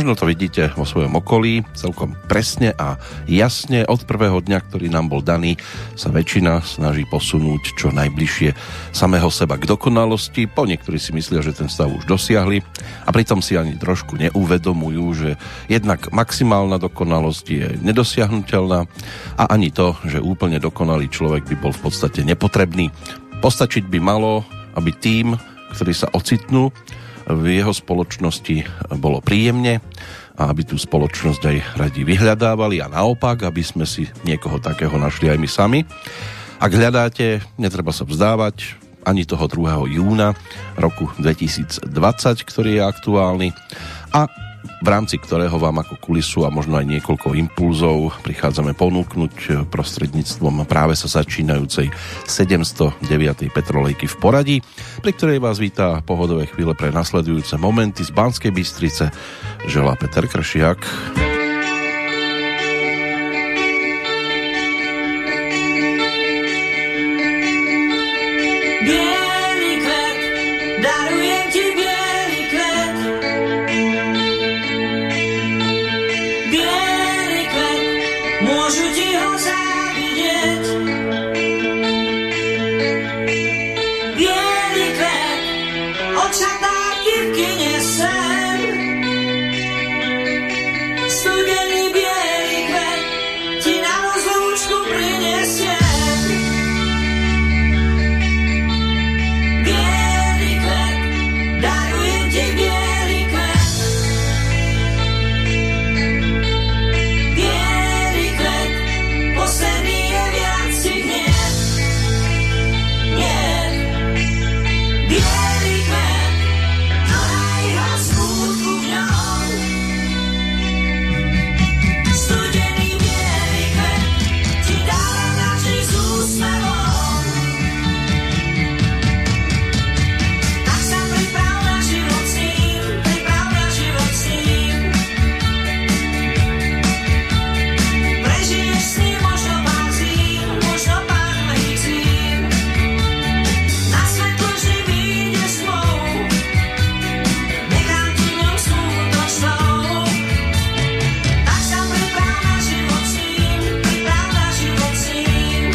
Možno to vidíte vo svojom okolí celkom presne a jasne. Od prvého dňa, ktorý nám bol daný, sa väčšina snaží posunúť čo najbližšie samého seba k dokonalosti. Po niektorí si myslia, že ten stav už dosiahli a pritom si ani trošku neuvedomujú, že jednak maximálna dokonalosť je nedosiahnuteľná a ani to, že úplne dokonalý človek by bol v podstate nepotrebný. Postačiť by malo, aby tým, ktorí sa ocitnú v jeho spoločnosti, bolo príjemne a aby tú spoločnosť aj radi vyhľadávali a naopak, aby sme si niekoho takého našli aj my sami. Ak hľadáte, netreba sa vzdávať ani toho 2. júna roku 2020, ktorý je aktuálny a v rámci ktorého vám ako kulisu a možno aj niekoľko impulzov prichádzame ponúknuť prostredníctvom práve sa začínajúcej 709. Petrolejky v poradí, pri ktorej vás vítá pohodové chvíle pre nasledujúce momenty z Banskej Bystrice želá Peter Kršiak. Bielý kvet, darujem ti bielý kvet. Bielý kvet, môžu ti ho závidieť. Bielý kvet, očatá kývky nesem. Studený bielý kvet, ti na rozlúčku prinesiem. Bielý kvet, darujem ti bielý kvet. Bielý kvet, posledný je viac si hneď. Nie. Bielý kvet, daj ho smútku v ňom. Studený bielý kvet, ti dávam navždy s úsmevom. Tak sa priprav na život s ním, priprav na život s ním. Prežiješ s ním možno pár zím, možno pár dlhých zím. Na svetlo vždy vyjdeš tmou, nechám ti ňou skutočnou. Tak sa priprav na život s ním, priprav na život s ním.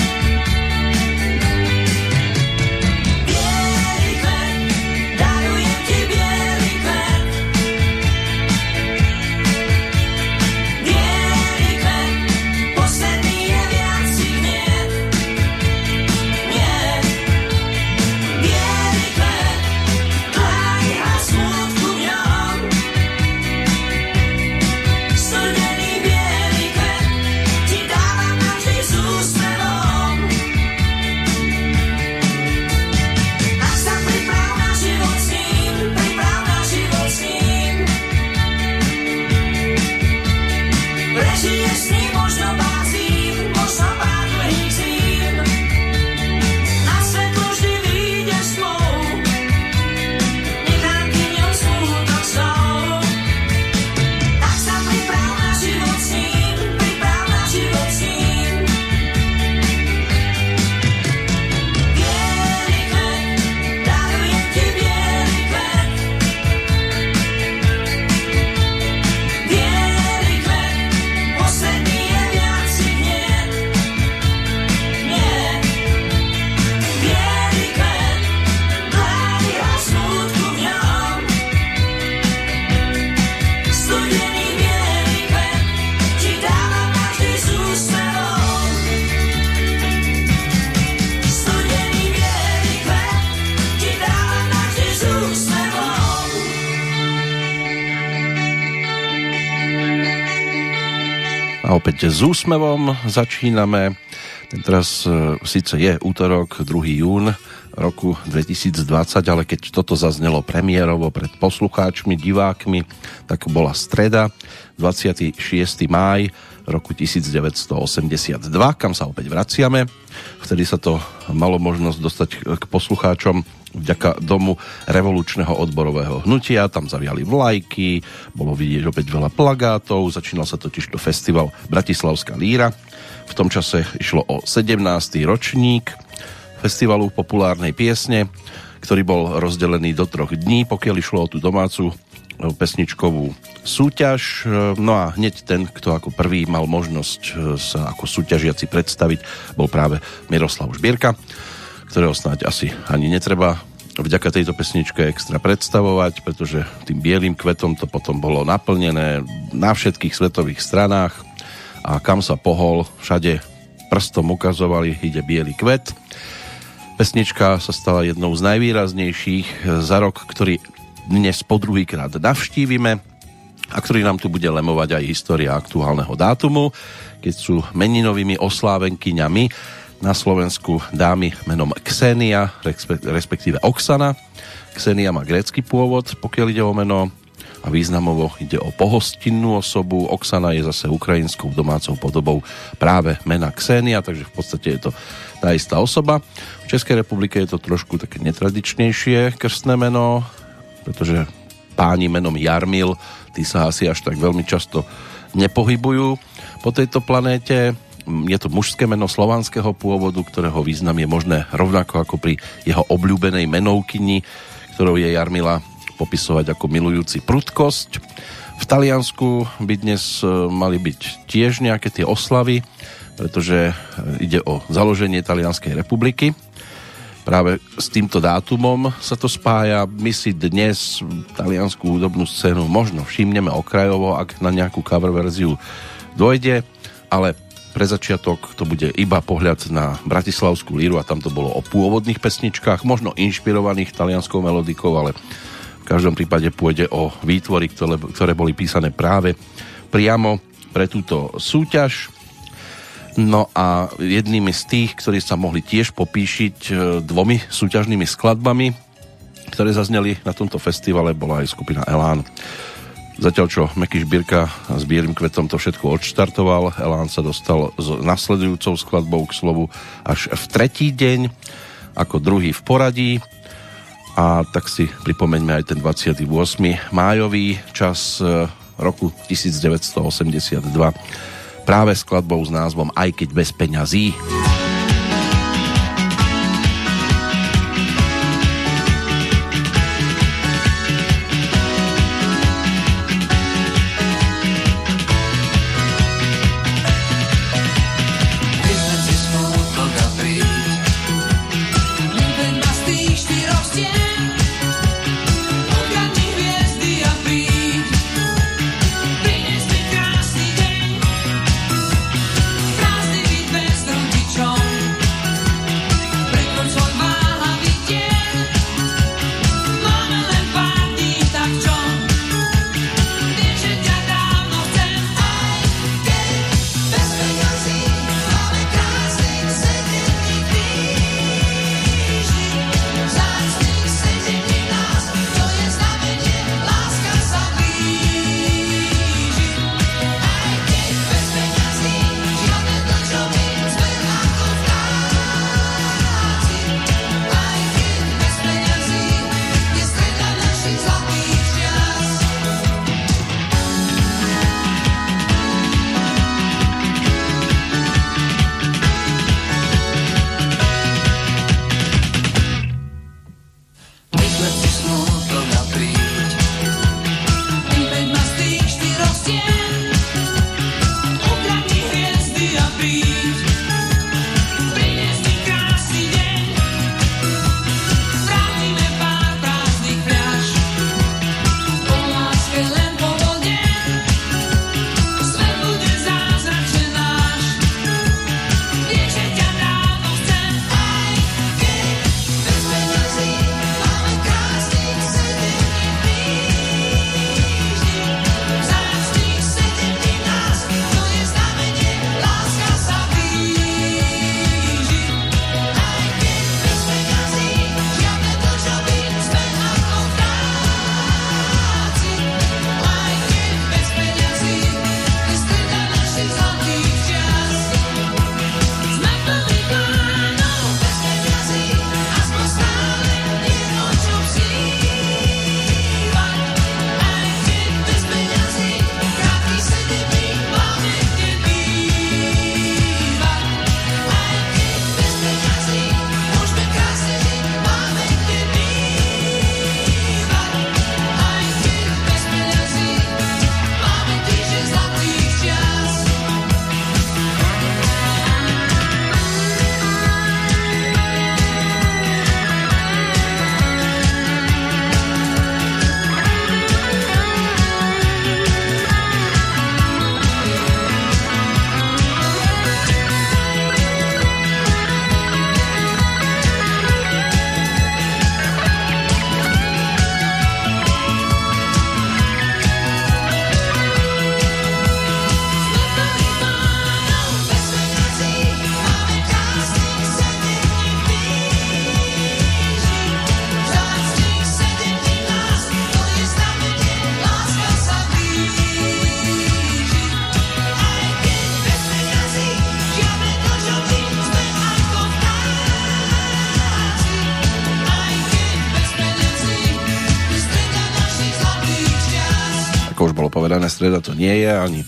Bielý kvet, darujem ti bielý kvet. Bielý kvet, posledný je viac si hneď. Nie. Bielý kvet, daj ho smútku v ňom. Studený bielý kvet, ti dávam navždy s úsmevom. Tak sa priprav na život s ním, priprav na život s ním. Prežiješ s ním možno pár zím, možno pár dlhých zím. Na svetlo vždy vyjdeš tmou, nechám ti ňou skutočnou. Tak sa priprav na život s ním, priprav na život s ním. Bielý kvet, darujem ti bielý kvet. Bielý kvet, posledný je viac si hneď. Nie. Bielý kvet, daj ho smútku v ňom. Studený bielý kvet, ti dávam navždy s úsmevom. Studený bielý kvet, ti dávam navždy s úsmevom. A opäť s úsmevom začíname. Teraz síce je útorok 2. jún roku 2020, ale keď toto zaznelo premiérovo pred poslucháčmi, divákmi, tak bola streda, 26. máj roku 1982, kam sa opäť vraciame. Vtedy sa to malo možnosť dostať k poslucháčom vďaka Domu revolučného odborového hnutia. Tam zaviali vlajky, bolo vidieť opäť veľa plagátov, začínal sa totižto festival Bratislavská líra. V tom čase išlo o 17. ročník festivalu populárnej piesne, ktorý bol rozdelený do 3 dní, pokiaľ išlo o tú domácu pesničkovú súťaž. No a hneď ten, kto ako prvý mal možnosť sa ako súťažiaci predstaviť, bol práve Miroslav Žbírka, ktorého snáď asi ani netreba vďaka tejto pesničke extra predstavovať, pretože tým bielým kvetom to potom bolo naplnené na všetkých svetových stranách a kam sa pohol, všade prstom ukazovali, ide biely kvet. Pesnička sa stala jednou z najvýraznejších za rok, ktorý dnes po druhýkrát navštívime a ktorý nám tu bude lemovať aj história aktuálneho dátumu, keď sú meninovými oslávenkyňami na Slovensku dámy menom Ksenia, respektíve Oksana. Ksenia má grécky pôvod, pokiaľ ide o meno, a významovo ide o pohostinnú osobu. Oksana je zase ukrajinskou domácou podobou práve mena Ksenia, takže v podstate je to tá istá osoba. V Českej republike je to trošku také netradičnejšie krstné meno, pretože páni menom Jarmil, tí sa asi až tak veľmi často nepohybujú po tejto planéte. Je to mužské meno slovanského pôvodu, ktorého význam je možné rovnako ako pri jeho obľúbenej menovkyni, ktorou je Jarmila, popisovať ako milujúci prudkosť. V Taliansku by dnes mali byť tiež nejaké tie oslavy, pretože ide o založenie Talianskej republiky. Práve s týmto dátumom sa to spája. My si dnes taliansku hudobnú scénu možno všimneme okrajovo, ak na nejakú cover verziu dôjde, ale pre začiatok to bude iba pohľad na bratislavskú líru a tam to bolo o pôvodných pesničkách, možno inšpirovaných talianskou melodikou, ale v každom prípade pôjde o výtvory, ktoré boli písané práve priamo pre túto súťaž. No a jednými z tých, ktorí sa mohli tiež popíšiť dvomi súťažnými skladbami, ktoré zazneli na tomto festivale, bola aj skupina Elán. Zatiaľ čo Meky Žbírka s bielým kvetom to všetko odštartoval, Elán sa dostal s nasledujúcou skladbou k slovu až v tretí deň, ako druhý v poradí. A tak si pripomeňme aj ten 28. májový čas roku 1982 práve skladbou s názvom Aj keď bez peňazí. Krásny byt bez rodičov. bolo povedané, streda to nie je, ani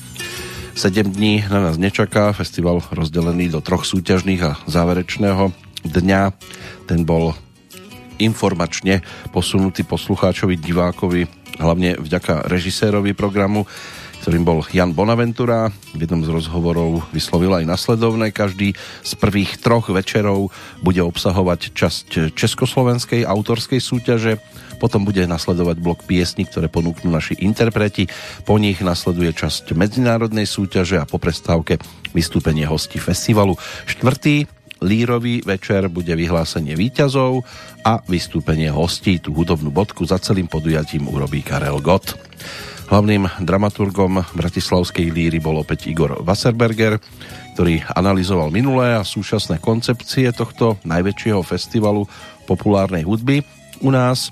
7 dní na nás nečaká. Festival rozdelený do 3 súťažných a záverečného dňa. Ten bol informačne posunutý poslucháčovi, divákovi, hlavne vďaka režisérovi programu, ktorým bol Jan Bonaventura. V jednom z rozhovorov vyslovil aj nasledovné: každý z prvých 3 večerov bude obsahovať časť československej autorskej súťaže, potom bude nasledovať blok piesní, ktoré ponúknú naši interpreti, po nich nasleduje časť medzinárodnej súťaže a po prestávke vystúpenie hostí festivalu. 4. lírový večer bude vyhlásenie víťazov a vystúpenie hostí. Tú hudobnú bodku za celým podujatím urobí Karel Gott. Hlavným dramaturgom bratislavskej líry bol opäť Igor Wasserberger, ktorý analyzoval minulé a súčasné koncepcie tohto najväčšieho festivalu populárnej hudby u nás,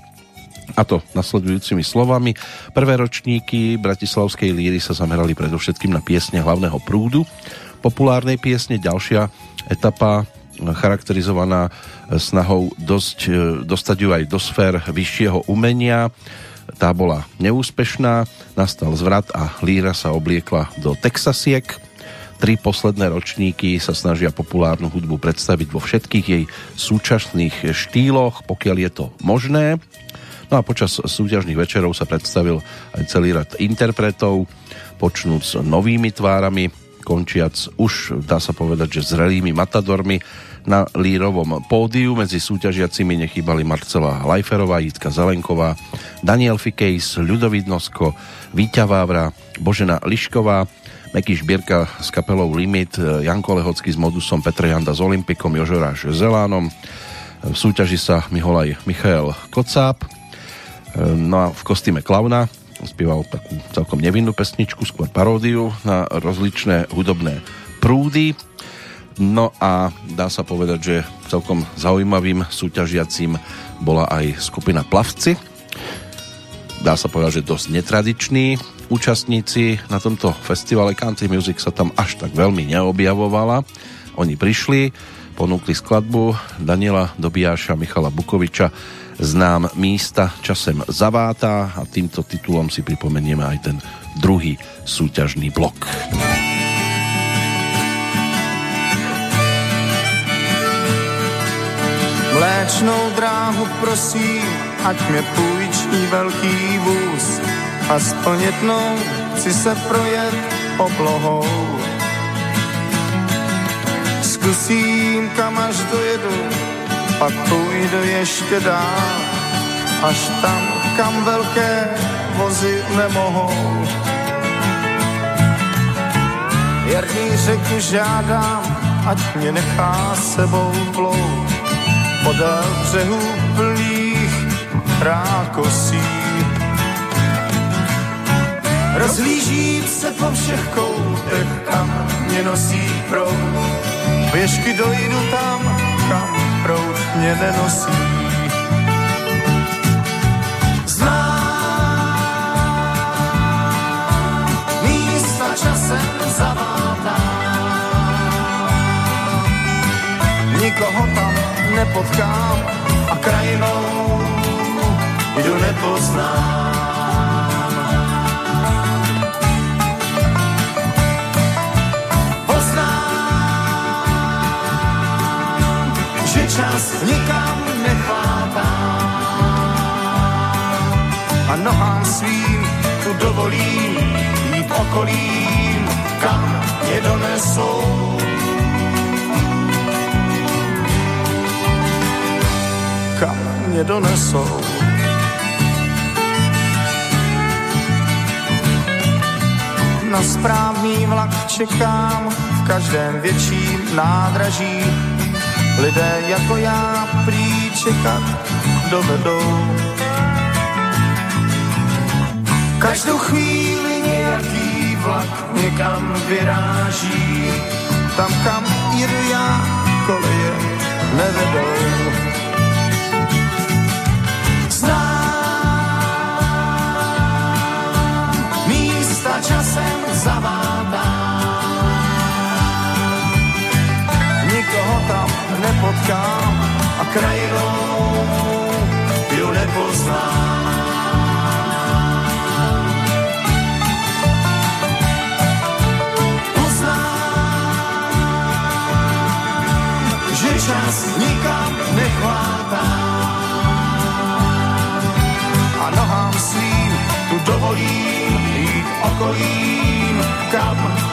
a to nasledujúcimi slovami. Prvé ročníky bratislavskej líry sa zamerali predovšetkým na piesne hlavného prúdu populárnej piesne. Ďalšia etapa, charakterizovaná snahou dostať ju aj do sfér vyššieho umenia, tá bola neúspešná, nastal zvrat a líra sa obliekla do texasiek. 3 posledné ročníky sa snažia populárnu hudbu predstaviť vo všetkých jej súčasných štýloch, pokiaľ je to možné. No a počas súťažných večerov sa predstavil aj celý rad interpretov, počnúc s novými tvárami, končiac už, dá sa povedať, že zrelými matadormi. Na lírovom pódiu medzi súťažiacimi nechýbali Marcela Lajferová, Jitka Zelenková, Daniel Fikejs, Ľudovít Nosko, Víťa Vávra, Božena Lišková, Meky Šbierka s kapelou Limit, Janko Lehocký s Modusom, Petr Janda s Olympikom, Jožoráš s Elánom. V súťaži sa myhol aj Michael Kocáb. No a v kostýme klauna spieval takú celkom nevinnú pesničku, skôr paródiu na rozličné hudobné prúdy. No a dá sa povedať, že celkom zaujímavým súťažiacím bola aj skupina Plavci. Dá sa povedať, že dosť netradiční účastníci na tomto festivale. Country music sa tam až tak veľmi neobjavovala. Oni prišli, ponúkli skladbu Daniela Dobijáša, Michala Bukoviča, Znám místa, časem zavátá, a týmto titulom si pripomenieme aj ten druhý súťažný blok. Mléčnou dráhu prosím, ať mě půjčí velký vůz, aspoň jednou chci se projet oblohou. Zkusím, kam až dojedu, pak půjdu ještě dál, až tam, kam velké vozy nemohou. Jarní řeku žádám, ať mě nechá sebou plout podél břehů plných rákosí. Rozhlížím se po všech koutech, kam mě nosí proud. Pěšky dojdu tam, kam proud mě nenosí. Znám místa, časem zavátá, nikoho tam nepotkám a krajinou jdu nepoznám. Poznám, že čas nikam nechvátá a nohám svým tu dovolím jít okolím, kam je donesou. Kam mě donesou. Na správný vlak čekám v každém větším nádraží. Lidé jako já prý čekat dovedou. Každou chvíli nějaký vlak někam vyráží. Tam, kam jedu já, koleje nevedou. Místa časem zavádá, nikoho tam nepotkám a krajinou ju nepoznám.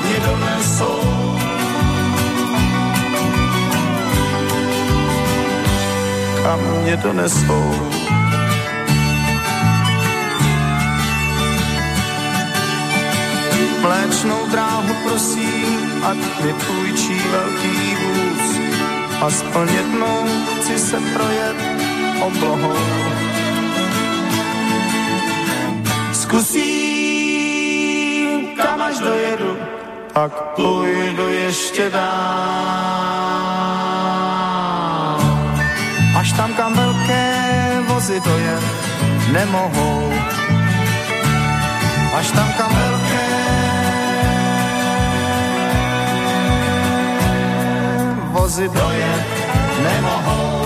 mě donesou. Kam mě donesou. Mléčnou dráhu prosím, ať mi půjčí velký vůz. Aspoň jednou chci se projet oblohou. Zkusím, kam až dojedu, pak půjdu ještě dál. Až tam, kam velké vozy dojet nemohou. Až tam, kam velké vozy dojet nemohou.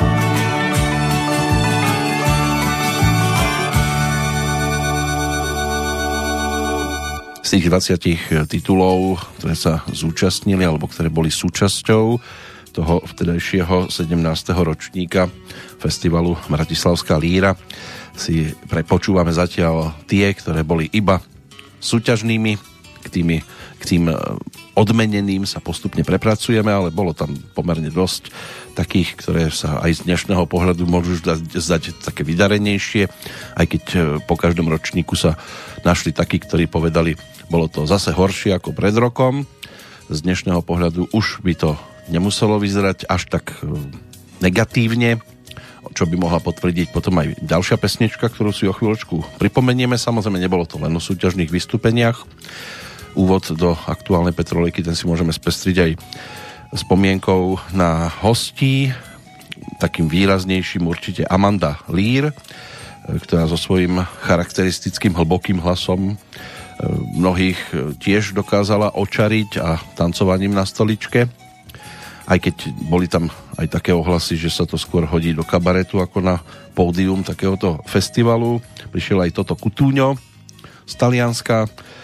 Z tých 20 titulov, ktoré sa zúčastnili alebo ktoré boli súčasťou toho vtedajšieho 17. ročníka festivalu Bratislavská líra, si prepočúvame zatiaľ tie, ktoré boli iba súťažnými. K tým odmeneným sa postupne prepracujeme, ale bolo tam pomerne dosť takých, ktoré sa aj z dnešného pohľadu môžu zdať také vydarenejšie, aj keď po každom ročníku sa našli takí, ktorí povedali, bolo to zase horšie ako pred rokom. Z dnešného pohľadu už by to nemuselo vyzerať až tak negatívne, čo by mohla potvrdiť potom aj ďalšia pesnička, ktorú si o chvíľočku pripomenieme. Samozrejme, nebolo to len o súťažných vystúpeniach. Úvod do aktuálnej Petrolejky, ten si môžeme spestriť aj spomienkou na hostí, takým výraznejším určite Amanda Lear, ktorá so svojím charakteristickým hlbokým hlasom mnohých tiež dokázala očariť a tancovaním na stoličke. Aj keď boli tam aj také ohlasy, že sa to skôr hodí do kabaretu ako na pódium takéhoto festivalu. Prišiel aj Toto Cutugno z Talianska,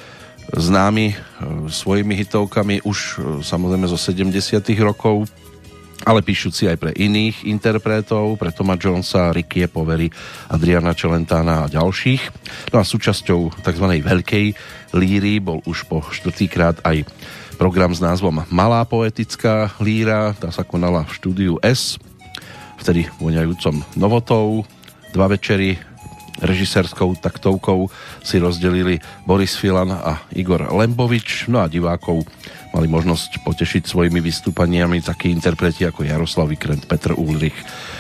známy svojimi hitovkami už samozrejme zo 70. rokov, ale píšuci aj pre iných interpretov, pre Toma Jonesa, Ricky Poveri, Adriana Celentana a ďalších. No a súčasťou tzv. Veľkej líry bol už po štvrtýkrát aj program s názvom Malá poetická líra. Tá sa konala v štúdiu S, vtedy voňajúcom novotou. 2 večery režisérskou taktovkou si rozdelili Boris Filan a Igor Lembovič. No a divákov mali možnosť potešiť svojimi vystúpaniami takí interpreti ako Jaroslav Vikrent, Petr Ulrich,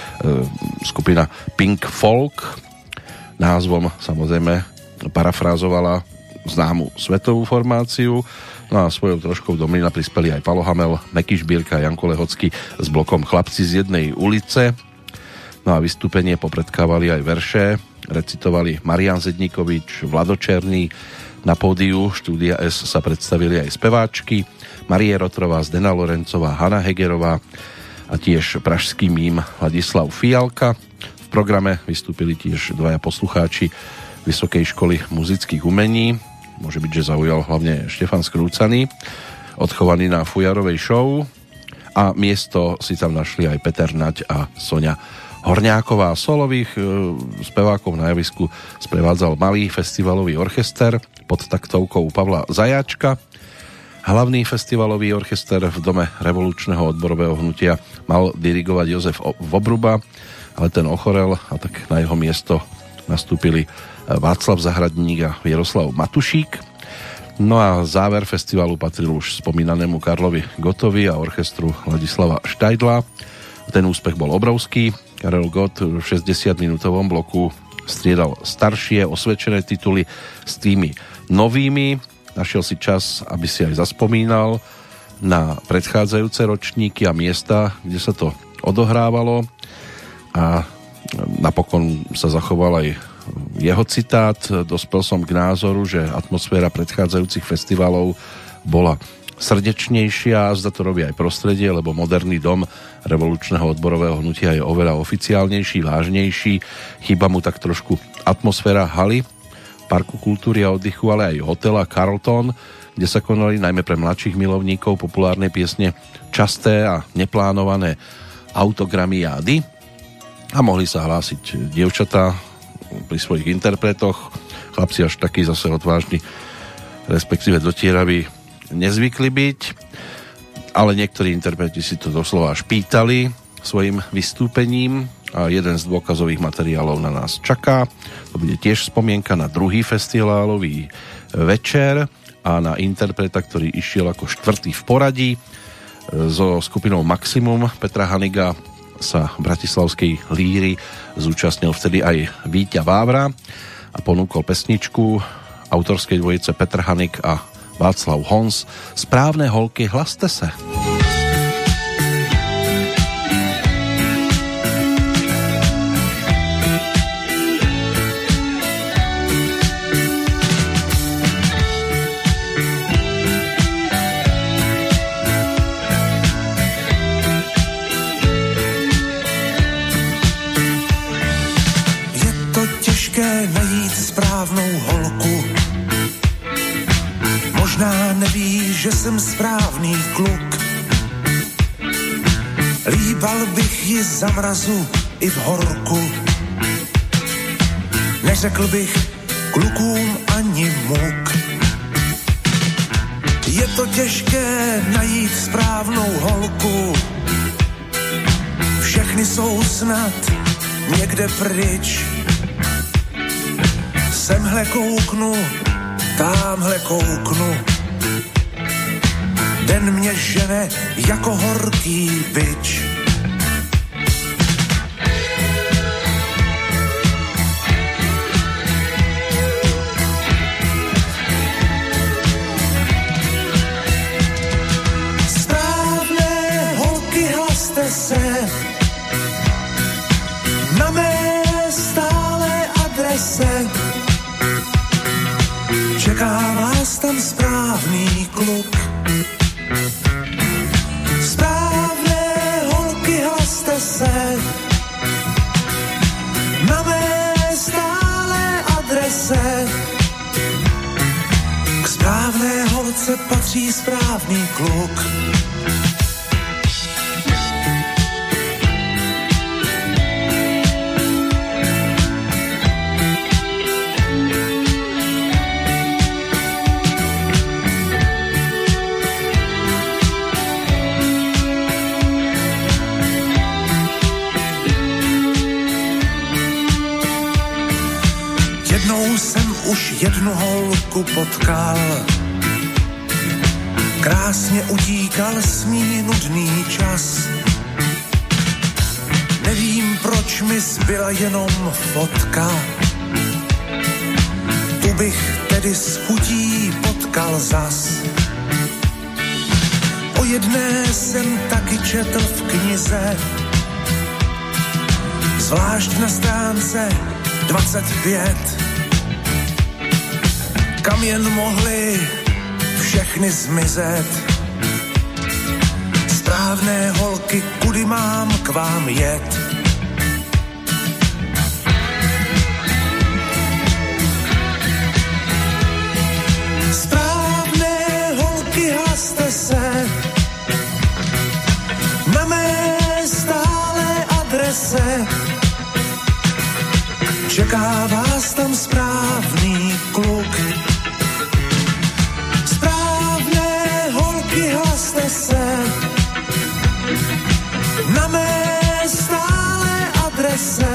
skupina Pink Folk. Názvom samozrejme parafrázovala známu svetovú formáciu. No a svojou troškou do mlyna prispeli aj Palo Hamel, Meky Šbírka a Janko Lehocký s blokom Chlapci z jednej ulice. No a vystúpenie popredkávali aj verše, recitovali Marián Zedníkovič, Vlado Černý. Na pódiu štúdia S sa predstavili aj speváčky Marie Rotrová, Zdena Lorencová, Hanna Hegerová a tiež pražský mím Ladislav Fialka. V programe vystúpili tiež 2 poslucháči Vysokej školy muzických umení. Môže byť, že zaujal hlavne Štefan Skrúcaný, odchovaný na Fujarovej show, a miesto si tam našli aj Peter Naď a Soňa Horňáková. Solových spevákov na javisku sprevádzal malý festivalový orchester pod taktovkou Pavla Zajáčka. Hlavný festivalový orchester v Dome revolučného odborového hnutia mal dirigovať Jozef Vobruba, ale ten ochorel a tak na jeho miesto nastúpili Václav Zahradník a Jaroslav Matušík. No a záver festivalu patril už spomínanému Karlovi Gottovi a orchestru Ladislava Štajdla. Ten úspech bol obrovský. Karel Gott v 60-minútovom bloku striedal staršie osvedčené tituly s tými novými. Našiel si čas, aby si aj zaspomínal na predchádzajúce ročníky a miesta, kde sa to odohrávalo, a napokon sa zachoval aj jeho citát: dospel som k názoru, že atmosféra predchádzajúcich festivalov bola srdečnejšia, a zda to robí aj prostredie, lebo moderný dom revolučného odborového hnutia je oveľa oficiálnejší, vážnejší. Chýba mu tak trošku atmosféra haly, parku kultúry a oddychu, ale aj hotela Carlton, kde sa konali najmä pre mladších milovníkov populárnej piesne časté a neplánované autogramiády, a mohli sa hlásiť dievčatá pri svojich interpretoch. Chlapci až takí zase odvážni, respektíve dotieraví, nezvykli byť, ale niektorí interpreti si to doslova až pýtali svojim vystúpením a jeden z dôkazových materiálov na nás čaká. To bude tiež spomienka na druhý festivalový večer a na interpreta, ktorý išiel ako štvrtý v poradí. So skupinou Maximum Petra Haniga sa bratislavskej líry zúčastnil vtedy aj Víťa Vávra a ponúkol pesničku autorskej dvojice Petr Hanig a Václav Hons. Správne holky, hlaste se. Je to těžké najít správnou holku. Možná neví, že jsem správný kluk. Líbal bych ji za mrazu i v horku. Neřekl bych klukům ani muk. Je to těžké najít správnou holku. Všechny jsou snad někde pryč. Semhle kouknu, támhle kouknu. Den mě žene jako horký bič. Správné holky, hlaste se na mé stále adrese. Čeká vás tam správný kluk. Správné holky, hlaste se na mé stále adrese. K správné holce patří správný kluk. Už jednu holku potkal, krásně utíkal smí nudný čas. Nevím, proč mi zbyla jenom fotka, tu bych tedy s chutí potkal zas. O jedné jsem taky četl v knize, zvlášť na stránce 25, kam jen mohly všechny zmizet. Správné holky, kudy mám k vám jet? Správné holky, hlaste se na mé stále adrese. Čeká vás tam správný kluk. Hlaste se na mé stále adrese.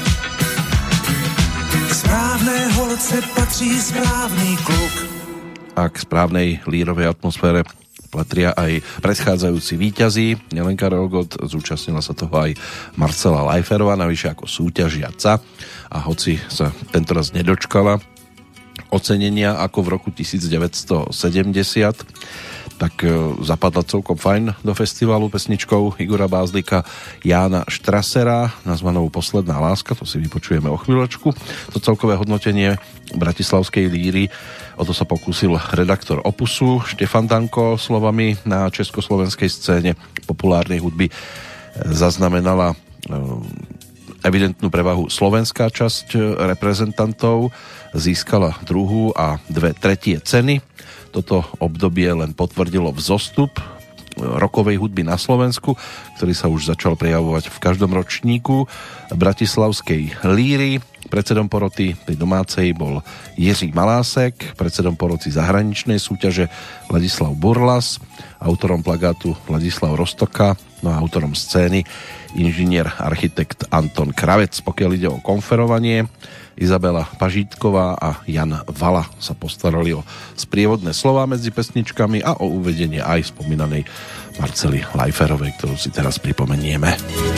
K správné holce patří správný kluk. A k správnej lírovej atmosfére patria aj predchádzajúci víťazi. Jelenka Rolgot, zúčastnila sa toho aj Marcela Lajferová, navyše ako súťažiaca. A hoci sa tentoraz nedočkala ocenenia ako v roku 1970, tak zapadla celkom fajn do festivalu pesničkou Igora Bázlika Jána Štrasera nazvanou Posledná láska, to si vypočujeme o chvíľočku. To celkové hodnotenie bratislavskej líry, o to sa pokúsil redaktor Opusu Štefan Danko slovami: na československej scéne populárnej hudby zaznamenala evidentnú prevahu slovenská časť reprezentantov, získala 2. a 2/3 ceny. Toto obdobie len potvrdilo vzostup rokovej hudby na Slovensku, ktorý sa už začal prejavovať v každom ročníku bratislavskej líry. Predsedom poroty pri domácej bol Jiří Malásek, predsedom poroty zahraničnej súťaže Ladislav Burlas, autorom plagátu Ladislav Rostoka, no a autorom scény inžinier architekt Anton Kravec. Pokiaľ ide o konferovanie, Izabela Pažítková a Jan Vala sa postarali o sprievodné slová medzi pesničkami a o uvedenie aj spomínanej Marcely Lajferovej, ktorú si teraz pripomenieme.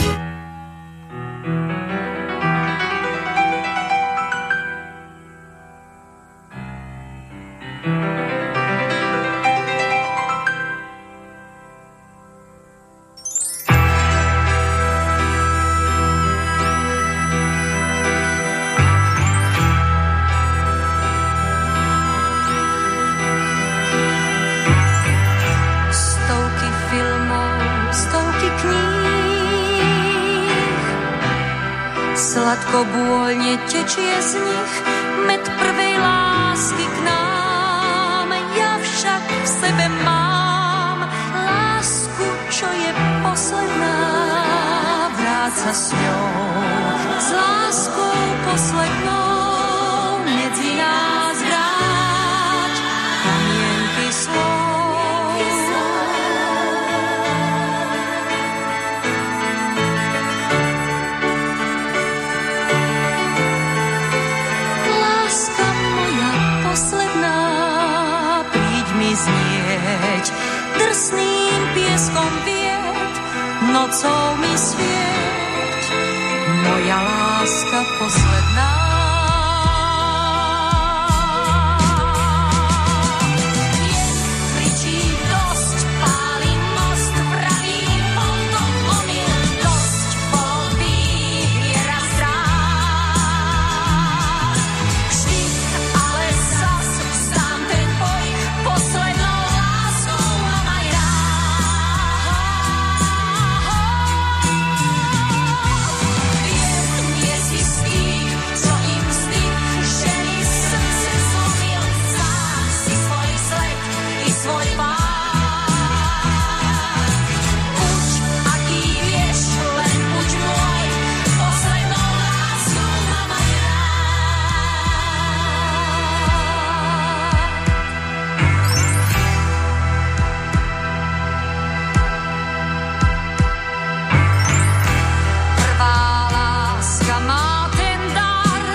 Sladkobôľne tečie z nich med prvej lásky k nám. Ja však v sebe mám lásku, čo je posledná. Vráť sa s ňou, s láskou poslednou, medzi nás vráť kamienky slov. Znieť drsným pieskom vied, nocou mi svieť, moja láska posledná. Kričí dosť, páli most, praví potom omyl, dosť bol výhra strát. Vždy, ale zas vzdám ten boj, poslednou láskou mám aj rád. Viem, nie si z tých, čo im zdych, že mi srdce zlomil. Sám si svoj sled i svoj pád. Buď, aký vieš, len buď môj, poslednou láskou mám aj Prvá láska má ten dar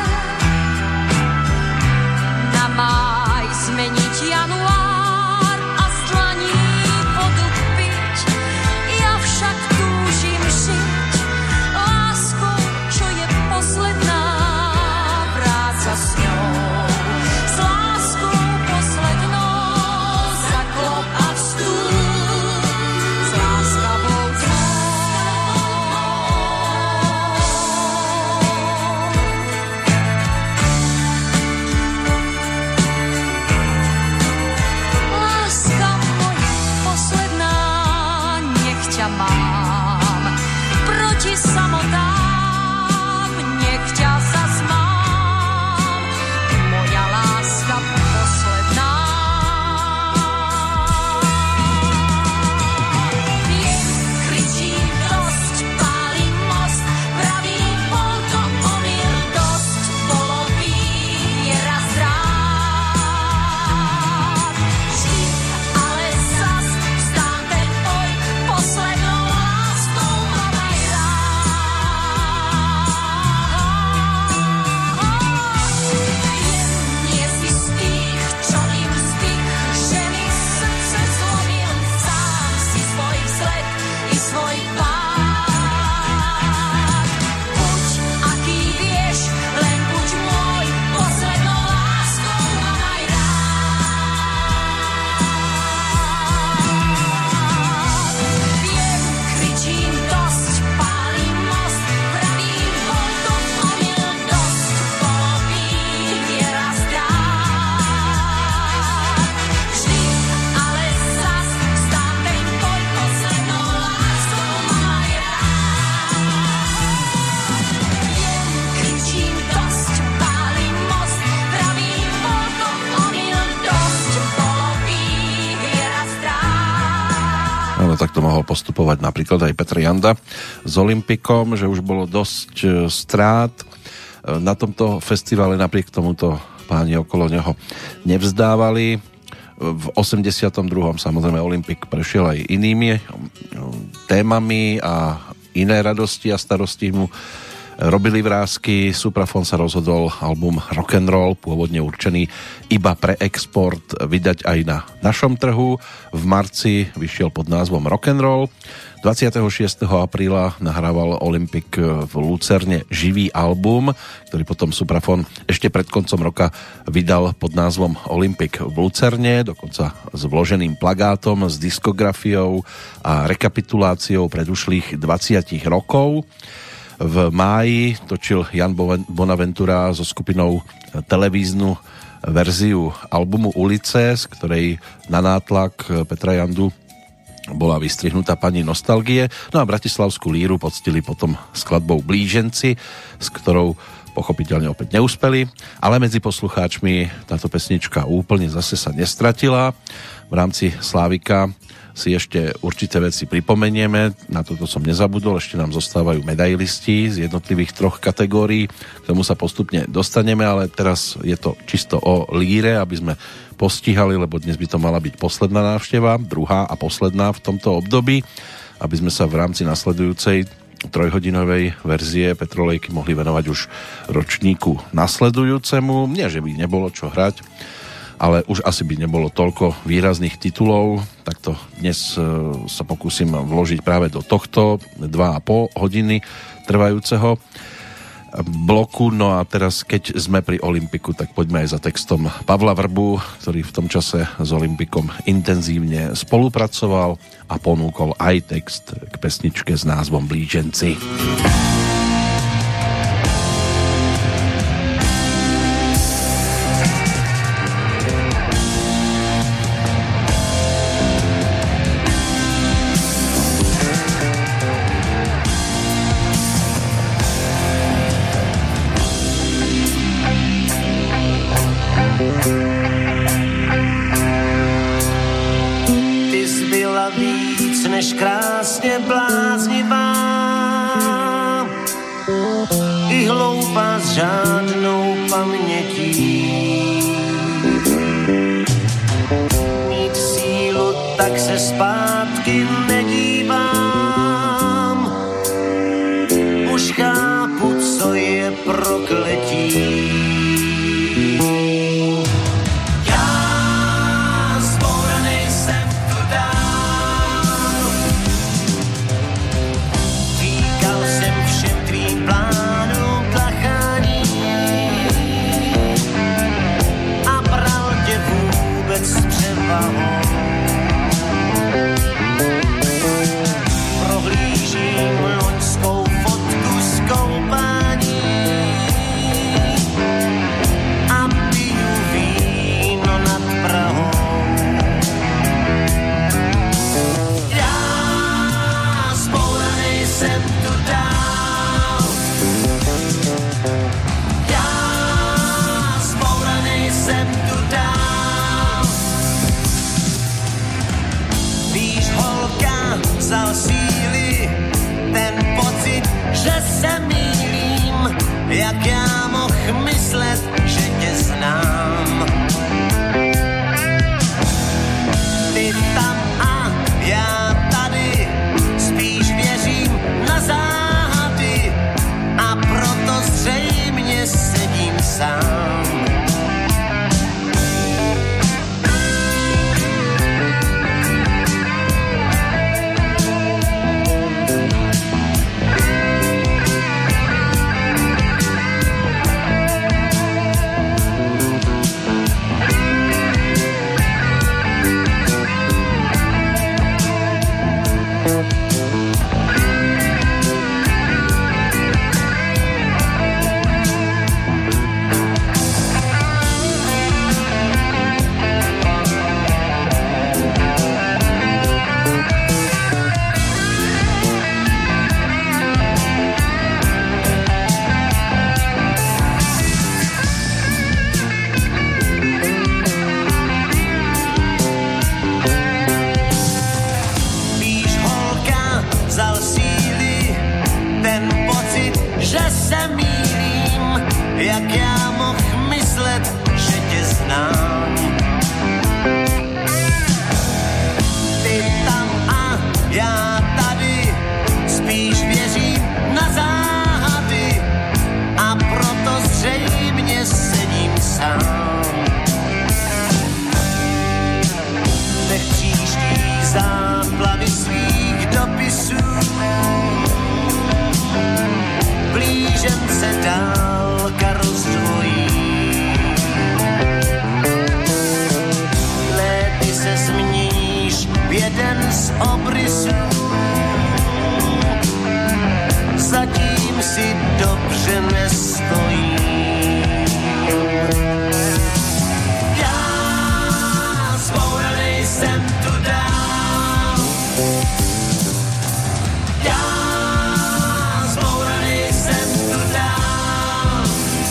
na máj zmeniť január a z dlaní vodu piť. Ja však túžim žiť láskou, čo je posledná. Vráť sa s ňou, s láskou poslednou, zaklop a vstúp s láskavou tmou. Láska moja posledná, nech ťa mám proti samotám, nech ťa zas mám, moja láska posledná. Viem, kričím dosť, pálim most, pravím, bol to omyl, dosť bolo výhra strát. Vždy, ale zas vzdám ten boj, poslednou láskou mám aj rád. Viem, nie si z tých, čo im zdych, že mi srdce zlomil. Sám si svoj sled i svoj pád. Buď, aký vieš, len buď môj, poslednou láskou mám aj rád. Viem, kričím dosť, pálim most, pravím, bol to omyl, dosť bolo výhra strát. Vždy, ale zas vzdám ten boj, poslednou láskou mám aj rád. Viem, kričím dosť, pálim most, pravím, bol to omyl, dosť bolo výhra strát. Ale takto mohol postupovať napríklad aj Petr Janda s Olympikom, že už bolo dosť strát. na tomto festivale napriek tomuto páni okolo neho nevzdávali. V 82. samozrejme Olympik prešiel aj inými témami a iné radosti a starosti mu robili vrásky. Suprafon sa rozhodol album Rock'n'Roll, pôvodne určený iba pre export, vydať aj na našom trhu. V marci vyšiel pod názvom Rock'n'Roll. 26. apríla nahrával Olympik v Lucerne živý album, ktorý potom Suprafon ešte pred koncom roka vydal pod názvom Olympik v Lucerne, dokonca s vloženým plagátom, s diskografiou a rekapituláciou predušlých 20 rokov. V máji točil Jan Bonaventura so skupinou televíznu verziu albumu Ulice, z ktorej na nátlak Petra Jandu bola vystrihnutá pani Nostalgie. No a bratislavskú líru poctili potom skladbou Blíženci, s ktorou pochopiteľne opäť neúspeli, ale medzi poslucháčmi táto pesnička úplne zase sa nestratila. V rámci Slávika si ešte určité veci pripomenieme, na toto som nezabudol, ešte nám zostávajú medailisti z jednotlivých 3 kategórií, k tomu sa postupne dostaneme, ale teraz je to čisto o líre, aby sme postihali, lebo dnes by to mala byť posledná návšteva, druhá a posledná v tomto období, aby sme sa v rámci nasledujúcej 3-hodinovej verzie Petrolejky mohli venovať už ročníku nasledujúcemu. Nie, že by nebolo čo hrať, ale už asi by nebolo toľko výrazných titulov, tak to dnes sa pokúsim vložiť práve do tohto 2,5 hodiny trvajúceho bloku. No a teraz, keď sme pri Olympiku, tak poďme aj za textom Pavla Vrbu, ktorý v tom čase s Olympikom intenzívne spolupracoval a ponúkol aj text k pesničke s názvom Blíženci. Krásně bláznivá i hloupá s žádnou pamětí. Mít sílu, tak se zpátky nedívám. Už chápu, co je prokletí. Prohlížím loňskou fotku z koupání a piju víno nad Prahou. Já zbouranej jsem tu dál. Já zbouranej jsem tu dál. Vzal síly, ten pocit, že se mýlím, jak já mohl myslet, že tě znám. Ty tam a já tady, spíš věřím na záhady a proto zřejmě sedím sám. záplavy svých dopisů. Blížen se dálka rozdvojí. Léty se změníš v jeden z obrysů. Zatím si dobře nestojím. Já zbouranej jsem tu dál. Já zbouranej jsem tu dál.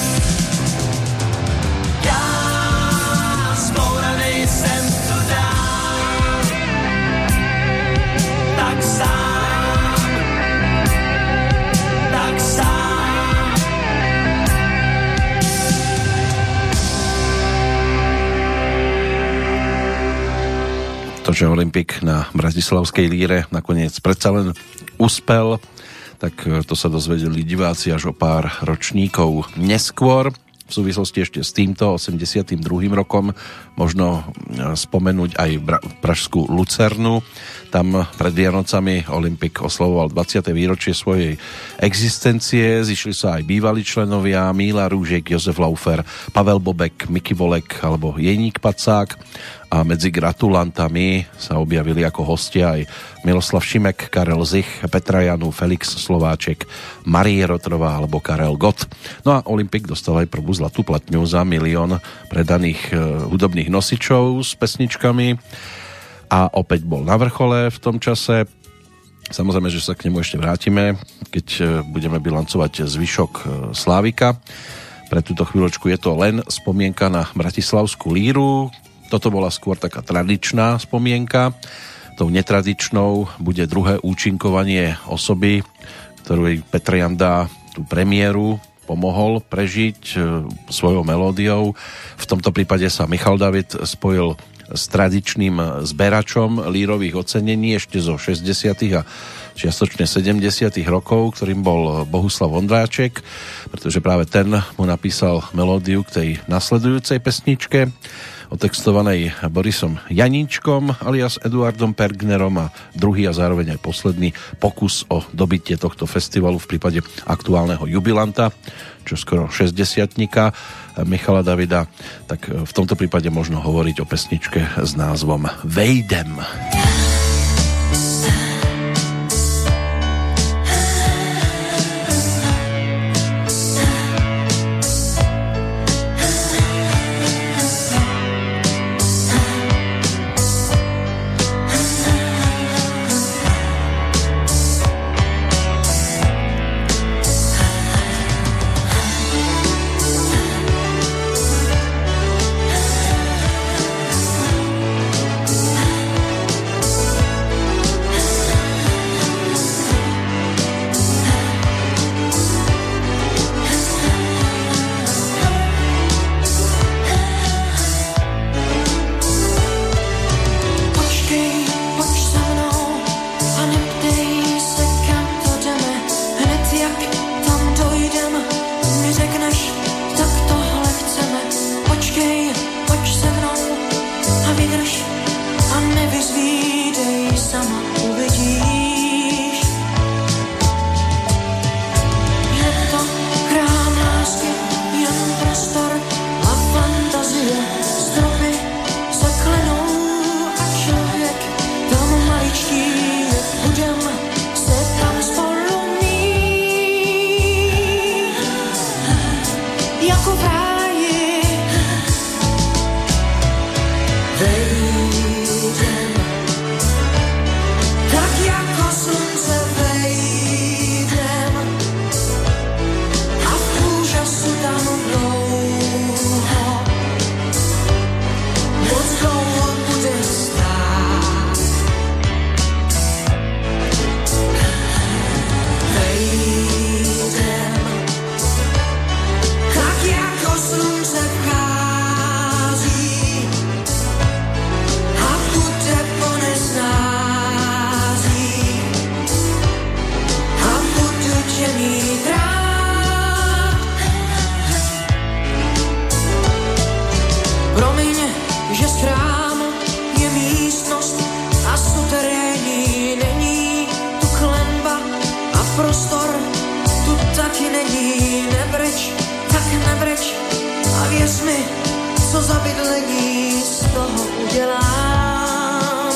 Já zbouranej jsem tu dál. Tak sám, tak sám. To, že Olympik na bratislavskej líre nakoniec predsa len uspel, tak to sa dozvedeli diváci až o pár ročníkov neskôr. V súvislosti ešte s týmto 82. rokom možno spomenúť aj pražskú Lucernu. Tam pred Vianocami Olympik oslavoval 20. výročie svojej existencie. Zišli sa aj bývalí členovia Míla Rúžek, Jozef Laufer, Pavel Bobek, Miky Volek alebo Jeník Pacák. A medzi gratulantami sa objavili ako hostia aj Miloslav Šimek, Karel Zich, Petra Janu, Felix Slováček, Marie Rotrová alebo Karel Gott. No a Olympik dostal aj prvú zlatú platňu za 1 000 000 predaných hudobných nosičov s pesničkami a opäť bol na vrchole v tom čase. Samozrejme, že sa k nemu ešte vrátime, keď budeme bilancovať zvyšok Slávika. Pre túto chvíľočku je to len spomienka na bratislavskú líru. Toto bola skôr taká tradičná spomienka. Tou netradičnou bude druhé účinkovanie osoby, ktorú Petr Janda tú premiéru pomohol prežiť svojou melódiou. V tomto prípade sa Michal David spojil s tradičným zberačom lírových ocenení ešte zo 60. a čiastočne 70. rokov, ktorým bol Bohuslav Vondráček, pretože práve ten mu napísal melódiu k tej nasledujúcej pesničke, otextovanej Borisom Janíčkom alias Eduardom Pergnerom, a druhý a zároveň aj posledný pokus o dobitie tohto festivalu v prípade aktuálneho jubilanta, čo skoro 60-tníka Michala Davida. Tak v tomto prípade možno hovoriť o pesničke s názvom Vejdem. ti není, nebreč, tak nebreč a věř mi, co za bydlení z toho udělám.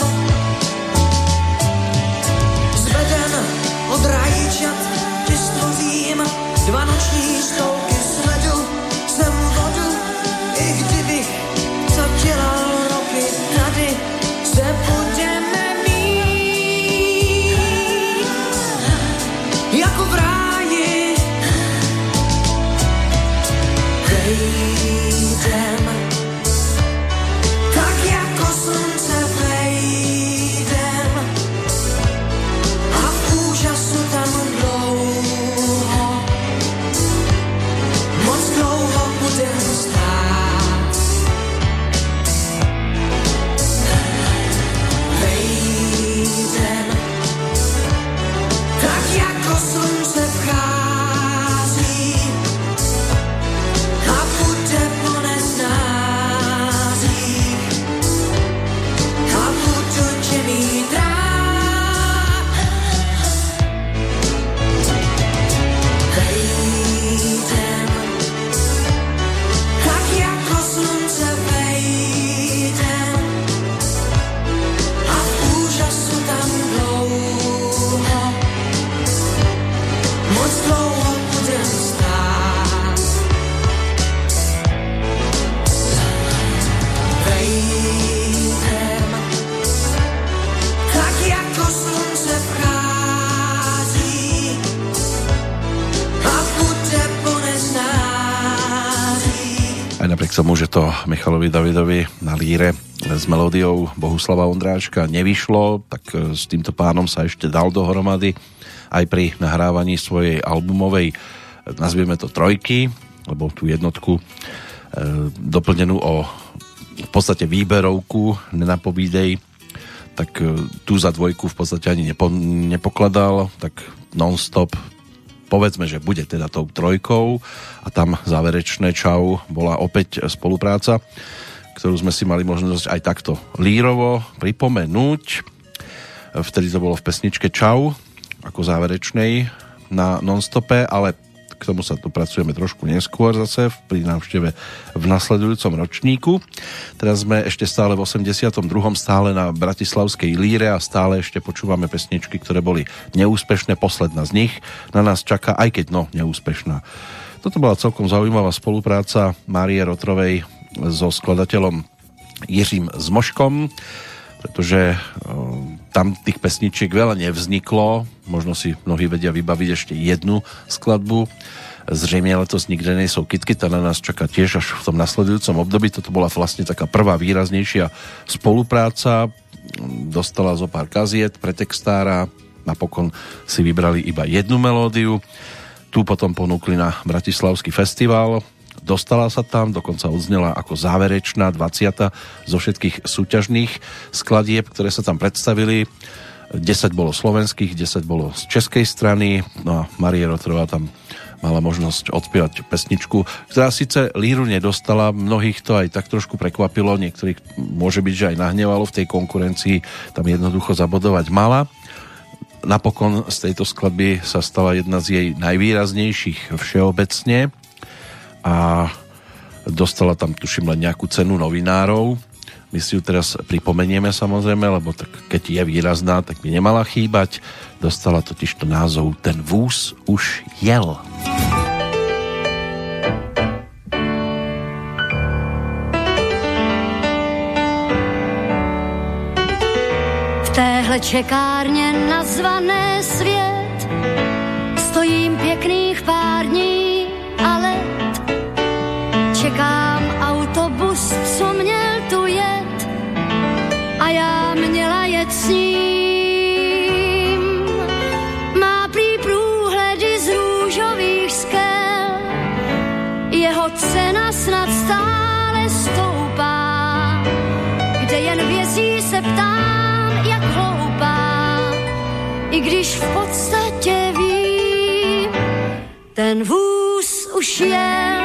Zveden od rajčat ti stvořím 2 noční stolky svedu, jsem vodu, i kdybych to dělal roky, tady se budeme mít jako v ráji. Vejdem, tak jako slunce vejdem a v úžasu tam dlouho, moc dlouho budem stát. Vejdem, tak jako slunce vchází a bude po neznázích a budu tě mít rád. Vejdem, tak jako slunce vejdem a v úžasu tam dlouho, moc dlouho budem stát. Vejdem, tak jako slunce vchází a bude po neznázích. Aj napriek tomu, že to Michalovi Davidovi na líre s melódiou Bohuslava Ondráčka nevyšlo, tak s týmto pánom sa ešte dal dohromady aj pri nahrávaní svojej albumovej, nazvieme to trojky, lebo tú jednotku doplnenú o v podstate výberovku Nenapovídej, tak tu za dvojku v podstate ani nepokladal, tak non-stop povedzme, že bude teda tou trojkou a tam záverečné čau bola opäť spolupráca, ktorú sme si mali možnosť aj takto lírovo pripomenúť. Vtedy to bolo v pesničke Čau ako záverečnej na non-stope, ale k tomu sa dopracujeme trošku neskôr zase pri návšteve v nasledujúcom ročníku. Teraz sme ešte stále v 82. stále na bratislavskej líre a stále ešte počúvame pesničky, ktoré boli neúspešné. Posledná z nich na nás čaká, aj keď neúspešná. Toto bola celkom zaujímavá spolupráca Márie Rotrovej so skladateľom Jiřím Zmoškom, pretože tam tých pesničiek veľa nevzniklo. Možno si mnohí vedia vybaviť ešte jednu skladbu. Zrejme letos nikde nejsou kytky, tá na nás čaká tiež až v tom nasledujúcom období. Toto bola vlastne taká prvá výraznejšia spolupráca. Dostala zo pár kaziet pre textára, napokon si vybrali iba jednu melódiu. Tu potom ponúkli na Bratislavský festival. Dostala sa tam, dokonca odznela ako záverečná 20. zo všetkých súťažných skladieb, ktoré sa tam predstavili. 10 bolo slovenských, 10 bolo z českej strany. No a Marie Rotrová tam mala možnosť odspievať pesničku, ktorá síce líru nedostala, mnohých to aj tak trošku prekvapilo, niektorých môže byť, že aj nahnevalo v tej konkurencii, tam jednoducho zabodovať mala. Napokon z tejto skladby sa stala jedna z jej najvýraznejších všeobecne a dostala tam, tuším, len nejakú cenu novinárov. My si ju teraz pripomenieme samozrejme, lebo tak keď je výrazná, tak by nemala chýbať. Dostala totižto názov Ten vůz už jel. V téhle čekárně nazvané svět stojím pěkných pár dní a let. Čekám autobus, co měl tu jet a já měla jet s ním. Má prý průhledy z růžových skel, jeho cena snad stále stoupá. Kde jen vězí se ptám, jak hloupá, i když v podstatě vím, ten vůz už jel.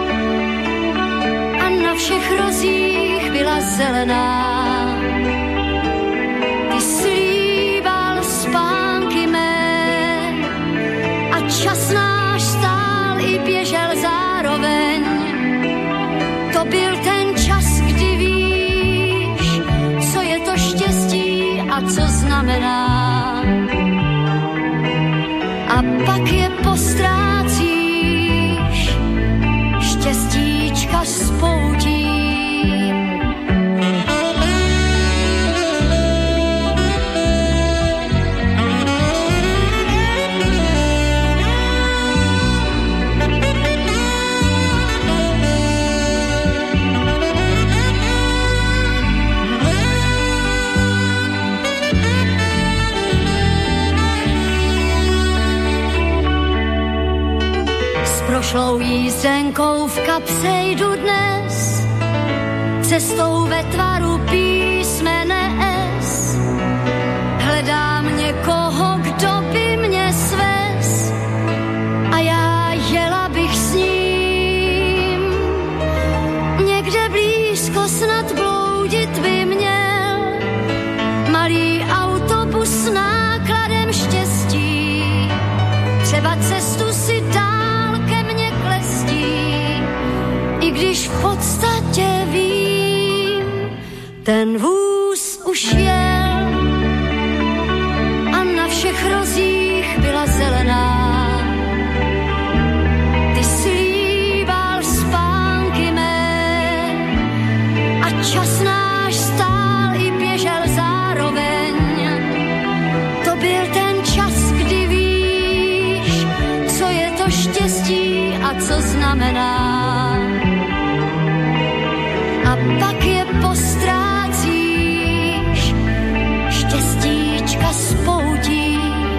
Na všech rozích byla zelená. Ty slíky co znamená. A pak je postrácíš, štěstíčka spoutí. Prošlou jízdenkou v kapse jdu dnes, cestou ve tvaru písmene S. Hledám někoho, kdo by mě svez a já jela bych s ním. Někde blízko snad bloudit by měl malý autobus s nákladem štěstí. Třeba cestu si dá, i když v podstatě vím, ten vůz už jel a na všech rozích byla zelená. Ty slíbal spánky mé a čas náš stál i běžel zároveň. To byl ten čas, kdy víš, co je to štěstí a co znamená. A pak je postrácíš, štěstíčka spoutí.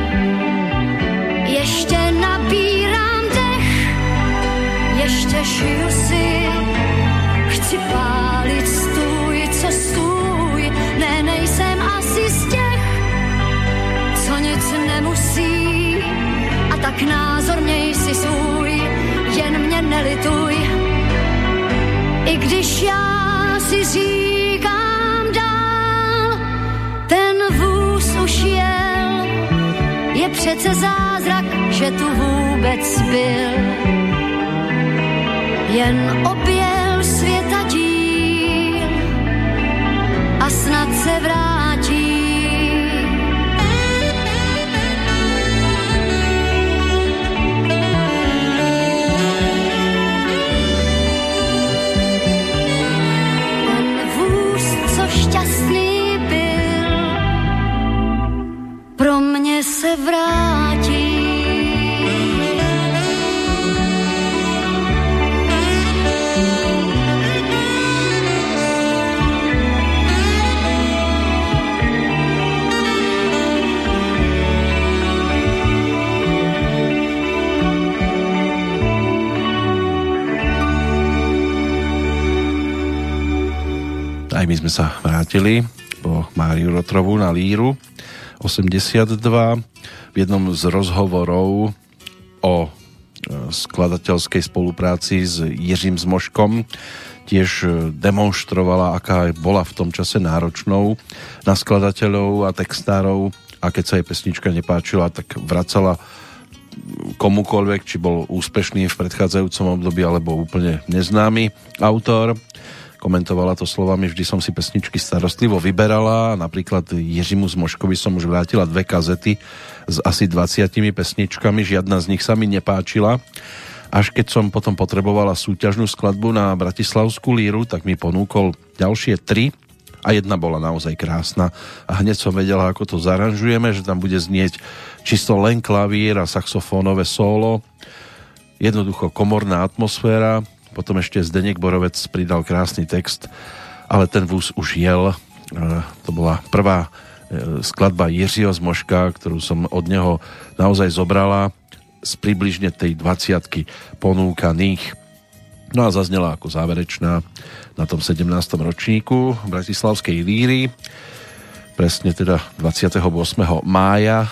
Ještě nabírám dech, ještě žiju si, chci pálit stůj, co stůj. Ne, nejsem asi z těch, co nic nemusí, a tak názor měj si svůj, jen mě nelituj. I když já si říkám dál, ten vůz už jel, je přece zázrak, že tu vůbec byl. Jen objel světa díl a snad se vrátí. Šťastný byl, pro mě se vrátí. Aj my sme sa vrátili po Máriu Rotrovú na líru 82. V jednom z rozhovorov o skladateľskej spolupráci s Jiřím Zmoškom tiež demonstrovala, aká bola v tom čase náročnou na skladateľov a textárov, a keď sa jej pesnička nepáčila, tak vracala komukoľvek, či bol úspešný v predchádzajúcom období alebo úplne neznámy autor. Komentovala to slovami: vždy som si pesničky starostlivo vyberala, napríklad Jiřímu Zmoškovi som už vrátila 2 kazety s asi 20 pesničkami, žiadna z nich sa mi nepáčila. Až keď som potom potrebovala súťažnú skladbu na bratislavskú líru, tak mi ponúkol ďalšie 3 a jedna bola naozaj krásna a hneď som vedela, ako to zaranžujeme, že tam bude znieť čisto len klavír a saxofónové solo, jednoducho komorná atmosféra. Potom ešte Zdeněk Borovec pridal krásny text, ale ten vůz už jel. To bola prvá skladba Jiřího Zmoška, ktorú som od neho naozaj zobrala z približne tej 20-ky ponúkaných. No a zaznela ako záverečná na tom 17. ročníku bratislavskej líry, presne teda 28. mája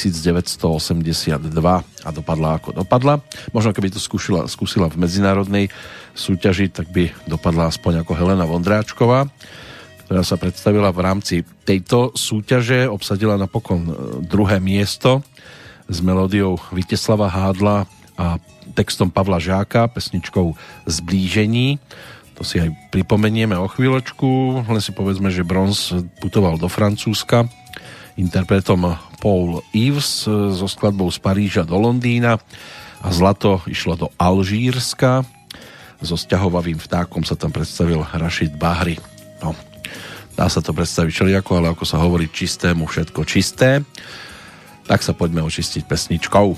1982 a dopadla ako dopadla. Možno keby to skúsila v medzinárodnej súťaži, tak by dopadla aspoň ako Helena Vondráčková, ktorá sa predstavila v rámci tejto súťaže, obsadila napokon 2. miesto s melódiou Víteslava Hádla a textom Pavla Žáka, pesničkou Zblížení. To si aj pripomenieme o chvíľočku, len si povedzme, že bronz putoval do Francúzska interpretom Paul Eves so skladbou Z Paríža do Londýna a zlato išlo do Alžírska. So sťahovavým vtákom sa tam predstavil Rašid Bahri. No, dá sa to predstaviť všelijako, ale ako sa hovorí čistému všetko čisté, tak sa poďme očistiť pesničkou.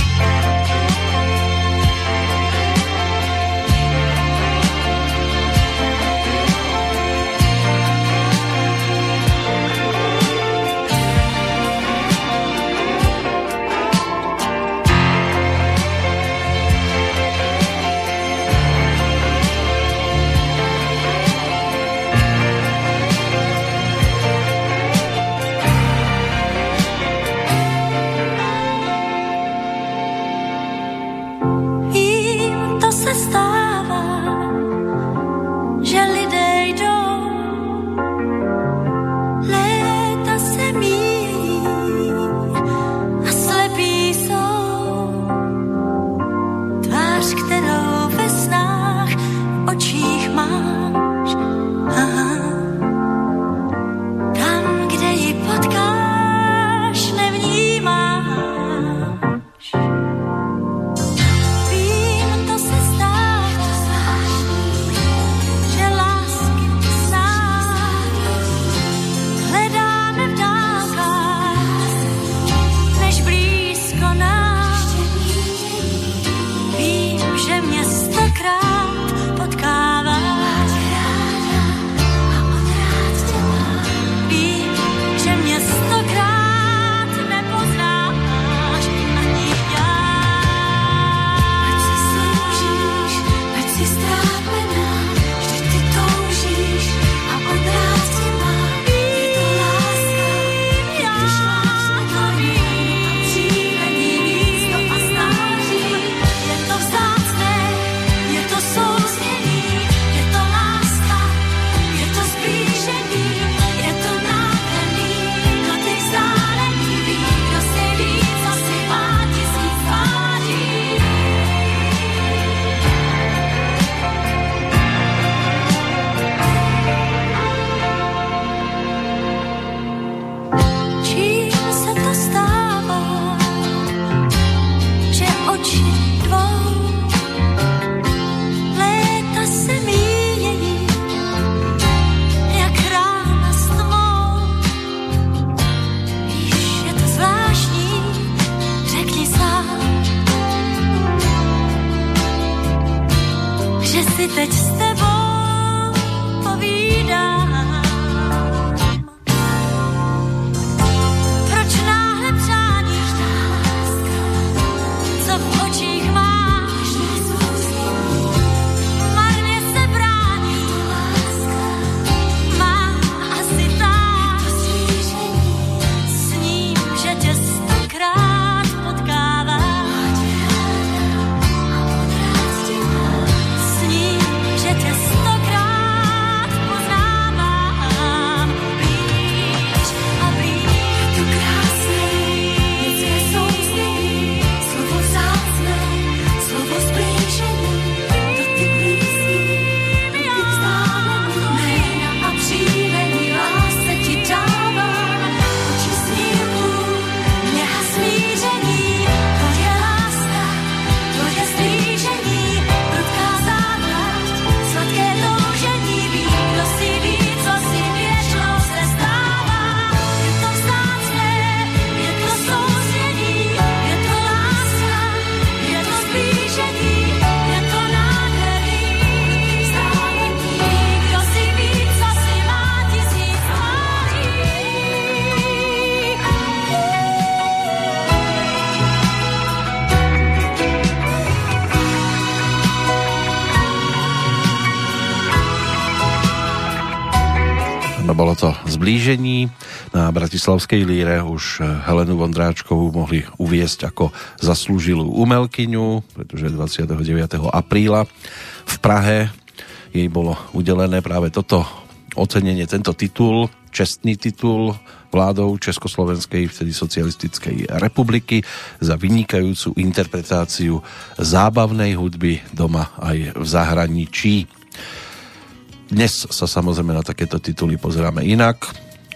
Bolo to Zblížení. Na bratislavskej líre už Helenu Vondráčkovú mohli uviesť ako zaslúžilú umelkyňu, pretože 29. apríla v Prahe jej bolo udelené práve toto ocenenie, tento titul, čestný titul vládou Československej, vtedy socialistickej republiky za vynikajúcu interpretáciu zábavnej hudby doma aj v zahraničí. Dnes sa samozrejme na takéto tituly pozeráme inak,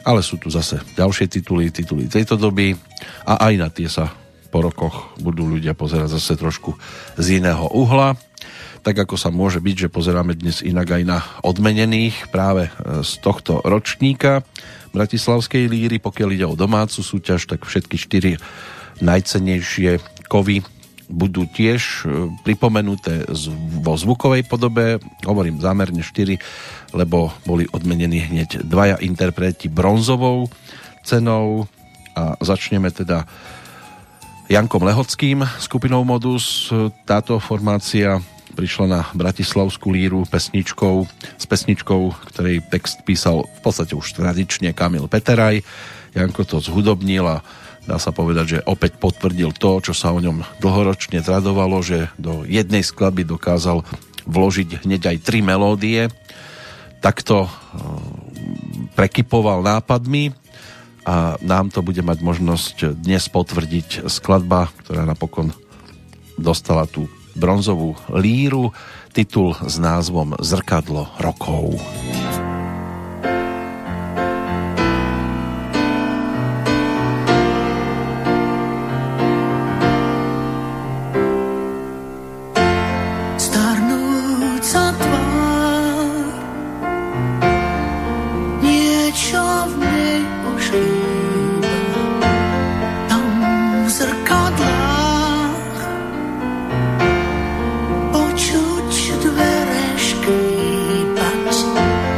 ale sú tu zase ďalšie tituly tejto doby a aj na tie sa po rokoch budú ľudia pozerať zase trošku z iného uhla. Tak ako sa môže byť, že pozeráme dnes inak aj na odmenených práve z tohto ročníka bratislavskej líry. Pokiaľ ide o domácu súťaž, tak všetky 4 najcennejšie kovy budú tiež pripomenuté vo zvukovej podobe. Hovorím zámerne 4, lebo boli odmenení hneď 2 interpreti bronzovou cenou a začneme teda Jankom Lehockým skupinou Modus. Táto formácia prišla na bratislavskú líru s pesničkou, ktorej text písal v podstate už tradične Kamil Peteraj. Janko to zhudobnil a dá sa povedať, že opäť potvrdil to, čo sa o ňom dlhoročne tradovalo, že do jednej skladby dokázal vložiť hneď aj 3 melódie. Takto prekypoval nápadmi a nám to bude mať možnosť dnes potvrdiť skladba, ktorá napokon dostala tú bronzovú líru, titul s názvom Zrkadlo rokov. Počuť dvere škrípať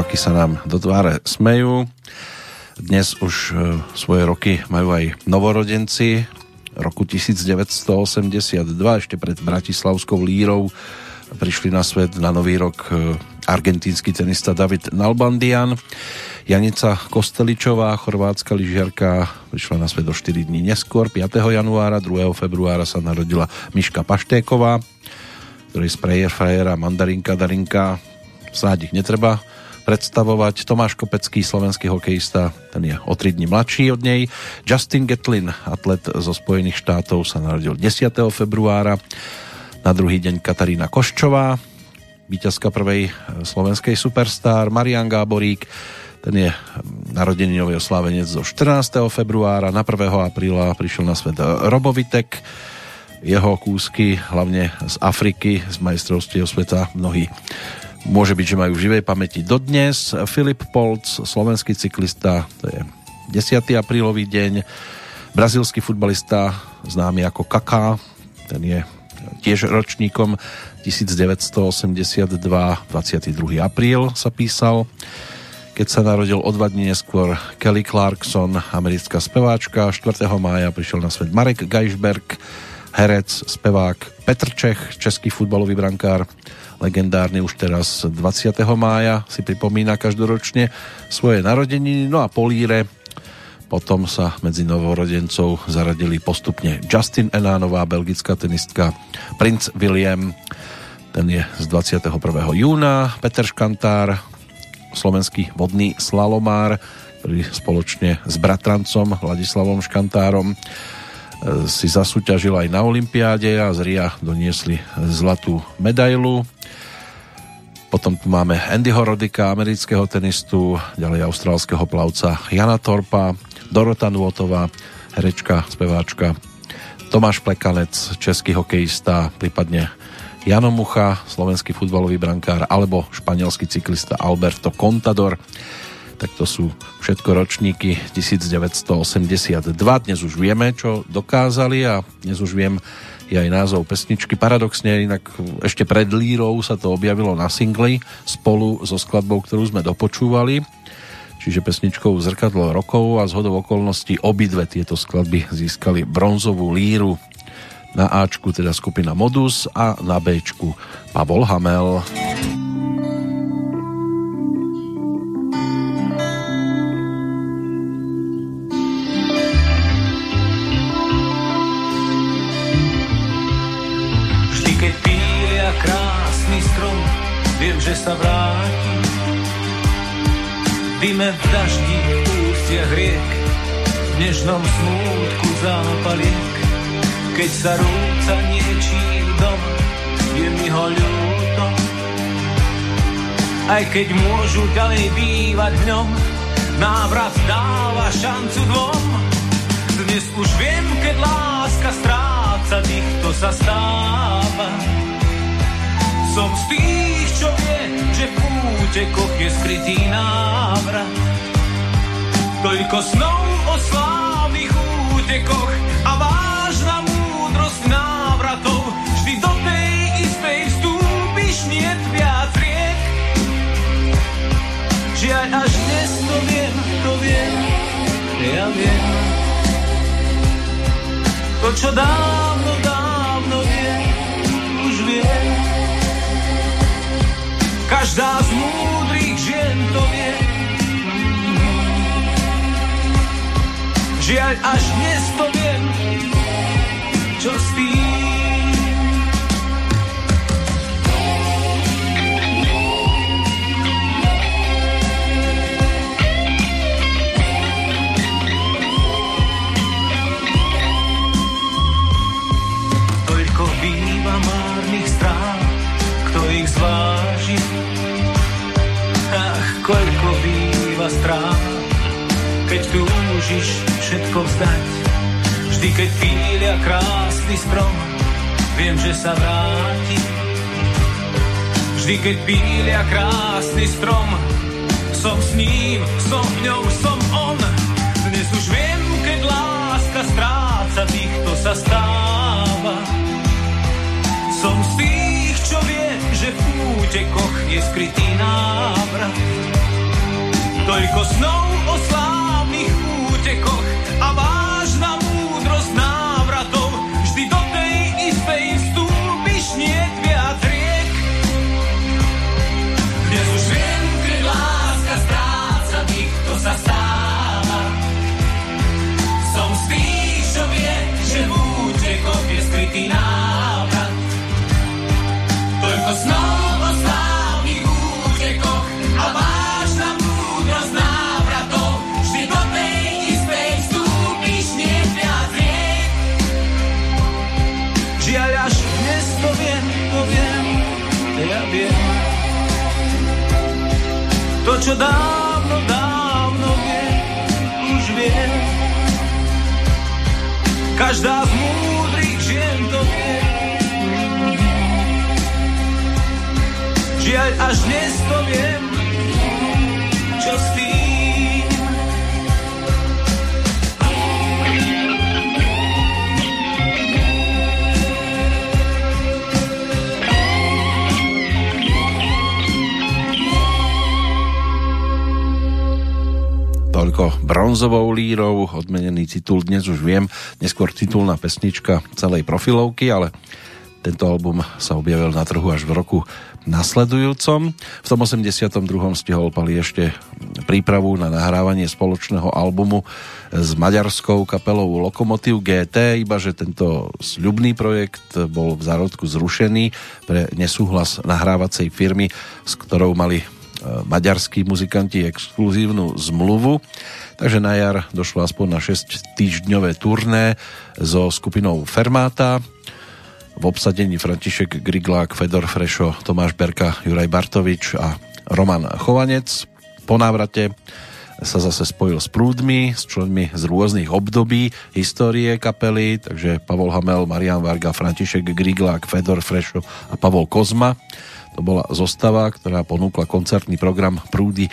roky sa nám do tváre smejú. Dnes už svoje roky majú aj novorodenci. Roku 1982, ešte pred bratislavskou Lírou, prišli na svet na nový rok argentínsky tenista David Nalbandian. Janica Kosteličová, chorvátska lyžiarka, prišla na svet o 4 dní neskôr, 5. januára, 2. februára sa narodila Miška Paštéková, ktorej spreje frajera Mandarinka Darinka, snáď ich netreba predstavovať. Tomáš Kopecký, slovenský hokejista, ten je o 3 dní mladší od nej. Justin Gatlin, atlet zo Spojených štátov, sa narodil 10. februára. Na druhý deň Katarína Koščová, víťazka prvej slovenskej Superstar. Marián Gáborík, ten je narodeninový oslávenec zo 14. februára. Na 1. apríla prišiel na svet Robo Vitek. Jeho kúsky, hlavne z Afriky, z majstrovstiev sveta, mnohí môže byť, že majú v živej pamäti dodnes. Filip Polc, slovenský cyklista, to je 10. aprílový deň. Brazílsky futbalista, známy ako Kaká, ten je tiež ročníkom 1982, 22. apríl sa písal. Keď sa narodil o 2 dní neskôr Kelly Clarkson, americká speváčka. 4. mája prišiel na svet Marek Geisberg, herec, spevák. Petr Čech, český futbalový brankár, legendárny už teraz 20. mája si pripomína každoročne svoje narodeniny. No a po Líre potom sa medzi novorodencov zaradili postupne Justin Enánová, belgická tenistka, princ William, ten je z 21. júna, Peter Škantár, slovenský vodný slalomár, ktorý spoločne s bratrancom Ladislavom Škantárom si zasúťažil aj na olympiáde a z Ria doniesli zlatú medailu. Potom tu máme Andyho Rodika, amerického tenistu, ďalej austrálskeho plavca Jana Thorpa, Dorota Nuotová, herečka, speváčka, Tomáš Plekanec, český hokejista, prípadne Jano Mucha, slovenský futbalový brankár, alebo španielský cyklista Alberto Contador. Tak to sú všetko ročníky 1982. Dnes už vieme, čo dokázali, a dnes už viem je aj názov pesničky. Paradoxne, inak ešte pred Lírou sa to objavilo na singli spolu so skladbou, ktorú sme dopočúvali, čiže pesničkou Zrkadlo rokov, a zhodou okolností obidve tieto skladby získali bronzovú Líru. Na Ačku teda skupina Modus a na Bčku Pavol Hamel. Viem, že sa vráti, dime v daždi, v ústiach riek, v nežnom smútku zápaliek. Keď sa rúca niečí dom, je mi ho ľúto. Aj keď môžu ďalej bývať v ňom, návrat dáva šancu dvom. Dnes už viem, keď láska stráca tých, kto sa stáva. Som z tých, čo vie, že v útekoch je skrytý návrat. Toľko snov o slávnych útekoch a vážna múdrosť návratov. Vždy do tej istej vstúpiš, niet viac riek. Žiaľ, až dnes to viem, ja viem. To, čo dávno, dávno viem, už viem. Každá z múdrych žien to vie. Žiaľ, až dnes to viem, čo s tým. Toľko býva márnych strát, kto ich zváži. Ach, koľko býva strát, keď túžiš všetko vzdať. Vždy, keď pília krásny strom, viem, že sa vráti. Vždy, keď pília krásny strom, som s ním, som v ňom, som on. Dnes už viem, keď láska stráca tých, kto sa stáva. Som z tých, čo vie, že v útekoch je skrytý návrat. Toľko snov o slávnych útekoch a vážna múdrosť návratov. Vždy do tej istej vstúpiš, niet viac riek. Dnes už viem, keď láska stráca tých, kto sa stáva. Som z tých, čo vie, že v útekoch je skrytý návrat. Toľko snov o slávnych útekoch a vážna múdrosť návratov. Vždy do tej istej vstúpiš, niet viac riek. Žiaľ, až dnes to viem, ja viem. To, čo dávno, dávno viem, už viem. Každá z múdrych žien to vie. Žiaľ, až dnes to viem, čo s tým. Toľko bronzovou lírou, odmenený titul Dnes už viem, neskôr titulná pesnička celej profilovky, ale tento album sa objavil na trhu až v roku nasledujúcom. V tom 82. stihol Pali ešte prípravu na nahrávanie spoločného albumu s maďarskou kapelou Lokomotív GT, ibaže tento sľubný projekt bol v zárodku zrušený pre nesúhlas nahrávacej firmy, s ktorou mali maďarskí muzikanti exkluzívnu zmluvu. Takže na jar došlo aspoň na 6-týždňové turné so skupinou Fermáta. V obsadení František Griglák, Fedor Frešo, Tomáš Berka, Juraj Bartovič a Roman Chovanec. Po návrate sa zase spojil s Prúdmi, s členmi z rôznych období histórie kapely, takže Pavol Hamel, Marián Varga, František Griglák, Fedor Frešo a Pavol Kozma. To bola zostava, ktorá ponúkla koncertný program Prúdy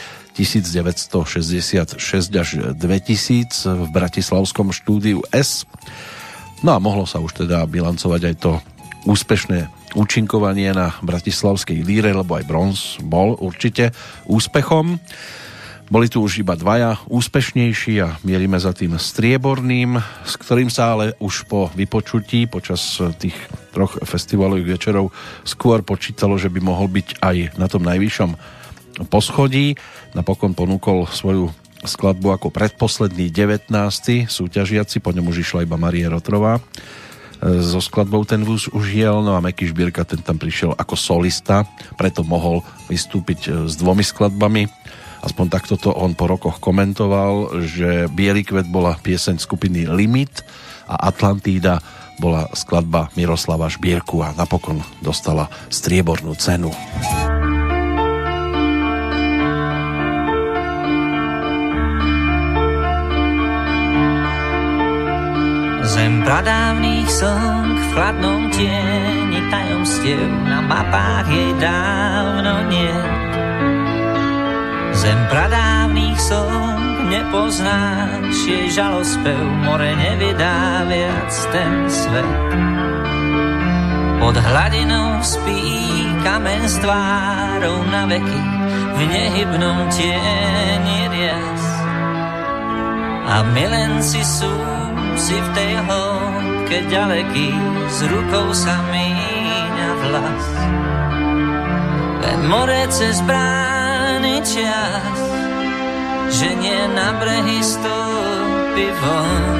1966 až 2000 v bratislavskom štúdiu S. No a mohlo sa už teda bilancovať aj to úspešné účinkovanie na bratislavskej líre, lebo aj bronz bol určite úspechom. Boli tu už iba dvaja úspešnejší a mierime za tým strieborným, s ktorým sa ale už po vypočutí počas tých 3 festivalových večerov skôr počítalo, že by mohol byť aj na tom najvyššom poschodí. Napokon ponúkol svoju skladbu ako predposledný 19. súťažiaci, po ňom už išla iba Marie Rotrová so skladbou Ten vůz už jel, no a Meky Žbírka, ten tam prišiel ako solista, preto mohol vystúpiť s 2 skladbami. Aspoň takto to on po rokoch komentoval, že Bielý kvet bola pieseň skupiny Limit a Atlantída bola skladba Miroslava Žbírku a napokon dostala striebornú cenu. Zem pradávnych song v chladnom tieni tajomstiev, na mapách jej dávno niet. Zem pradávnych song nepoznáš, jej žalospev more nevydá viac ten svet. Pod hladinou spí kamen s tvárou na veky, v nehybnom tieni rias. A milenci sú si v tej hĺbke ďaleký, s rukou sa míňa vlas. Len more cez brány čas, že nie na brehy stúpi von.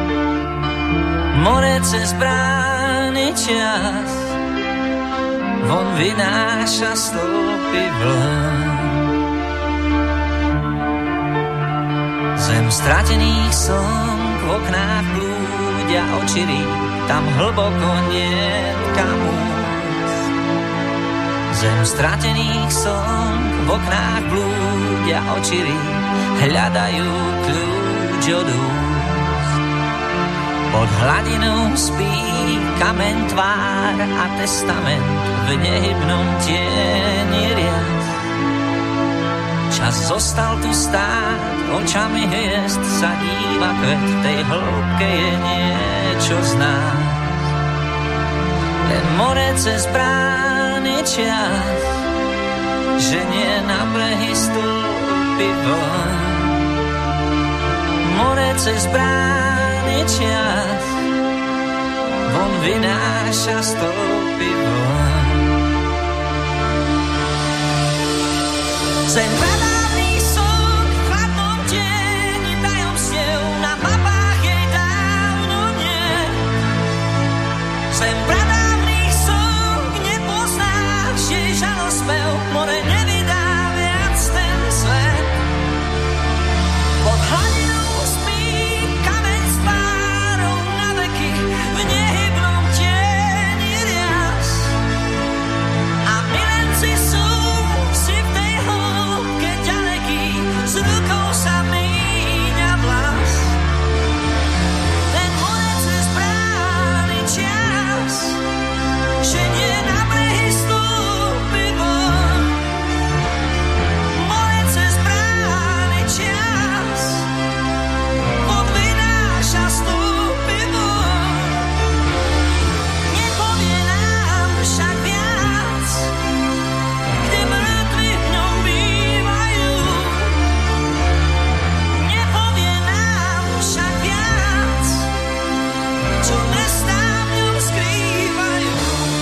More cez brány čas, von vynáša stĺpy vln. Zem stratených song v oknách blúdia očiri, tam hlboko niet kam újsť. Zem stratených song v oknách blúdia očiri, hľadajú kľúč od úst. Pod hladinou spí kamen tvár a testament, v nehybnom tieni rias. Čas zostal tu stáť, očami hviezd sa díva kvet, tej hĺbke je niečo z nás. Len more cez brány čas, že nie na brehy stúpi pivo. More cez brány čas, von vynáša stôl pivo. Zem pradávny som v chladnom tieni tajomstiev, na mapách jej dávno nie. Zem pradávny som, nepoznáš jej žalospev, more nevydá viac ten svet. Pod hladinou spí kameň s párou na veky, v nehybnom tieni rias. A milenci sú si v tej hĺbke ďaleký, s rukou sa míňa vlas. Ten morec cez brány čas, ženie na brehy stúpi von. Morec cez brány čas, von vynáša stúpi von. Nepovie nám však viac, kde mŕtvi v ňom bývajú. Nepovie nám však viac, čo mestá v ňom skrývajú.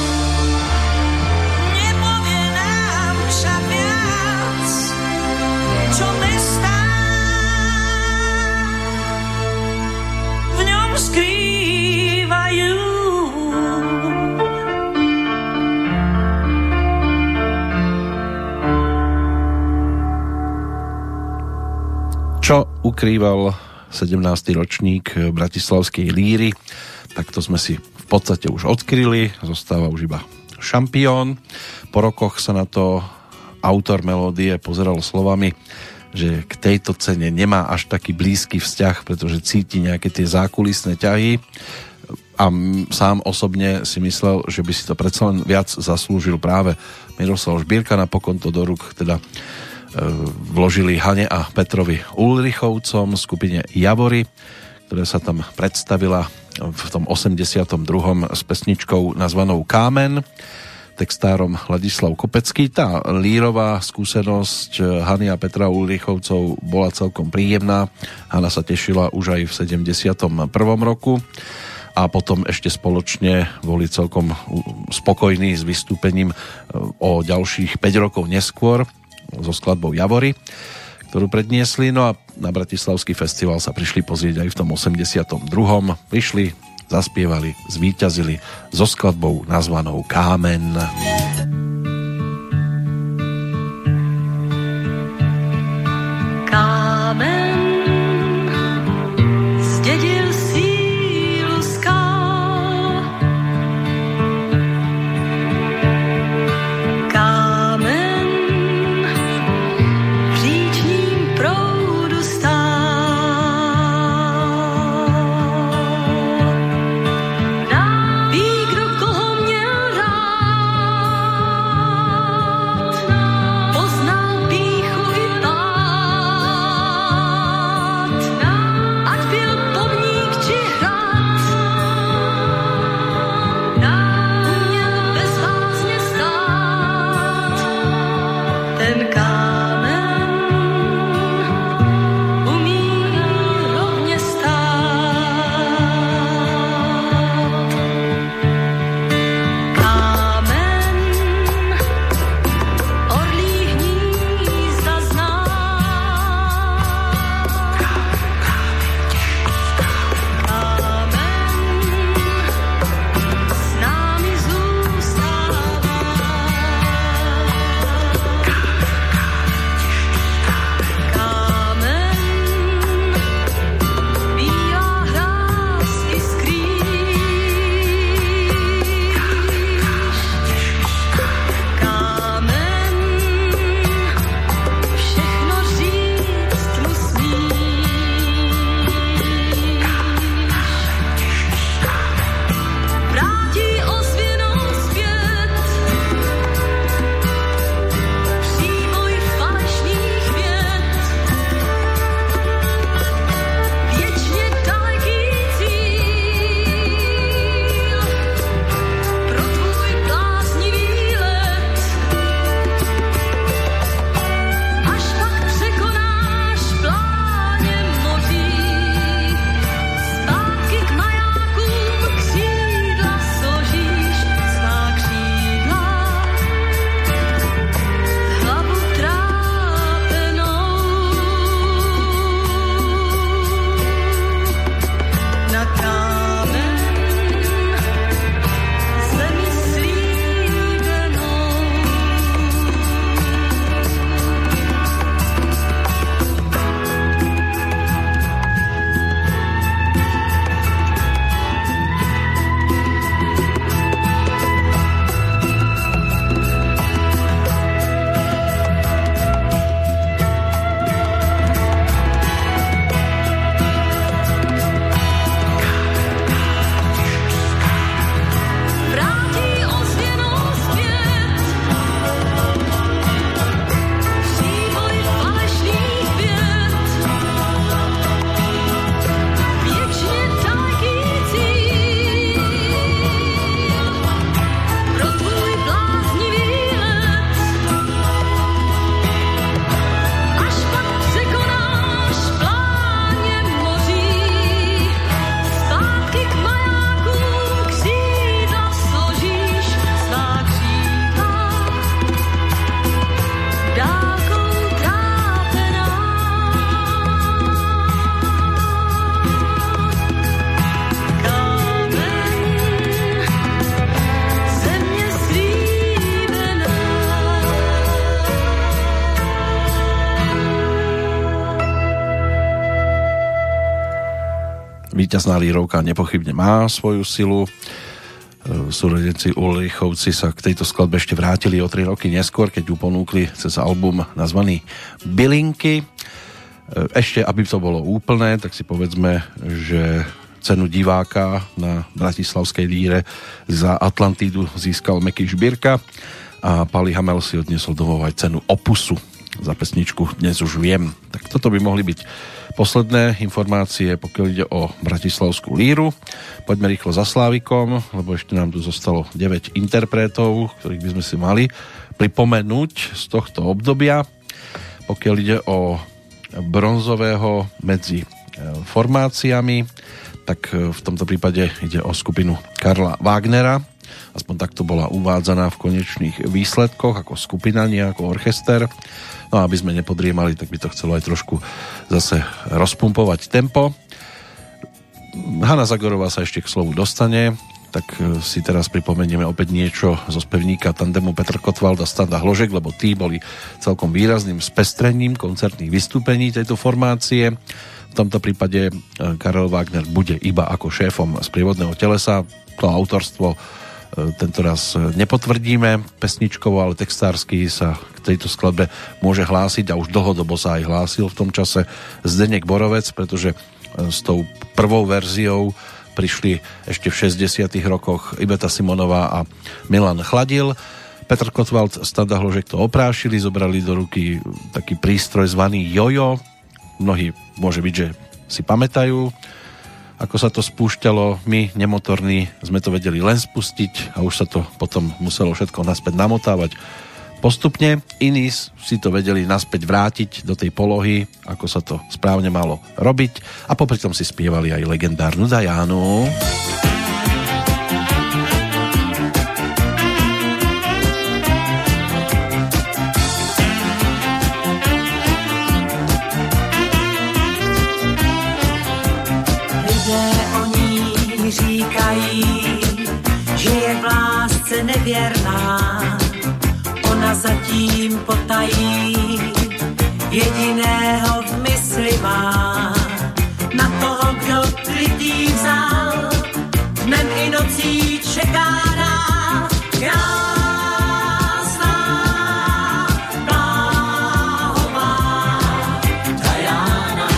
Nepovie nám však viac, čo mestá v ňom skrývajú. Čo ukrýval 17. ročník bratislavskej líry, tak to sme si v podstate už odkryli, zostáva už iba Šampión. Po rokoch sa na to autor melódie pozeral slovami, že k tejto cene nemá až taký blízky vzťah, pretože cíti nejaké tie zákulisné ťahy a sám osobne si myslel, že by si to predsa len viac zaslúžil práve Miroslav Žbírka. Napokon to do rúk teda vložili Hane a Petrovi Ulrichovcom, skupine Javory, ktorá sa tam predstavila v tom 82. s pesničkou nazvanou Kámen, textárom Ladislav Kopecký. Tá lírová skúsenosť Hany a Petra Ulrichovcov bola celkom príjemná. Hana sa tešila už aj v 71. roku a potom ešte spoločne boli celkom spokojní s vystúpením o ďalších 5 rokov neskôr so skladbou Javory, ktorú predniesli. No a na Bratislavský festival sa prišli pozrieť aj v tom 82. Prišli, zaspievali, zvíťazili so skladbou nazvanou Kámen. Kámen zdedil sílu skál. Kámen v říčním proudu stál. Ví, kdo koho měl rád, víťazná lírovka nepochybne má svoju silu. Súrodenci Ulrichovci sa k tejto skladbe ešte vrátili o 3 roky neskôr, keď ju ponúkli cez album nazvaný Bylinky. Ešte, aby to bolo úplné, tak si povedzme, že cenu diváka na bratislavskej líre za Atlantídu získal Meky Žbírka a Pali Hamel si odniesol domov aj cenu Opusu za pesničku Dnes už viem. Tak toto by mohli byť posledné informácie, pokiaľ ide o bratislavskú líru. Poďme rýchlo za Slávikom, lebo ešte nám tu zostalo 9 interpretov, ktorých by sme si mali pripomenúť z tohto obdobia. Pokiaľ ide o bronzového medzi formáciami, tak v tomto prípade ide o skupinu Karla Wagnera. Aspoň takto bola uvádzaná v konečných výsledkoch ako skupina, nie ako orchester. No a aby sme nepodriemali, tak by to chcelo aj trošku zase rozpumpovať tempo. Hana Zagorová sa ešte k slovu dostane, tak si teraz pripomenieme opäť niečo zo spevníka tandemu Petr Kotwald a Standa Hložek, lebo tí boli celkom výrazným spestrením koncertných vystúpení tejto formácie. V tomto prípade Karel Wagner bude iba ako šéfom sprievodného telesa. To autorstvo tentoraz nepotvrdíme pesničkovo, ale textársky sa k tejto skladbe môže hlásiť a už dlhodobo sa aj hlásil v tom čase Zdeněk Borovec, pretože s tou prvou verziou prišli ešte v 60. rokoch Iveta Simonová a Milan Chladil. Petr Kotwald, Standa Hložek to oprášili, zobrali do ruky taký prístroj zvaný jojo. Mnohí môže byť, že si pamätajú, ako sa to spúšťalo. My, nemotorní, sme to vedeli len spustiť a už sa to potom muselo všetko naspäť namotávať postupne. Iní si to vedeli naspäť vrátiť do tej polohy, ako sa to správne malo robiť, a popri tom si spievali aj legendárnu Dianu. Říkají, že je v lásce nevěrná, ona zatím potají, jediného v mysli má, na toho, kdo krytý vzal, dnem i nocí čeká nás, krásná, bláhová Diana.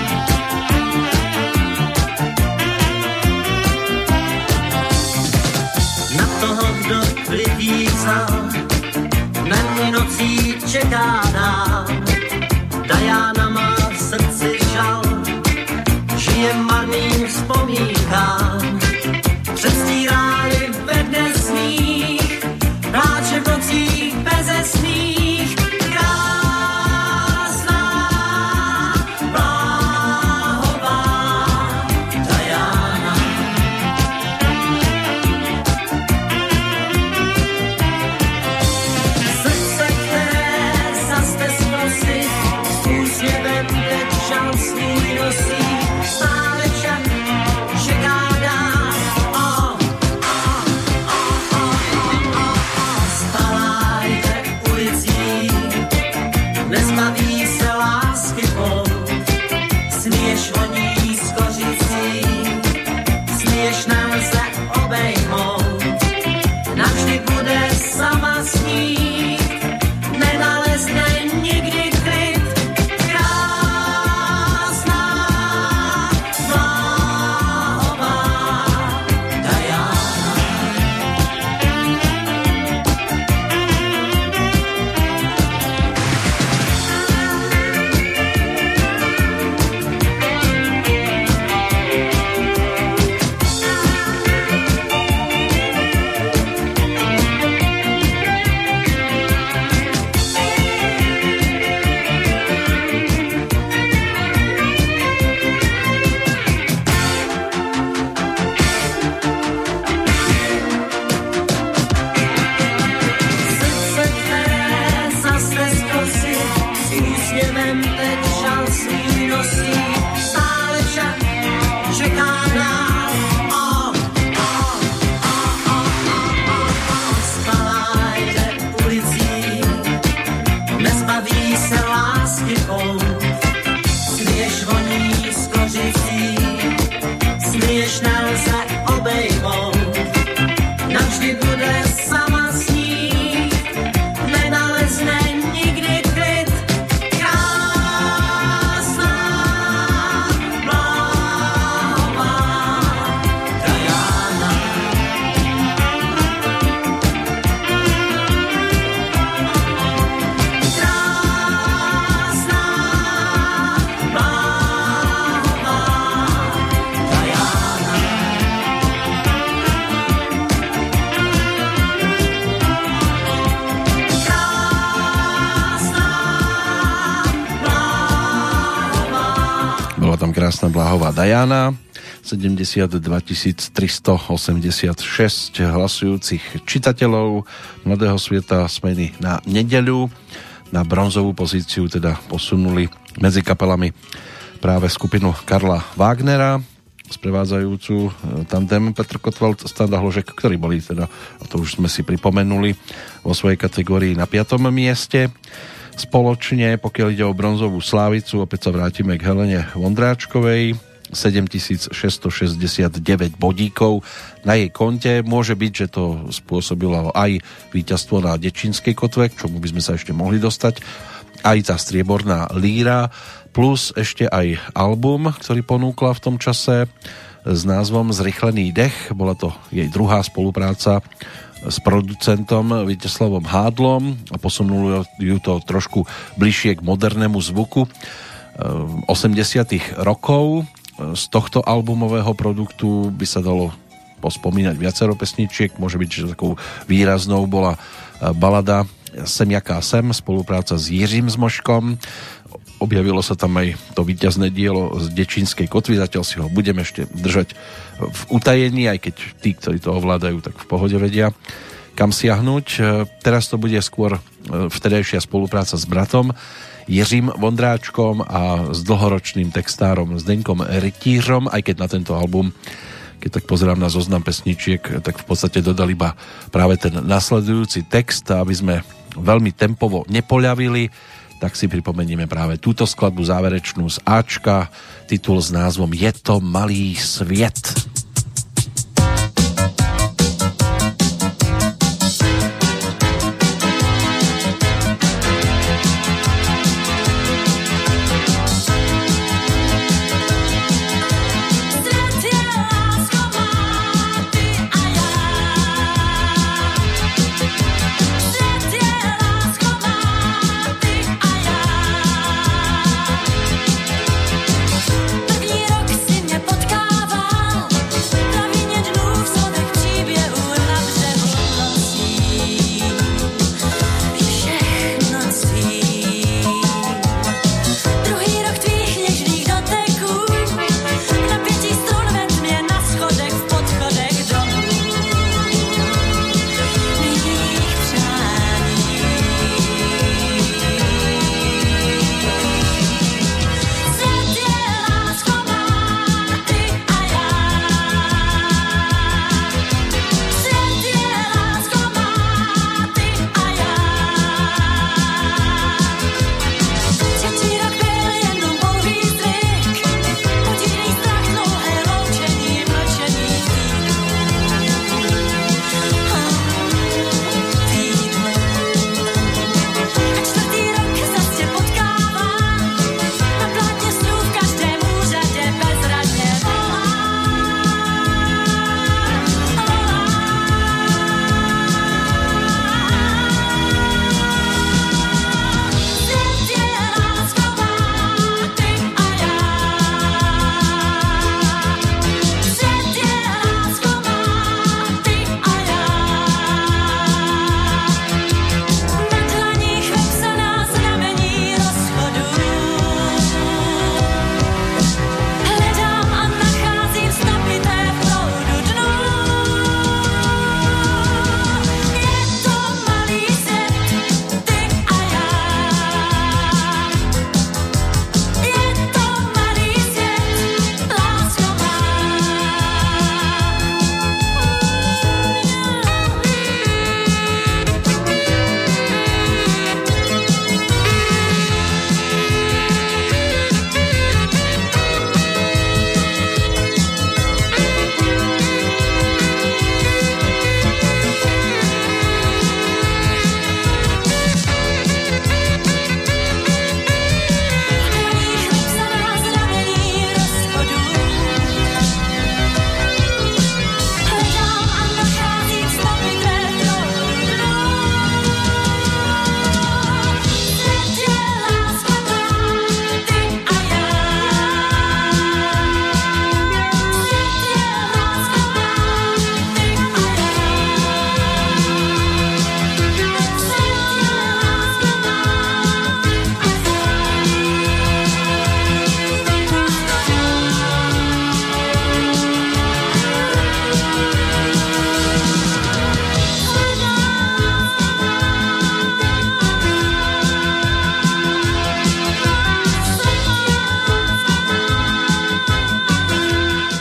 Na toho, kdo klidí vzal, dnem i nocí čeká nám. Diana má v srdci žal, žije marným vzpomínkám. Předstírány ve dne sních, pláče v nocích bezesných. Krásná, bláhová Diana. Srdce, které zas bez krásna Bláhová Diana, 72 386 hlasujúcich čitateľov Mladého sveta smeny na nedeľu. Na bronzovú pozíciu teda posunuli medzi kapelami práve skupinu Karla Wagnera, sprevádzajúcu tandem Petr Kotwald, Standa Hložek, ktorí boli teda, a to už sme si pripomenuli, vo svojej kategórii na 5. mieste. Spoločne, pokiaľ ide o bronzovú slávicu, opäť sa vrátime k Helene Vondráčkovej, 7669 bodíkov na jej konte. Môže byť, že to spôsobilo aj víťazstvo na Dečínskej kotve, k čomu by sme sa ešte mohli dostať, aj tá strieborná líra, plus ešte aj album, ktorý ponúkla v tom čase s názvom Zrychlený dech. Bola to jej druhá spolupráca s producentom Víteslavom Hádlom a posunulo ju to trošku bližšie k modernému zvuku 80. rokov. Z tohto albumového produktu by sa dalo pospomínať viacero pesničiek. Môže byť, že takou výraznou bola balada Sem jaká sem, spolupráca s Jiřím Zmoškom. Objavilo sa tam aj to víťazné dielo z Dečínskej kotvy, zatiaľ si ho budeme ešte držať v utajení, aj keď tí, ktorí to ovládajú, tak v pohode vedia, kam siahnuť. Teraz to bude skôr vtedajšia spolupráca s bratom Jiřím Vondráčkom a s dlhoročným textárom Zdeňkom Rytířom, aj keď na tento album, keď tak pozerám na zoznam pesničiek, tak v podstate dodali iba práve ten nasledujúci text, aby sme veľmi tempovo nepoľavili, tak si pripomenieme práve túto skladbu záverečnú z Ačka, titul s názvom Je to malý sviet. První rok si mě potkával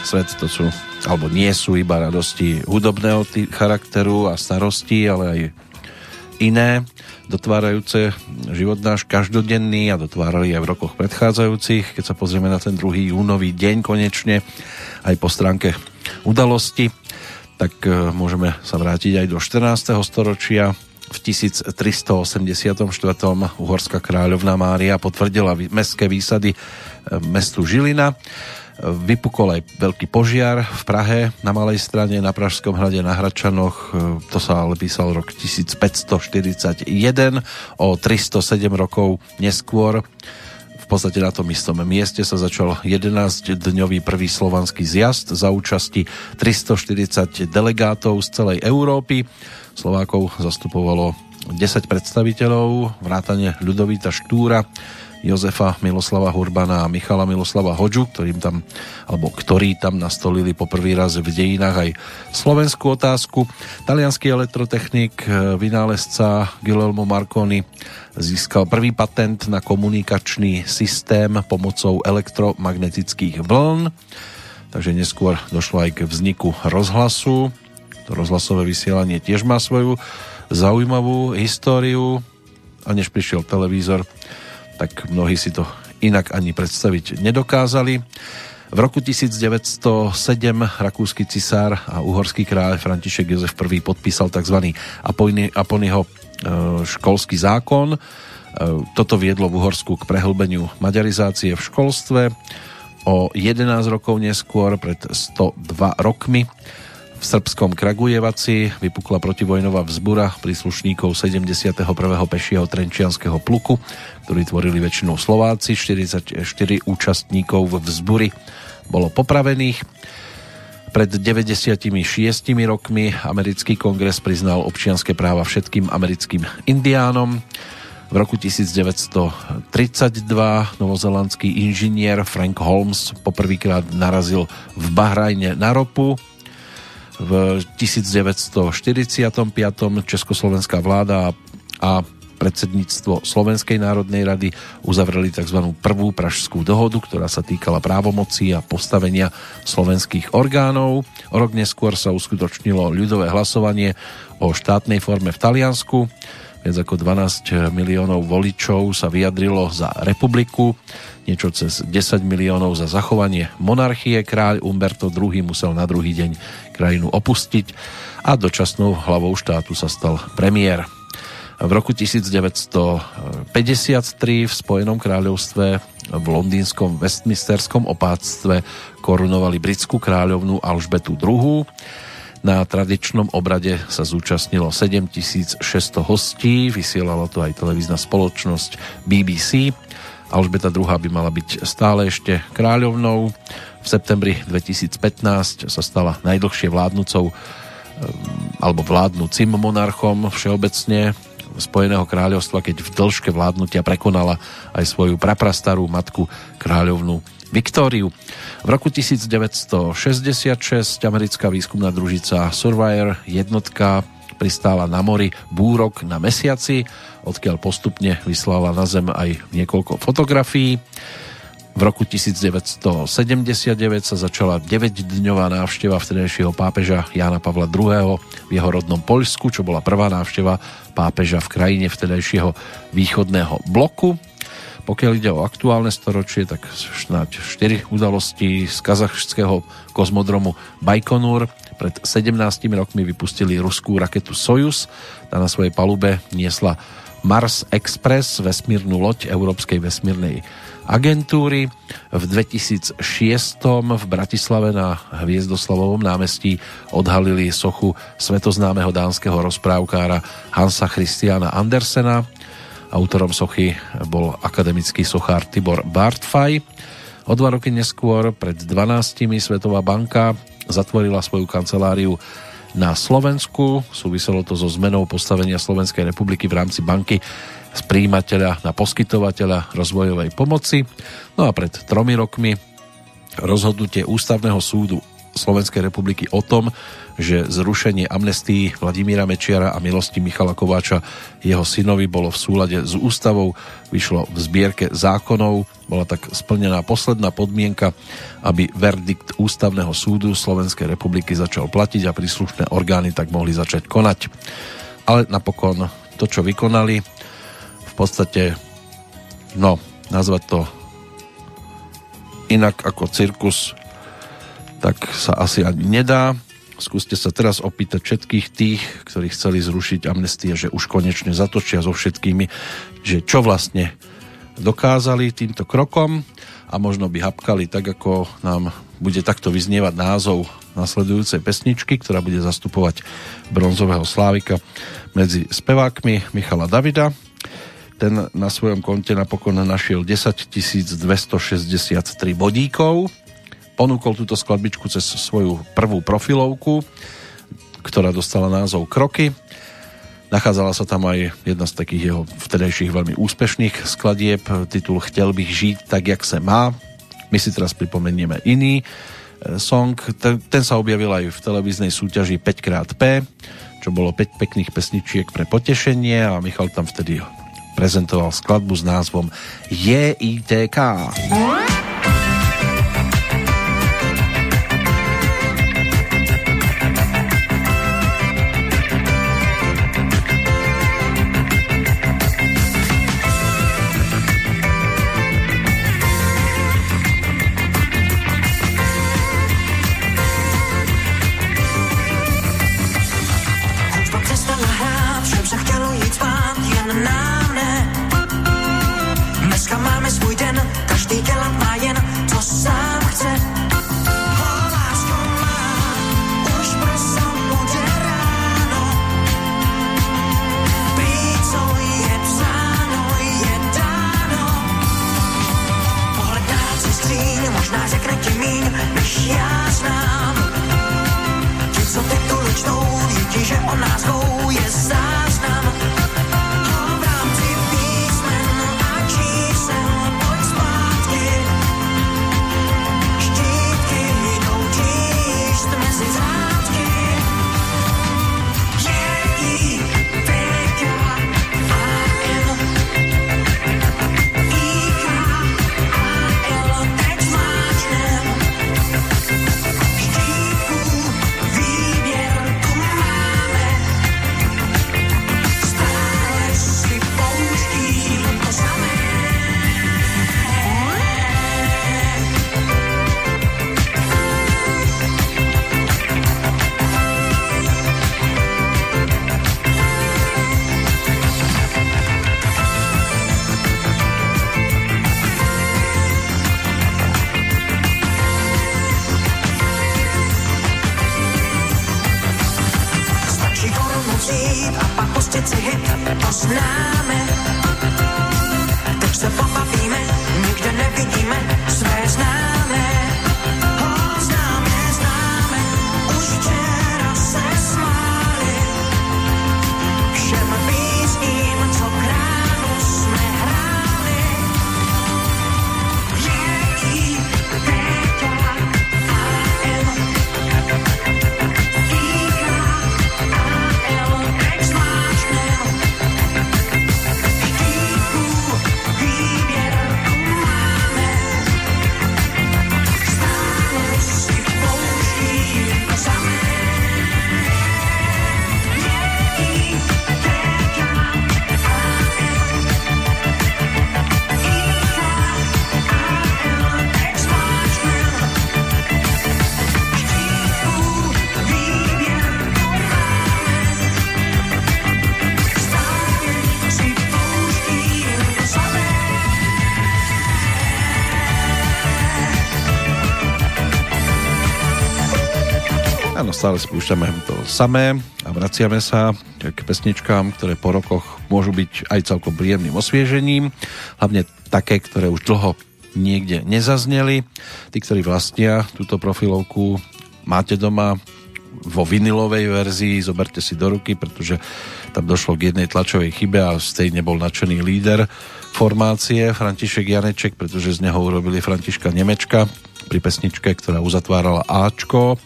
svet to sú, alebo nie sú iba radosti hudobného charakteru a starosti, ale aj iné, dotvárajúce život náš každodenný a dotvárali aj v rokoch predchádzajúcich. Keď sa pozrieme na ten 2. júnový deň konečne, aj po stránke udalosti, tak môžeme sa vrátiť aj do 14. storočia. V 1384. uhorská kráľovná Mária potvrdila mestské výsady mestu Žilina. Vypukol aj veľký požiar v Prahe na Malej Strane, na Pražskom hrade, na Hradčanoch. To sa ale písal rok 1541. O 307 rokov neskôr v podstate na tom istom mieste sa začal 11-dňový prvý slovanský zjazd za účasti 340 delegátov z celej Európy. Slovákov zastupovalo 10 predstaviteľov, vrátane Ľudovíta Štúra, Jozefa Miloslava Hurbana a Michala Miloslava Hodžu, ktorí tam nastolili po prvý raz v dejinách aj slovenskú otázku. Taliansky elektrotechnik, vynálezca Guglielmo Marconi získal prvý patent na komunikačný systém pomocou elektromagnetických vln, takže neskôr došlo aj k vzniku rozhlasu. To rozhlasové vysielanie tiež má svoju zaujímavú históriu a než prišiel televízor, tak mnohí si to inak ani predstaviť nedokázali. V roku 1907 rakúsky cisár a uhorský kráľ František Jozef I podpísal tzv. Aponyho školský zákon. Toto viedlo v Uhorsku k prehlbeniu maďarizácie v školstve. O 11 rokov neskôr, pred 102 rokmi, v srbskom Kragujevaci vypukla protivojnová vzbura príslušníkov 71. pešieho trenčianskeho pluku, ktorí tvorili väčšinou Slováci. 44 účastníkov v vzburi bolo popravených. Pred 96 rokmi americký kongres priznal občianske práva všetkým americkým indiánom. V roku 1932 novozelandský inžinier Frank Holmes poprvýkrát narazil v Bahrajne na ropu. V 1945. československá vláda a predsedníctvo Slovenskej národnej rady uzavreli tzv. Prvú pražskú dohodu, ktorá sa týkala právomocí a postavenia slovenských orgánov. O rok neskôr sa uskutočnilo ľudové hlasovanie o štátnej forme v Taliansku. Viac ako 12 miliónov voličov sa vyjadrilo za republiku, niečo cez 10 miliónov za zachovanie monarchie. Kráľ Umberto II musel na druhý deň krajinu opustiť a dočasnou hlavou štátu sa stal premiér. V roku 1953 v Spojenom kráľovstve v londýnskom Westminsterskom opátstve korunovali britskú kráľovnú Alžbetu II. Na tradičnom obrade sa zúčastnilo 7600 hostí, vysielala to aj televízna spoločnosť BBC. Alžbeta II by mala byť stále ešte kráľovnou. V septembri 2015 sa stala najdlhšie vládnucou alebo vládnucim monarchom všeobecne Spojeného kráľovstva, keď v dĺžke vládnutia prekonala aj svoju praprastarú matku kráľovnú Viktóriu. V roku 1966 americká výskumná družica Surveyor jednotka pristála na mori Búrok na Mesiaci, odkiaľ postupne vyslala na Zem aj niekoľko fotografií. V roku 1979 sa začala 9-dňová návšteva vtedajšieho pápeža Jána Pavla II. V jeho rodnom Poľsku, čo bola prvá návšteva pápeža v krajine vtedajšieho východného bloku. Pokiaľ ide o aktuálne storočie, tak snáď 4 udalosti z kazachského kozmodromu Bajkonur. Pred 17 rokmi vypustili ruskú raketu Sojuz. Tá na svojej palube niesla Mars Express, vesmírnu loď Európskej vesmírnej agentúry. V 2006 v Bratislave na Hviezdoslavovom námestí odhalili sochu svetoznámeho dánskeho rozprávkára Hansa Christiana Andersena. Autorom sochy bol akademický sochár Tibor Bartfaj. O 2 roky neskôr, pred 12, Svetová banka zatvorila svoju kanceláriu na Slovensku. Súviselo to so zmenou postavenia Slovenskej republiky v rámci banky z prijímateľa na poskytovateľa rozvojovej pomoci. No a pred 3 rokmi rozhodnutie Ústavného súdu Slovenskej republiky o tom, že zrušenie amnestii Vladimíra Mečiara a milosti Michala Kováča jeho synovi bolo v súlade s ústavou, vyšlo v zbierke zákonov. Bola tak splnená posledná podmienka, aby verdikt Ústavného súdu Slovenskej republiky začal platiť a príslušné orgány tak mohli začať konať. Ale napokon to, čo vykonali, v podstate, nazvať to inak ako cirkus, tak sa asi ani nedá. Skúste sa teraz opýtať všetkých tých, ktorí chceli zrušiť amnestie, že už konečne zatočia so všetkými, že čo vlastne dokázali týmto krokom a možno by hapkali tak, ako nám bude takto vyznievať názov nasledujúcej pesničky, ktorá bude zastupovať bronzového slávika medzi spevákmi Michala Davida. Ten na svojom konte napokon našiel 10 263 bodíkov. Ponúkol túto skladbičku cez svoju prvú profilovku, ktorá dostala názov Kroky. Nachádzala sa tam aj jedna z takých jeho vtedajších veľmi úspešných skladieb, titul Chtěl bych žít tak, jak se má. My si teraz pripomenieme iný song. Ten sa objavil aj v televíznej súťaži 5xP, čo bolo 5 pekných pesničiek pre potešenie a Michal tam vtedy prezentoval skladbu s názvom JITK. Stále spúšťame to samé a vraciame sa k pesničkám, ktoré po rokoch môžu byť aj celkom príjemným osviežením, hlavne také, ktoré už dlho niekde nezazneli. Tí, ktorí vlastnia túto profilovku, máte doma vo vinilovej verzii, zoberte si do ruky, pretože tam došlo k jednej tlačovej chybe a z tej nebol nadšený líder formácie František Janeček, pretože z neho urobili Františka Nemečka pri pesničke, ktorá uzatvárala Ačko.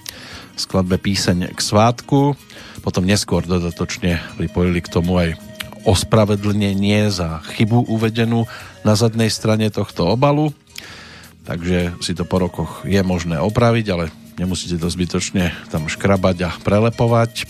skladbe Píseň k svátku. Potom neskôr dodatočne pripojili k tomu aj ospravedlnenie za chybu uvedenú na zadnej strane tohto obalu. Takže si to po rokoch je možné opraviť, ale nemusíte to zbytočne tam škrabať a prelepovať.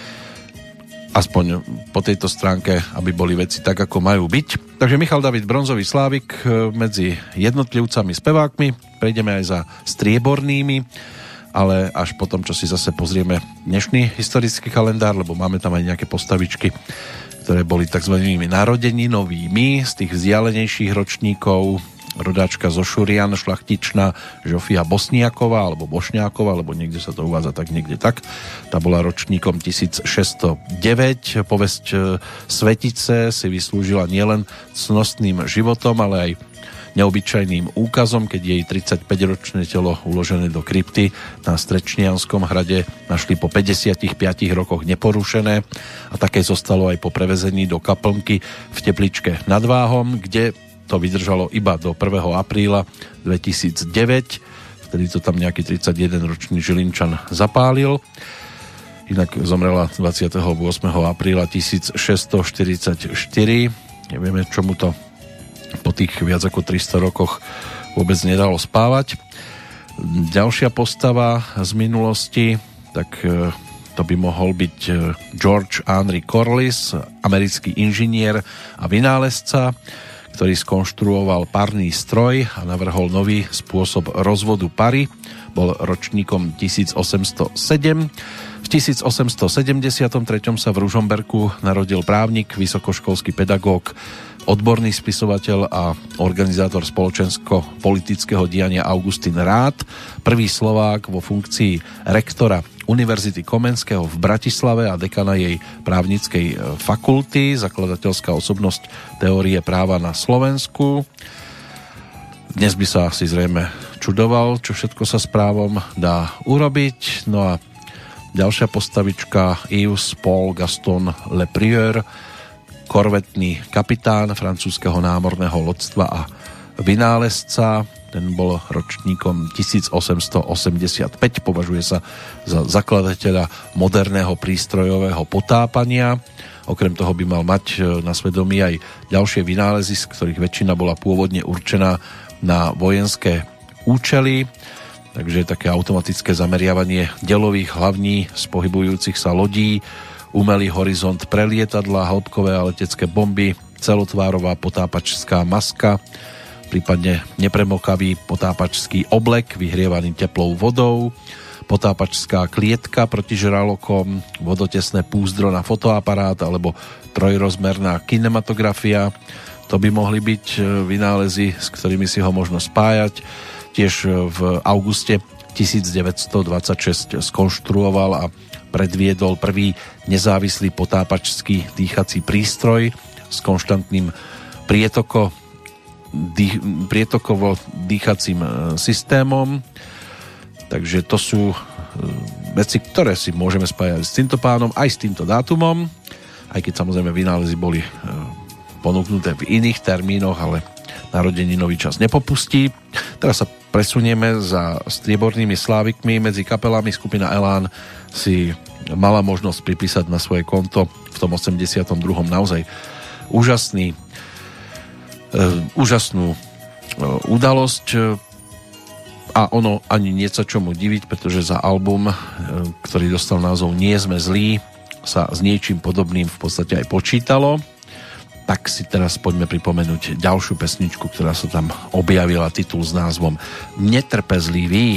Aspoň po tejto stránke, aby boli veci tak, ako majú byť. Takže Michal David bronzový slávik medzi jednotlivcami, spevákmi. Prejdeme aj za striebornými, ale až potom, čo si zase pozrieme dnešný historický kalendár, lebo máme tam aj nejaké postavičky, ktoré boli tzv. Narodeninovými z tých vzdialenejších ročníkov. Rodáčka zo Šurian, šlachtičná Žofia Bosniaková alebo Bošňáková, alebo niekde sa to uvádza tak, niekde tak. Tá bola ročníkom 1609. Povesť Svetice si vyslúžila nielen cnostným životom, ale aj neobyčajným úkazom, keď jej 35-ročné telo uložené do krypty na Strečnianskom hrade našli po 55 rokoch neporušené a také zostalo aj po prevezení do kaplnky v Tepličke nad Váhom, kde to vydržalo iba do 1. apríla 2009, vtedy to tam nejaký 31-ročný Žilinčan zapálil. Inak zomrela 28. apríla 1644. Nevieme, čomu to po tých viac ako 300 rokoch vôbec nedalo spávať. Ďalšia postava z minulosti, tak to by mohol byť George Henry Corliss, americký inžinier a vynálezca, ktorý skonštruoval parný stroj a navrhol nový spôsob rozvodu pary. Bol ročníkom 1807. V 1873 sa v Ružomberku narodil právnik, vysokoškolský pedagóg, odborný spisovateľ a organizátor spoločensko-politického diania Augustín Rád, prvý Slovák vo funkcii rektora Univerzity Komenského v Bratislave a dekana jej právnickej fakulty, zakladateľská osobnosť teórie práva na Slovensku. Dnes by sa asi zrejme čudoval, čo všetko sa s právom dá urobiť. No a ďalšia postavička Yves Paul Gaston Le Prieur, korvetný kapitán francúzskeho námorného lodstva a vynálezca. Ten bol ročníkom 1885, považuje sa za zakladateľa moderného prístrojového potápania. Okrem toho by mal mať na svedomí aj ďalšie vynálezy, z ktorých väčšina bola pôvodne určená na vojenské účely. Takže také automatické zameriavanie delových hlavní z pohybujúcich sa lodí, umelý horizont pre lietadla, hĺbkové a letecké bomby, celotvárová potápačská maska, prípadne nepremokavý potápačský oblek vyhrievaný teplou vodou, potápačská klietka proti žralokom, vodotesné púzdro na fotoaparát alebo trojrozmerná kinematografia. To by mohli byť vynálezy, s ktorými si ho možno spájať. Tiež v auguste 1926 skonštruoval a predviedol prvý nezávislý potápačský dýchací prístroj s konštantným prietokovo-dýchacím systémom. Takže to sú veci, ktoré si môžeme spájať s týmto pánom, aj s týmto dátumom, aj keď samozrejme vynálezy boli ponúknuté v iných termínoch, ale narodeninový čas nepopustí. Teraz sa presunieme za striebornými slávikmi. Medzi kapelami skupina Elán si mala možnosť pripísať na svoje konto v tom 82. naozaj úžasnú udalosť a ono ani nie sa čomu diviť, pretože za album, ktorý dostal názov Nie sme zlí, sa s niečím podobným v podstate aj počítalo. Tak si teraz poďme pripomenúť ďalšiu pesničku, ktorá sa tam objavila, titul s názvom Netrpezlivý.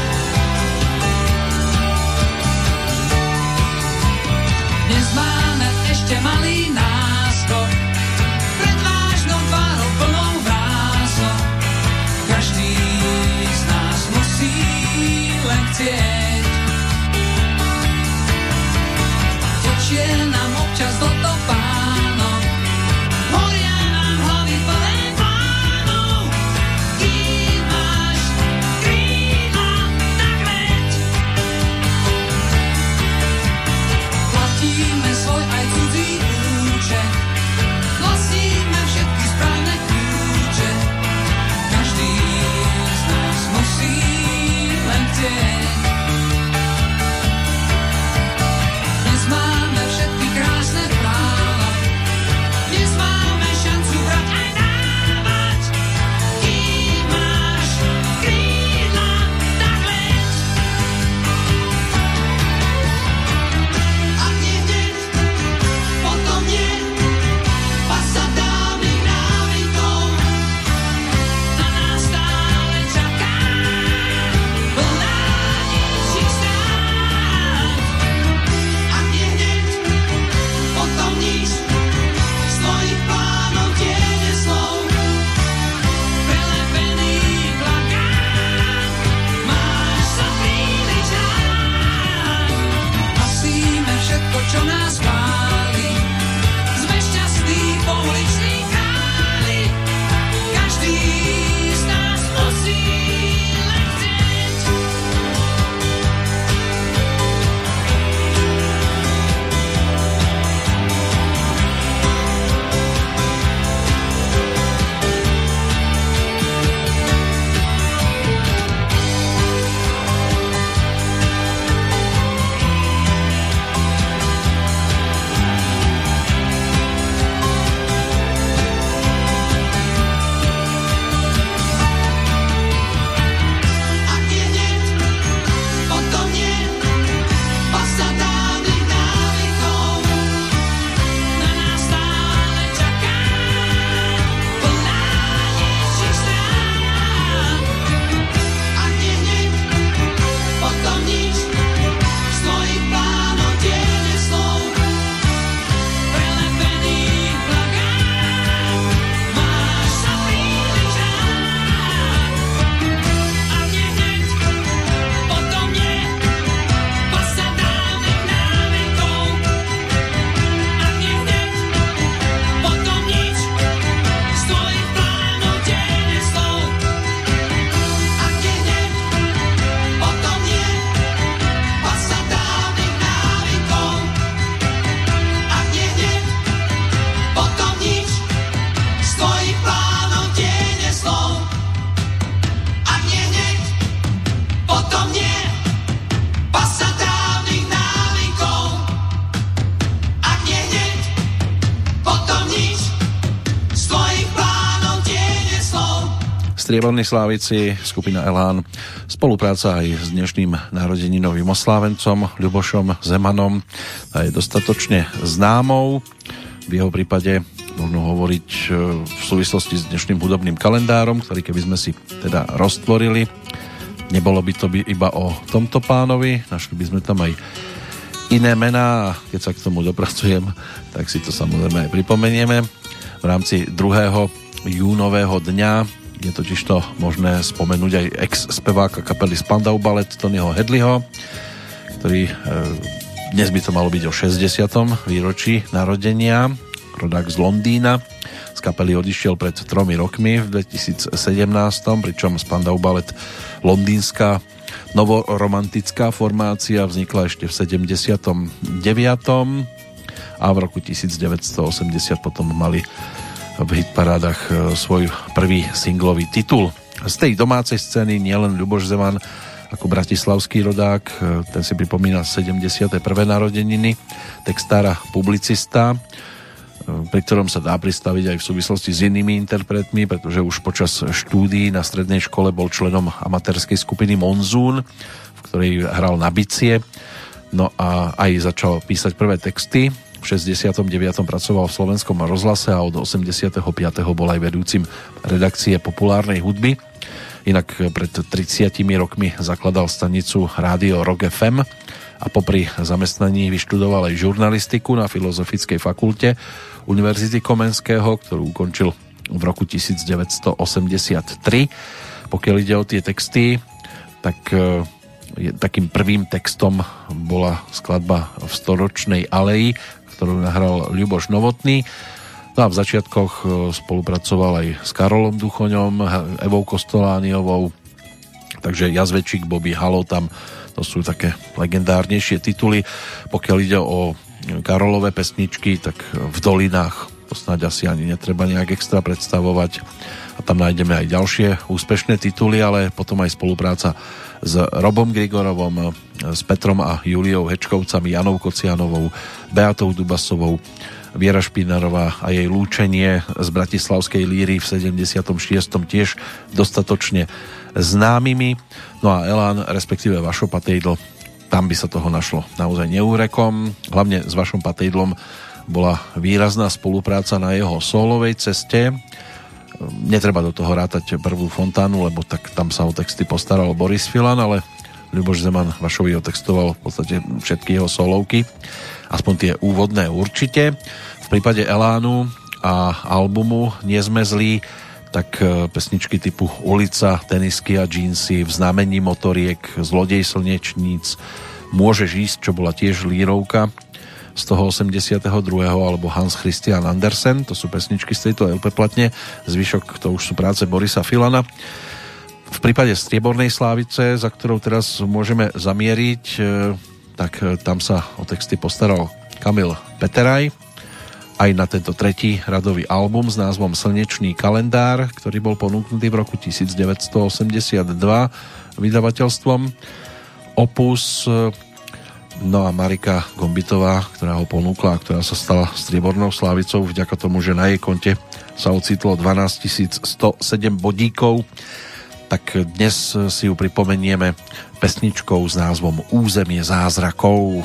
Dnes máme Strieborní slávici, skupina Elán, spolupráca aj s dnešným narodeninovým oslávencom Ľubošom Zemanom a je dostatočne známou. V jeho prípade možno hovoriť v súvislosti s dnešným hudobným kalendárom, ktorý keby sme si teda roztvorili, nebolo by to iba o tomto pánovi, našli by sme tam aj iné mená a keď sa k tomu dopracujem, tak si to samozrejme aj pripomenieme. V rámci 2. júnového dňa je totižto možné spomenúť aj ex-speváka kapely Spandau Ballet Tonyho Hadleyho, ktorý dnes by to malo byť o 60. výročí narodenia, rodák z Londýna. Z kapely odišiel pred 3 rokmi v 2017, pričom Spandau Ballet londýnska novoromantická formácia vznikla ešte v 79. a v roku 1980 potom mali v hitparádach svoj prvý singlový titul. Z tej domácej scény nielen Ľuboš Zeman ako bratislavský rodák, ten si pripomína 71. narodeniny, textár a publicista, pri ktorom sa dá pristaviť aj v súvislosti s inými interpretmi, pretože už počas štúdií na strednej škole bol členom amatérskej skupiny Monzún, v ktorej hral na bicie, no a aj začal písať prvé texty. V 69. pracoval v Slovenskom rozhlase a od 85. bol aj vedúcim redakcie populárnej hudby. Inak pred 30 rokmi zakladal stanicu Rádio Rock FM a popri zamestnaní vyštudoval aj žurnalistiku na Filozofickej fakulte Univerzity Komenského, ktorú ukončil v roku 1983. Pokiaľ ide o tie texty, tak takým prvým textom bola skladba V storočnej aleji, ktorú nahral Ľuboš Novotný. No a v začiatkoch spolupracoval aj s Karolom Duchoňom, Evou Kostolániovou, takže Jazvečík, Bobby Halo, tam to sú také legendárnejšie tituly. Pokiaľ ide o Karolové pesničky, tak V dolinách, to snáď asi ani netreba nejak extra predstavovať. A tam nájdeme aj ďalšie úspešné tituly, ale potom aj spolupráca s Robom Grigorovom, s Petrom a Juliou Hečkovcami, Janou Kocianovou, Beatou Dubasovou, Viera Špinarová a jej lúčenie z bratislavskej líry v 76. tiež dostatočne známymi. No a Elán, respektíve Vašo Patejdl, tam by sa toho našlo naozaj neúrekom. Hlavne s Vašom Patejdlom bola výrazná spolupráca na jeho solovej ceste. Netreba do toho rátať Prvú fontánu, lebo tak tam sa o texty postaral Boris Filan, ale Ľuboš Zeman Vašovi otextoval v podstate všetky jeho solovky, aspoň tie úvodné určite. V prípade Elánu a albumu Nie sme zlí, tak pesničky typu Ulica, Tenisky a džínsy, V znamení motoriek, Zlodej slnečníc, Môžeš ísť, čo bola tiež lírovka z toho 82. alebo Hans Christian Andersen, to sú pesničky z tejto LP platne, zvyšok to už sú práce Borisa Filana. V prípade Striebornej slávice, za ktorou teraz môžeme zamieriť, tak tam sa o texty postaral Kamil Peteraj, aj na tento tretí radový album s názvom Slnečný kalendár, ktorý bol ponúknutý v roku 1982 vydavateľstvom Opus. No a Marika Gombitová, ktorá ho ponúkla a ktorá sa stala striebornou slávicou vďaka tomu, že na jej konte sa ocitlo 12 107 bodíkov, tak dnes si ju pripomenieme pesničkou s názvom Územie zázrakov.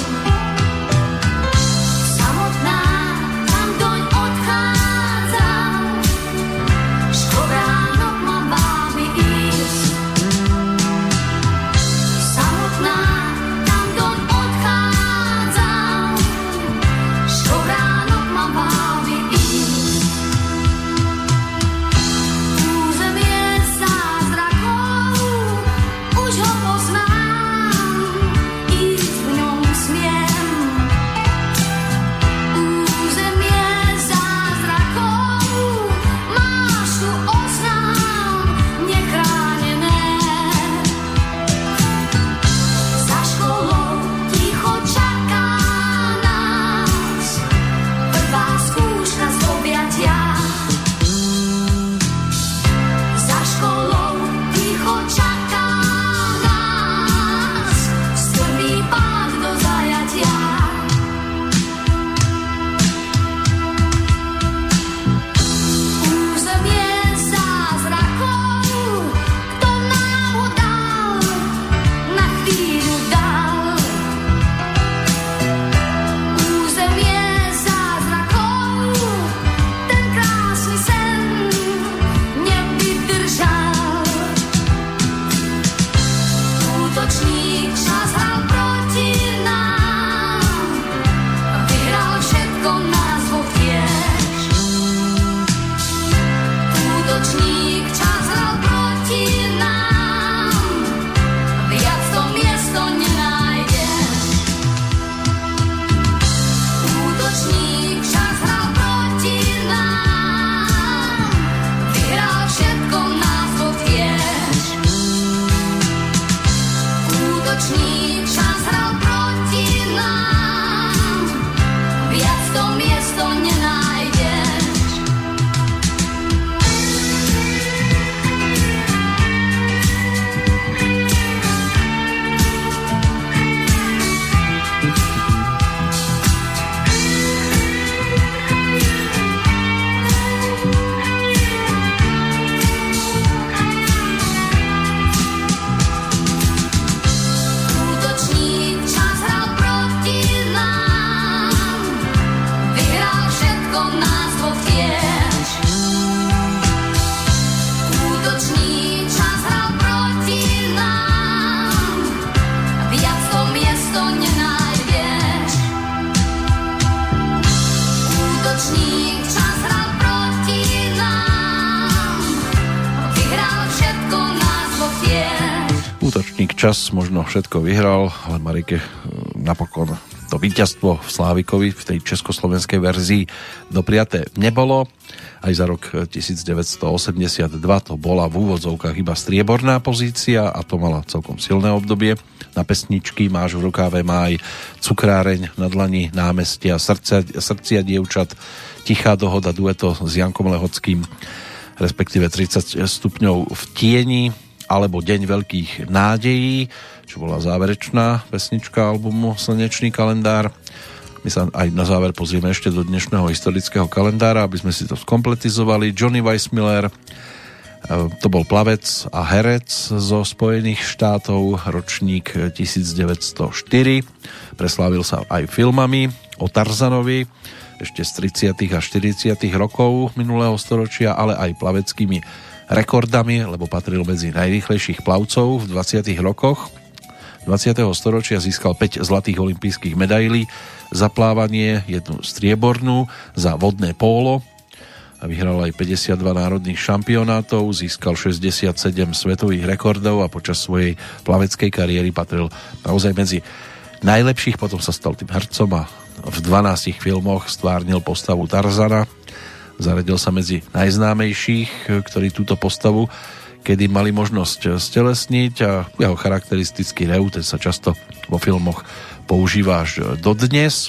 Samotná tam doň odchádza. ročník Čas možno všetko vyhral, ale Marike napokon to víťazstvo v Slávikovi v tej československej verzii dopriaté nebolo. Aj za rok 1982 to bola v úvodzovkách iba strieborná pozícia a to mala celkom silné obdobie. Na pesničky Máš v rukáve máj, Cukráreň na dlani, Námestia, Srdcia dievčat, Tichá dohoda, dueto s Jankom Lehockým, respektíve 30 stupňov v tieni, alebo Deň veľkých nádejí, čo bola záverečná pesnička albumu Slnečný kalendár. My sa aj na záver pozrieme ešte do dnešného historického kalendára, aby sme si to skompletizovali. Johnny Weissmuller, to bol plavec a herec zo Spojených štátov, ročník 1904. Preslávil sa aj filmami o Tarzanovi, ešte z 30. a 40. rokov minulého storočia, ale aj plaveckými rekordami, lebo patril medzi najrýchlejších plavcov v 20. rokoch 20. storočia. Získal 5 zlatých olympijských medailí za plávanie, 1 striebornú za vodné pólo a vyhral aj 52 národných šampionátov, získal 67 svetových rekordov a počas svojej plaveckej kariéry patril naozaj medzi najlepších. Potom sa stal tým hercom a v 12 filmoch stvárnil postavu Tarzana. Zaradil sa medzi najznámejších, ktorí túto postavu kedy mali možnosť stelesniť, a jeho charakteristický rev, ten sa často vo filmoch používa až dodnes.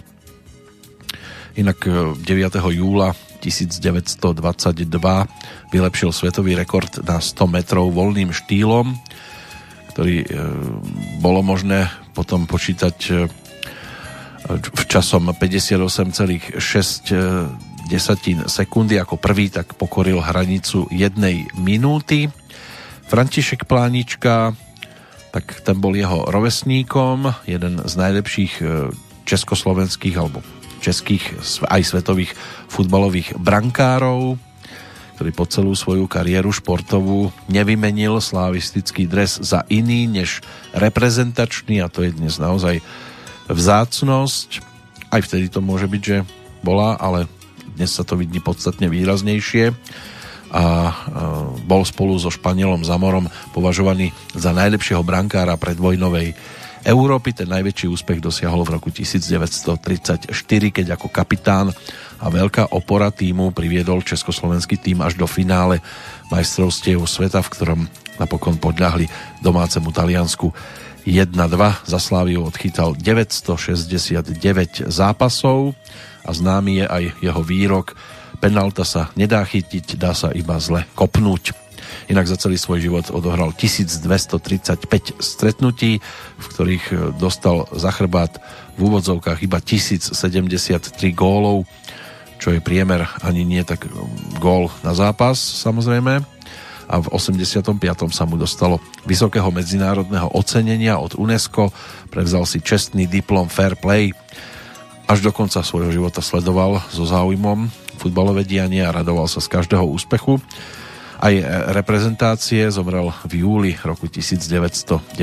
Inak 9. júla 1922 vylepšil svetový rekord na 100 metrov voľným štýlom, ktorý bolo možné potom počítať v časom 58,6 sekundy. Ako prvý tak pokoril hranicu 1 minúty. František Plánička, tak ten bol jeho rovesníkom, jeden z najlepších československých alebo českých aj svetových futbalových brankárov, ktorý po celú svoju kariéru športovú nevymenil slavistický dres za iný než reprezentačný, a to je dnes naozaj vzácnosť. Aj vtedy to môže byť, že bola, ale dnes sa to vidí podstatne výraznejšie. A bol spolu so Španielom Zamorom považovaný za najlepšieho brankára predvojnovej Európy. Ten najväčší úspech dosiahol v roku 1934, keď ako kapitán a veľká opora tímu priviedol československý tím až do finále majstrovstiev sveta, v ktorom napokon podľahli domácemu Taliansku 1-2. Za Sláviu odchytal 969 zápasov a známy je aj jeho výrok: penálta sa nedá chytiť, dá sa iba zle kopnúť. Inak za celý svoj život odohral 1235 stretnutí, v ktorých dostal za chrbát v úvodzovkách iba 1073 gólov, čo je priemer ani nie tak gól na zápas, samozrejme. A v 85. sa mu dostalo vysokého medzinárodného ocenenia od UNESCO, prevzal si čestný diplom Fair Play. Až do konca svojho života sledoval so záujmom futbalové dianie a radoval sa z každého úspechu. Aj reprezentácie. Zomrel v júli roku 1996.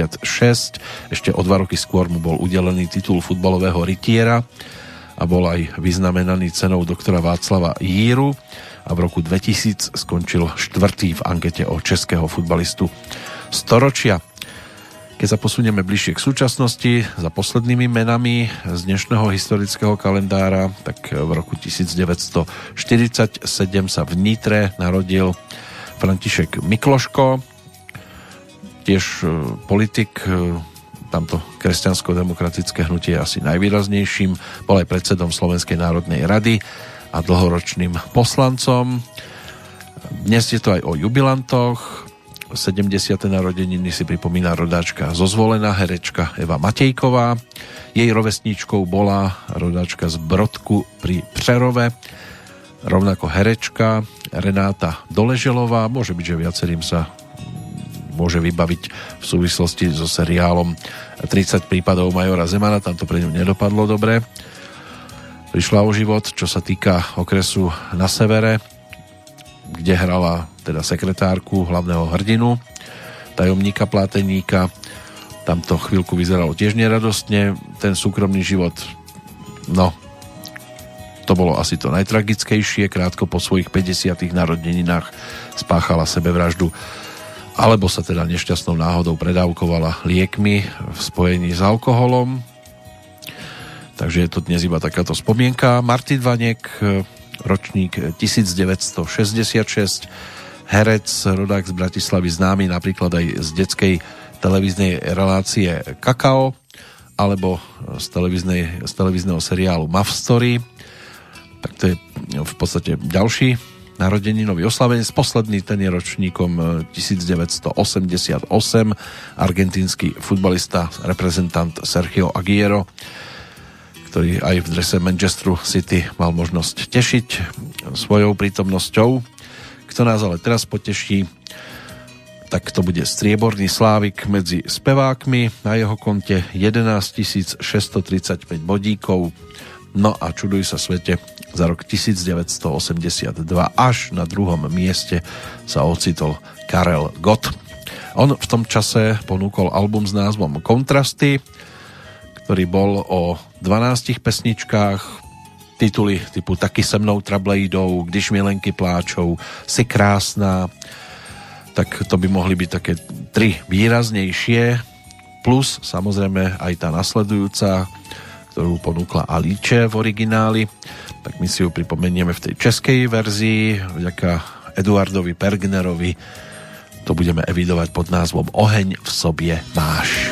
Ešte o 2 roky skôr mu bol udelený titul futbalového rytiera a bol aj vyznamenaný cenou doktora Václava Jíru a v roku 2000 skončil 4. v ankete o českého futbalistu storočia. Keď sa posunieme bližšie k súčasnosti, za poslednými menami z dnešného historického kalendára, tak v roku 1947 sa v Nitre narodil František Mikloško, tiež politik. Tamto kresťansko-demokratické hnutie je asi najvýraznejším. Bol aj predsedom Slovenskej národnej rady a dlhoročným poslancom. Dnes je to aj o jubilantoch. 70. narodeniny si pripomína rodáčka zo Zvolena, herečka Eva Matejková. Jej rovesníčkou bola rodáčka z Brodku pri Přerove, rovnako herečka Renáta Doleželová. Môže byť, že viacerým sa môže vybaviť v súvislosti so seriálom 30 prípadov majora Zemana. Tam to pre ňu nedopadlo dobre. Prišla o život, čo sa týka okresu na severe, kde hrala teda sekretárku hlavného hrdinu, tajomníka Pláteníka. Tamto chvíľku vyzeralo tiež neradostne. Ten súkromný život, no, to bolo asi to najtragickejšie. Krátko po svojich 50. narodeninách spáchala sebevraždu alebo sa teda nešťastnou náhodou predávkovala liekmi v spojení s alkoholom. Takže je to dnes iba takáto spomienka. Martin Vaněk, ročník 1966, herec, rodák z Bratislavy, známy napríklad aj z detskej televíznej relácie Kakao alebo z televízneho seriálu Muff Story. Tak to je v podstate ďalší narodeninový oslavenec. Posledný, ten je ročníkom 1988, argentínsky futbalista, reprezentant Sergio Aguero, ktorý aj v drese Manchesteru City mal možnosť tešiť svojou prítomnosťou. Kto nás ale teraz poteší, tak to bude strieborný slávik medzi spevákmi. Na jeho konte 11 635 bodíkov. No a čuduj sa svete, za rok 1982 až na 2. mieste sa ocitol Karel Gott. On v tom čase ponúkol album s názvom Kontrasty, ktorý bol o 12 pesničkách, tituly typu Taky se mnou trable jdou, Když milenky pláčou, Si krásná, tak to by mohli byť také 3 výraznejšie, plus samozrejme aj tá nasledujúca, ktorú ponúkla Alice v origináli, tak my si ju pripomenieme v tej českej verzii, vďaka Eduardovi Pergnerovi. To budeme evidovať pod názvom Oheň v sobě máš.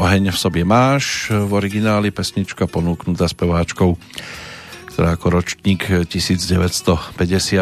Oheň v sobie máš, v origináli pesnička ponúknutá speváčkou, ktorá ako ročník 1954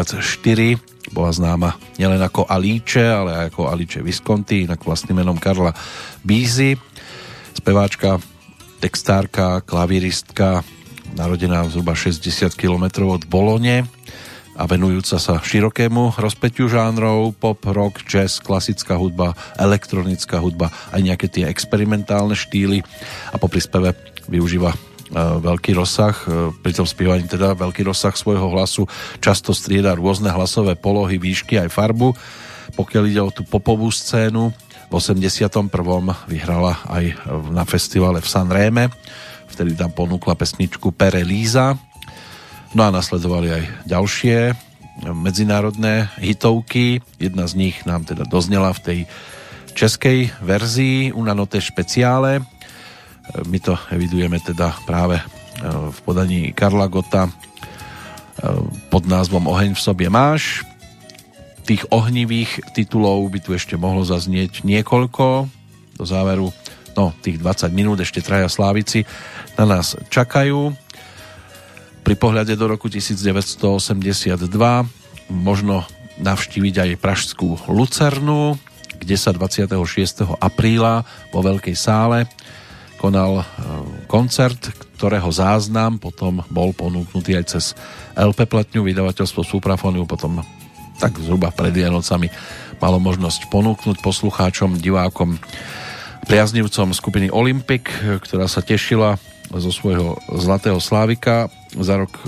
bola známa nielen ako Alice, ale aj ako Alice Visconti, inak vlastným menom Karla Bízy. Speváčka, textárka, klavíristka, narodená zhruba 60 km od Bolone a venujúca sa širokému rozpätiu žánrov, pop, rock, jazz, klasická hudba, elektronická hudba, aj nejaké tie experimentálne štýly a po príspeve využíva veľký rozsah, pri tom spievaní teda veľký rozsah svojho hlasu, často strieda rôzne hlasové polohy, výšky aj farbu. Pokiaľ ide o tú popovú scénu, v 81. vyhrala aj na festivale v Sanreme, vtedy tam ponúkla pesničku Pere Líza. No a nasledovali aj ďalšie medzinárodné hitovky. Jedna z nich nám teda doznela v tej českej verzii Una notte speciale. My to evidujeme teda práve v podaní Karla Gotta pod názvom Oheň v sobie máš. Tých ohnivých titulov by tu ešte mohlo zaznieť niekoľko. Do záveru, tých 20 minút ešte traja slávici na nás čakajú. Pri pohľade do roku 1982 možno navštíviť aj pražskú Lucernu, kde sa 26. apríla vo Veľkej sále konal koncert, ktorého záznam potom bol ponúknutý aj cez LP platňu, vydavateľstvo Suprafoniu potom tak zhruba pred Vianocami malo možnosť ponúknuť poslucháčom, divákom, priaznivcom skupiny Olympic, ktorá sa tešila zo svojho Zlatého Slávika za rok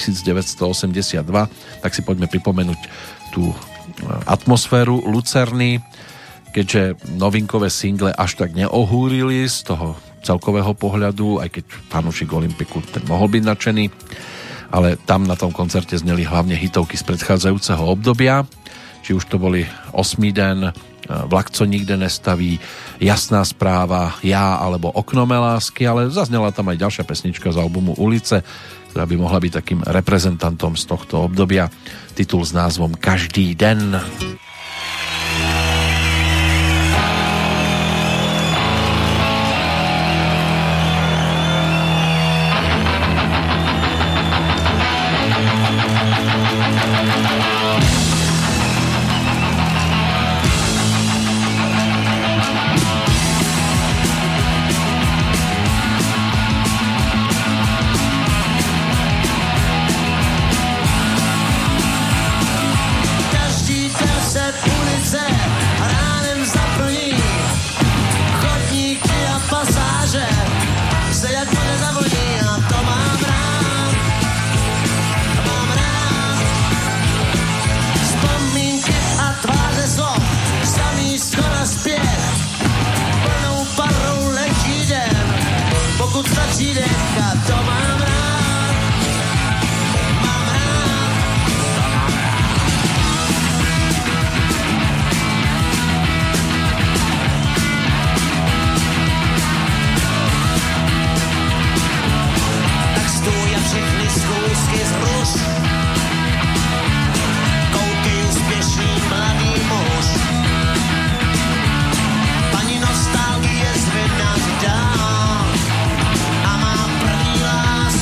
1982. Tak si poďme pripomenúť tú atmosféru Lucerny, keďže novinkové single až tak neohúrili z toho celkového pohľadu, aj keď fanúšik Olympiku ten mohol byť nadšený, ale tam na tom koncerte zneli hlavne hitovky z predchádzajúceho obdobia, či už to boli Osmý den, Vlak, co nikde nestaví, Jasná správa, Ja alebo Okno mé lásky, ale zaznela tam aj ďalšia pesnička z albumu Ulice, ktorá by mohla byť takým reprezentantom z tohto obdobia, titul s názvom Každý den. Nostalgie zvedná dál a má první lásku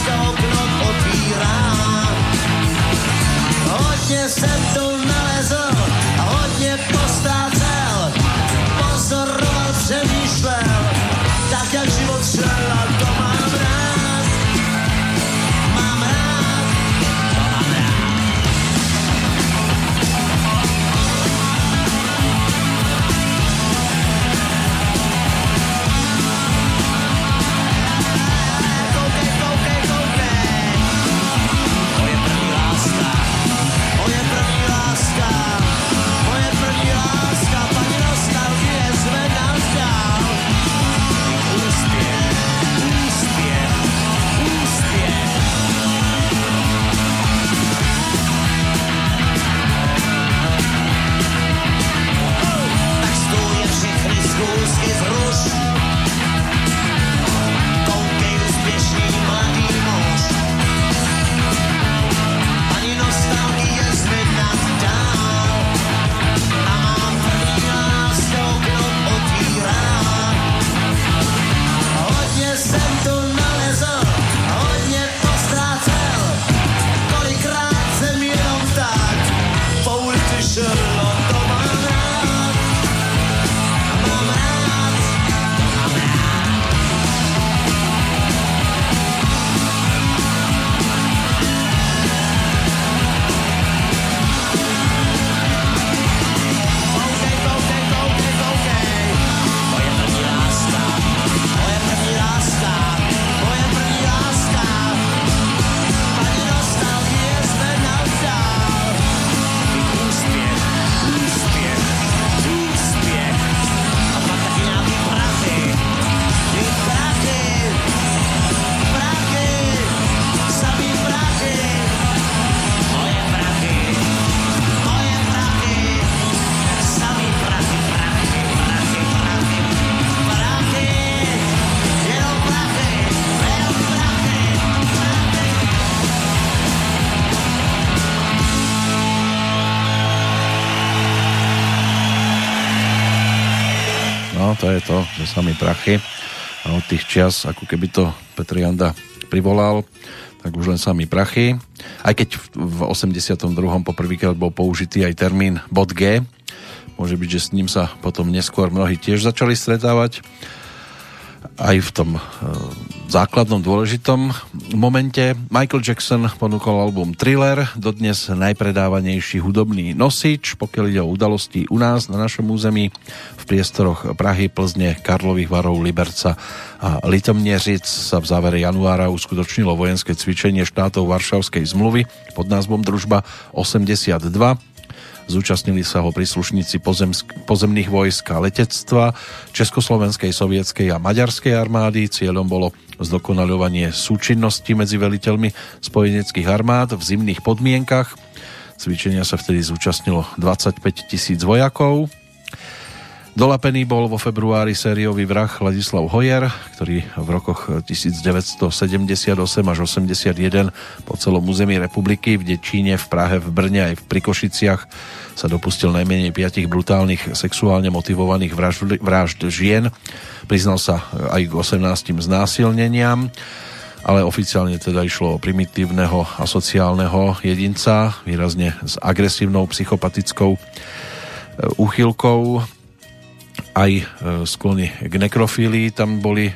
to je to, že sami prachy. A od tých čias, ako keby to Petr Janda privolal, tak už len sami prachy. Aj keď v 82. poprvýkrát bol použitý aj termín bod G, môže byť, že s ním sa potom neskôr mnohí tiež začali stretávať aj v tom základnom dôležitom momente. Michael Jackson ponúkol album Thriller, dodnes najpredávanejší hudobný nosič, pokiaľ ide o udalosti u nás na našom území v priestoroch Prahy, Plzne, Karlových Varov, Liberca a Litomnieřic sa v závere januára uskutočnilo vojenské cvičenie štátov Varšavskej zmluvy pod názvom Družba 82. Zúčastnili sa ho príslušníci pozemných vojsk a letectva, Československej, sovietskej a maďarskej armády. Cieľom bolo zdokonaľovanie súčinnosti medzi veliteľmi spojeneckých armád v zimných podmienkach. Cvičenia sa vtedy zúčastnilo 25 000 vojakov. Dolapený bol vo februári sériový vrah Ladislav Hojer, ktorý v rokoch 1978 až 81 po celom území republiky v Děčíne, v Prahe, v Brne aj pri Košiciach sa dopustil najmenej 5 brutálnych sexuálne motivovaných vražd žien. Priznal sa aj k 18 znásilneniam, ale oficiálne teda išlo o primitívneho a sociálneho jedinca, výrazne s agresívnou psychopatickou úchylkou. Aj sklony k nekrofílii tam boli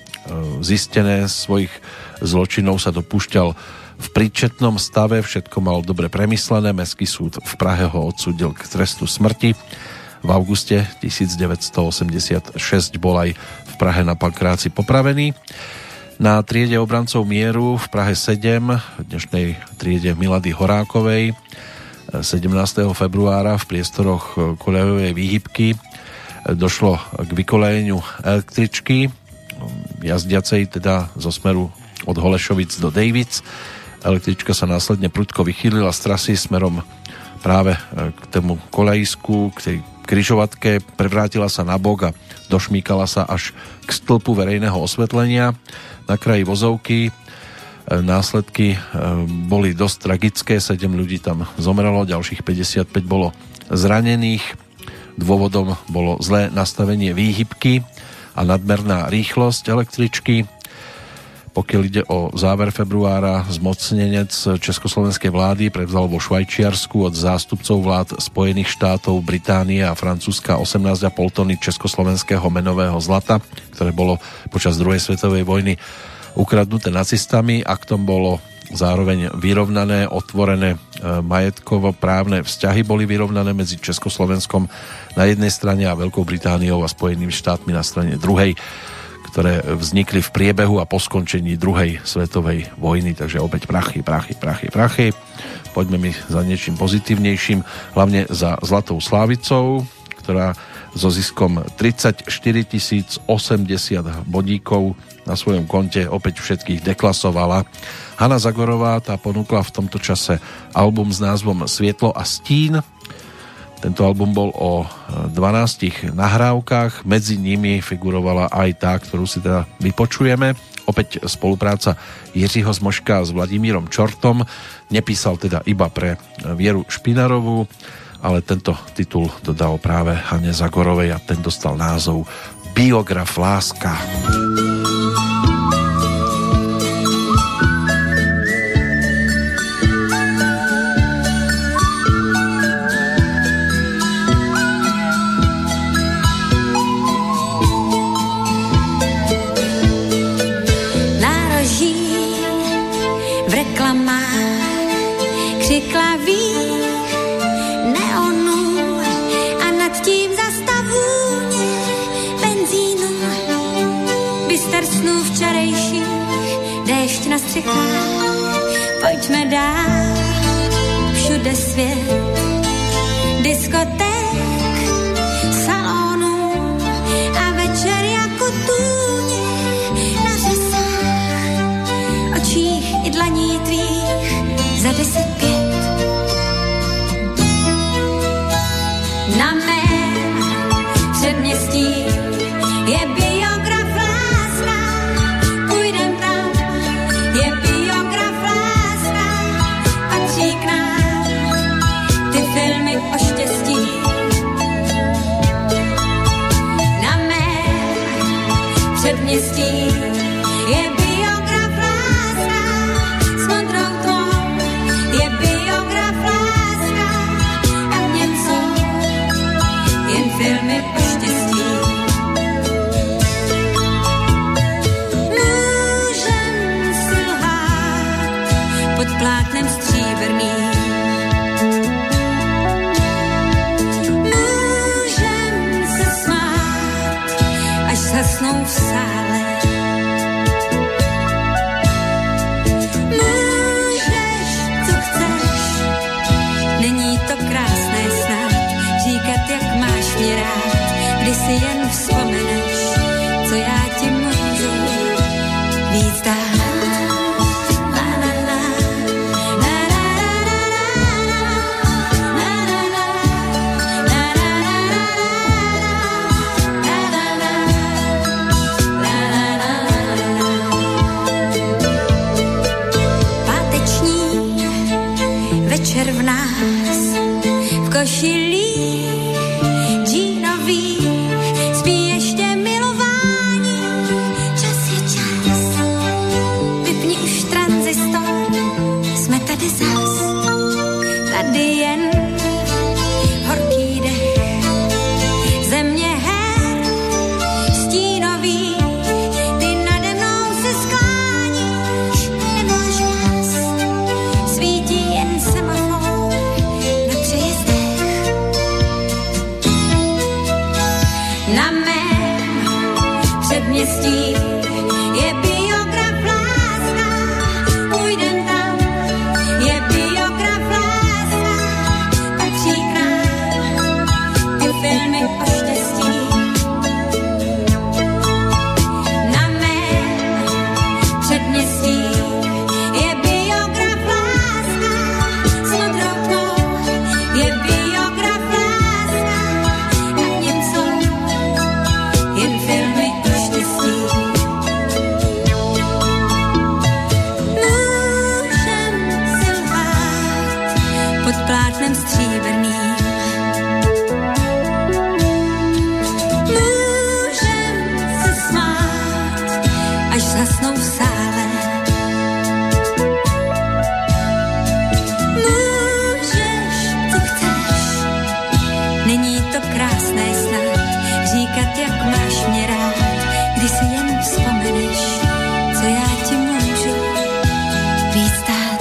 zistené, svojich zločinov sa dopúšťal v príčetnom stave, všetko mal dobre premyslené. Mestský súd v Prahe ho odsúdil k trestu smrti. V auguste 1986 bol aj v Prahe na Pankráci popravený. Na triede obrancov mieru v Prahe 7, v dnešnej triede Milady Horákovej, 17. februára v priestoroch koľajovej výhybky došlo k vykolejeniu električky jazdiacej teda zo smeru od Holešovic do Dejvic. Električka sa následne prudko vychýlila z trasy smerom práve k tomu kolejisku, k tej križovatke, prevrátila sa na bok a došmíkala sa až k stĺpu verejného osvetlenia na kraji vozovky. Následky boli dosť tragické, 7 ľudí tam zomrelo, ďalších 55 bolo zranených. Dôvodom bolo zlé nastavenie výhybky a nadmerná rýchlosť električky. Pokiaľ ide o záver februára, zmocnenec československej vlády prevzal vo Švajčiarsku od zástupcov vlád Spojených štátov, Británie a Francúzska 18,5 tony československého menového zlata, ktoré bolo počas druhej svetovej vojny ukradnuté nacistami. Aktom bolo zároveň vyrovnané, otvorené majetkovo-právne vzťahy boli vyrovnané medzi Československom na jednej strane a Veľkou Britániou a Spojenými štátmi na strane druhej, ktoré vznikli v priebehu a po skončení druhej svetovej vojny. Takže opäť prachy. Poďme mi za niečím pozitívnejším, hlavne za Zlatou Slávicou, ktorá so ziskom 34 080 bodíkov na svojom konte opäť všetkých deklasovala. Hana Zagorová, tá ponúkla v tomto čase album s názvom Svietlo a stín. Tento album bol o 12 nahrávkach, medzi nimi figurovala aj tá, ktorú si teda vypočujeme. Opäť spolupráca Jiřího Zmoška s Vladimírom Čortom. Nepísal teda iba pre Vieru Špinarovú, ale tento titul dodal práve Hane Zagorovej a ten dostal názov Biograf láska. Na střechách, pojďme dál, všude svět, diskoték, salonů a večer jako tůně na řasách, očích i dlaní tvých za 10-5. Na mém předměstí je biograf láska, půjdem tam, je biograf láska, patří k nám ty filmy o štěstí. Na mém předměstí je biograf láska, s modrou tmou je biograf láska a v něm jsou jen filmy o štěstí. Můžem si lhát pod plátnem stříbrným, zasnou v sále. Můžeš, co chceš, není to krásné snad, říkat, jak máš mě rád, když si jen vzpomeneš, co já ti můžu víc dát. Večer v nás, v košilích džínových, spí ještě milování. Čas je čas, vypni už tranzistor, jsme tady zas, tady jen horký dech, země her stínový, ty nade mnou se skláníš, nemáš hlas, svítí jen semafor na přejezdech. Na mém předměstí je biograf láska, půjdem tam, je biograf láska, patří k nám ty filmy o štěstí. Na mém předměstí je biograf láska, s modrou tmou je biograf láska a v něm jsou jen filmy o štěstí. Můžem si lhát pod plátnem stříbrným, můžem se smát, až zhasnou v sále. Můžeš, co chceš, není to krásné snad, říkat, jak máš mě rád, když si jen vzpomeneš, co já ti můžu víc dát.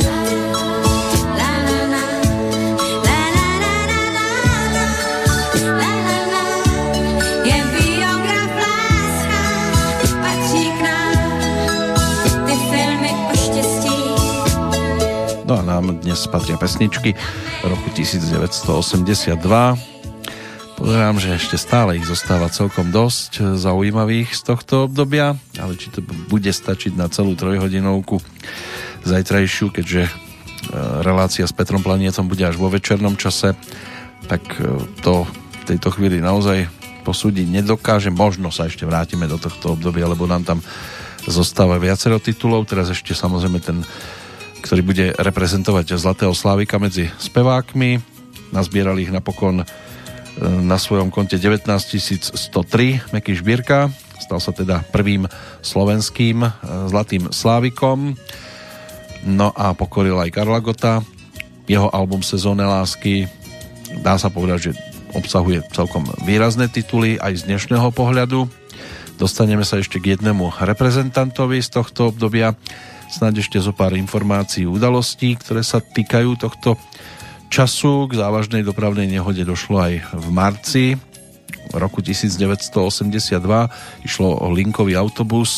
La la la, la la la la la, la la la, je biograf láska, patří k nám ty filmy o štěstí. No a nám dnes patria pesničky roku 1982. Pozerám, že ešte stále ich zostáva celkom dosť zaujímavých z tohto obdobia, ale či to bude stačiť na celú trojhodinovku zajtrajšiu, keďže relácia s Petrom Planietom bude až vo večernom čase, tak to v tejto chvíli naozaj posúdiť nedokáže. Možno sa ešte vrátime do tohto obdobia, lebo nám tam zostáva viacero titulov. Teraz ešte samozrejme ten, ktorý bude reprezentovať Zlatého Slávika medzi spevákmi. Nazbierali ich napokon na svojom konte 19 103 Meky Žbírka. Stal sa teda prvým slovenským Zlatým Slávikom. No a pokoril aj Karla Gotta. Jeho album Sezónne lásky, dá sa povedať, že obsahuje celkom výrazné tituly aj z dnešného pohľadu. Dostaneme sa ešte k jednému reprezentantovi z tohto obdobia. Snáď ešte zo pár informácií, udalostí, ktoré sa týkajú tohto času. K závažnej dopravnej nehode došlo aj v marci roku 1982. Išlo o linkový autobus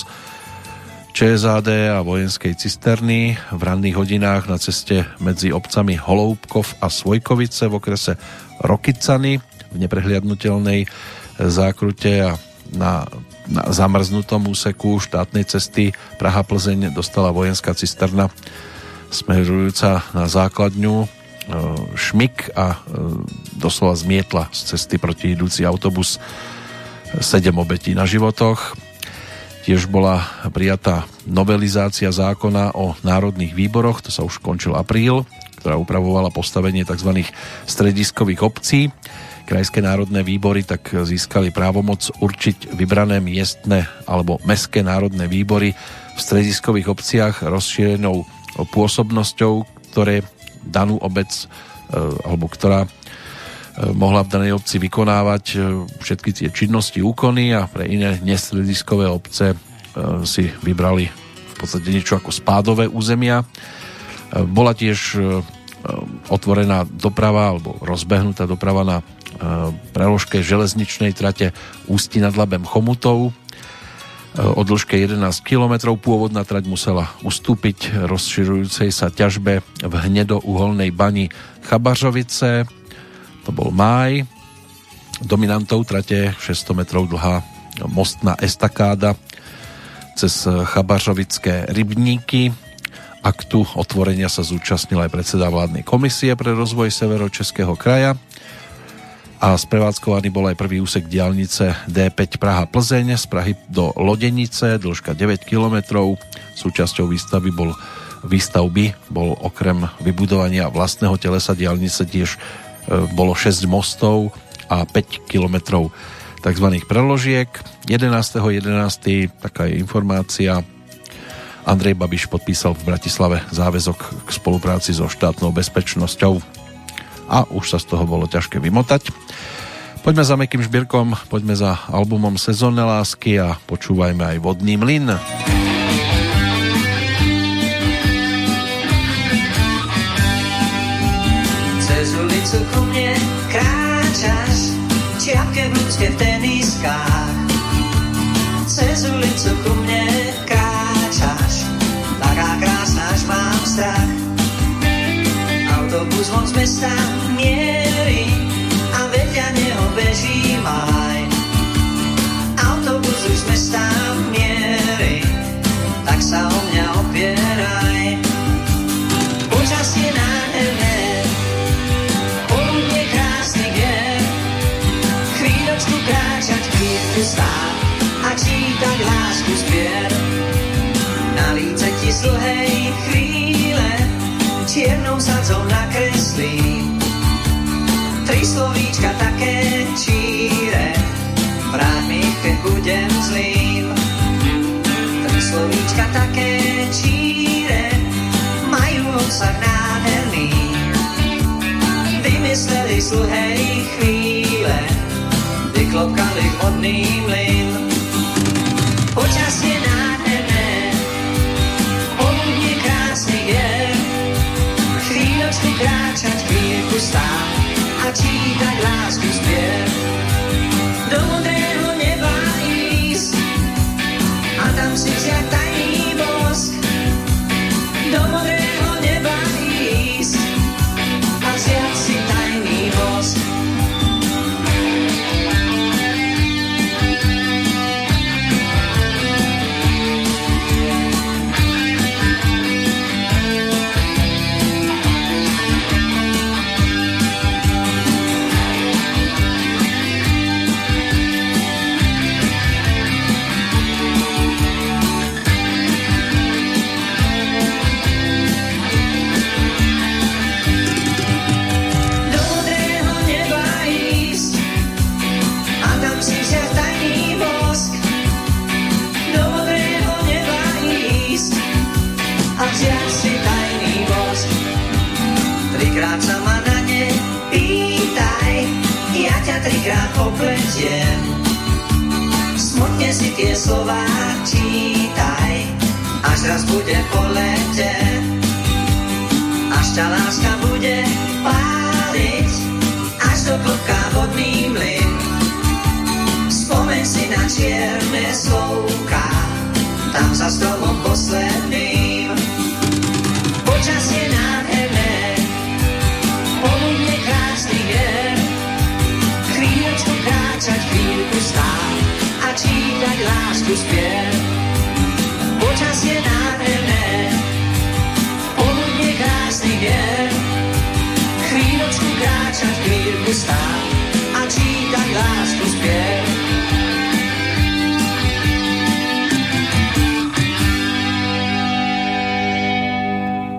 ČSAD a vojenskej cisterny v ranných hodinách na ceste medzi obcami Holoubkov a Svojkovice v okrese Rokycany v neprehliadnutelnej zákrute a na zamrznutom úseku štátnej cesty Praha-Plzeň dostala vojenská cisterna smerujúca na základňu šmik a doslova zmietla z cesty proti idúci autobus. 7 obetí na životoch. Tiež bola prijatá novelizácia zákona o národných výboroch, to sa už končil apríl, ktorá upravovala postavenie tzv. Strediskových obcí. Krajské národné výbory tak získali právomoc určiť vybrané miestne alebo mestské národné výbory v strediskových obciach rozšírenou pôsobnosťou, ktoré danú obec alebo ktorá mohla v danej obci vykonávať všetky tie činnosti, úkony, a pre iné nestrediskové obce si vybrali v podstate niečo ako spádové územia. Bola tiež otvorená doprava alebo rozbehnutá doprava na preložke železničnej trate Ústí nad Labem Chomutov o dĺžke 11 km. Pôvodná trať musela ustúpiť rozširujúcej sa ťažbe v hnedouholnej bani Chabařovice. To bol máj. Dominantou trate 600 metrov dlhá mostná estakáda cez Chabařovické rybníky. Aktu otvorenia sa zúčastnil aj predseda vládnej komisie pre rozvoj Severočeského kraja a sprevádzkovaný bol aj prvý úsek diaľnice D5 Praha-Plzeň z Prahy do Lodenice, dĺžka 9 km. Súčasťou výstavby bol okrem vybudovania vlastného telesa diaľnice tiež bolo 6 mostov a 5 kilometrov tzv. Preložiek. 11.11. taká je informácia. Andrej Babiš podpísal v Bratislave záväzok k spolupráci so štátnou bezpečnosťou a už sa z toho bolo ťažké vymotať. Poďme za mäkkým šbírkom, poďme za albumom Sezónne lásky a počúvajme aj Vodný mlyn. Cez ulicu ku mne kráčaš, čiapke v ľudské v teniskách. Cez ulicu ku mne kráčaš, taká krásna, až mám strach. Autobus von z mesta mierí a vedľa neho beží maj. Autobus už z mesta mierí, tak sa o mňa opieraj. Počasie nádherné, poludne krásny je, chvíľočku kráčať, chvíľku stáť a čítať lásku zbier. Na líce ti z dlhej chvíle čiernou sadzou nakreslím 3 slovíčka také číre, vráť mi ich, keď budem zlým. 3 slovíčka také číre, majú obsah nádherný, vymysleli z dlhej chvíle, vyklopkali vodný mlyn. Počasie nádherné, poludne krásny je, chvíľočku kráčať, chvíľku stáť a čítať lásku zbier. Do modrého neba ísť a tam si vziať tajný bosk. Do modrého neba ísť a vziať si tajný bosk. Trikrát sa ma na ne pýtaj, ja ťa trikrát opletiem. Smutne si tie slová čítaj, až raz bude po lete. Až ťa láska bude páliť, až do klopka vodný mlyn. Spomeň si na čierne slovká, tam za stromom posledným. Počasie nádherné, poludne krásny je, chvíľočku kráčať, chvíľku stáť a čítať lásku spier. Počasie nádherné, poludne krásny je, chvíľočku kráčať, chvíľku stáť a čítať lásku spier.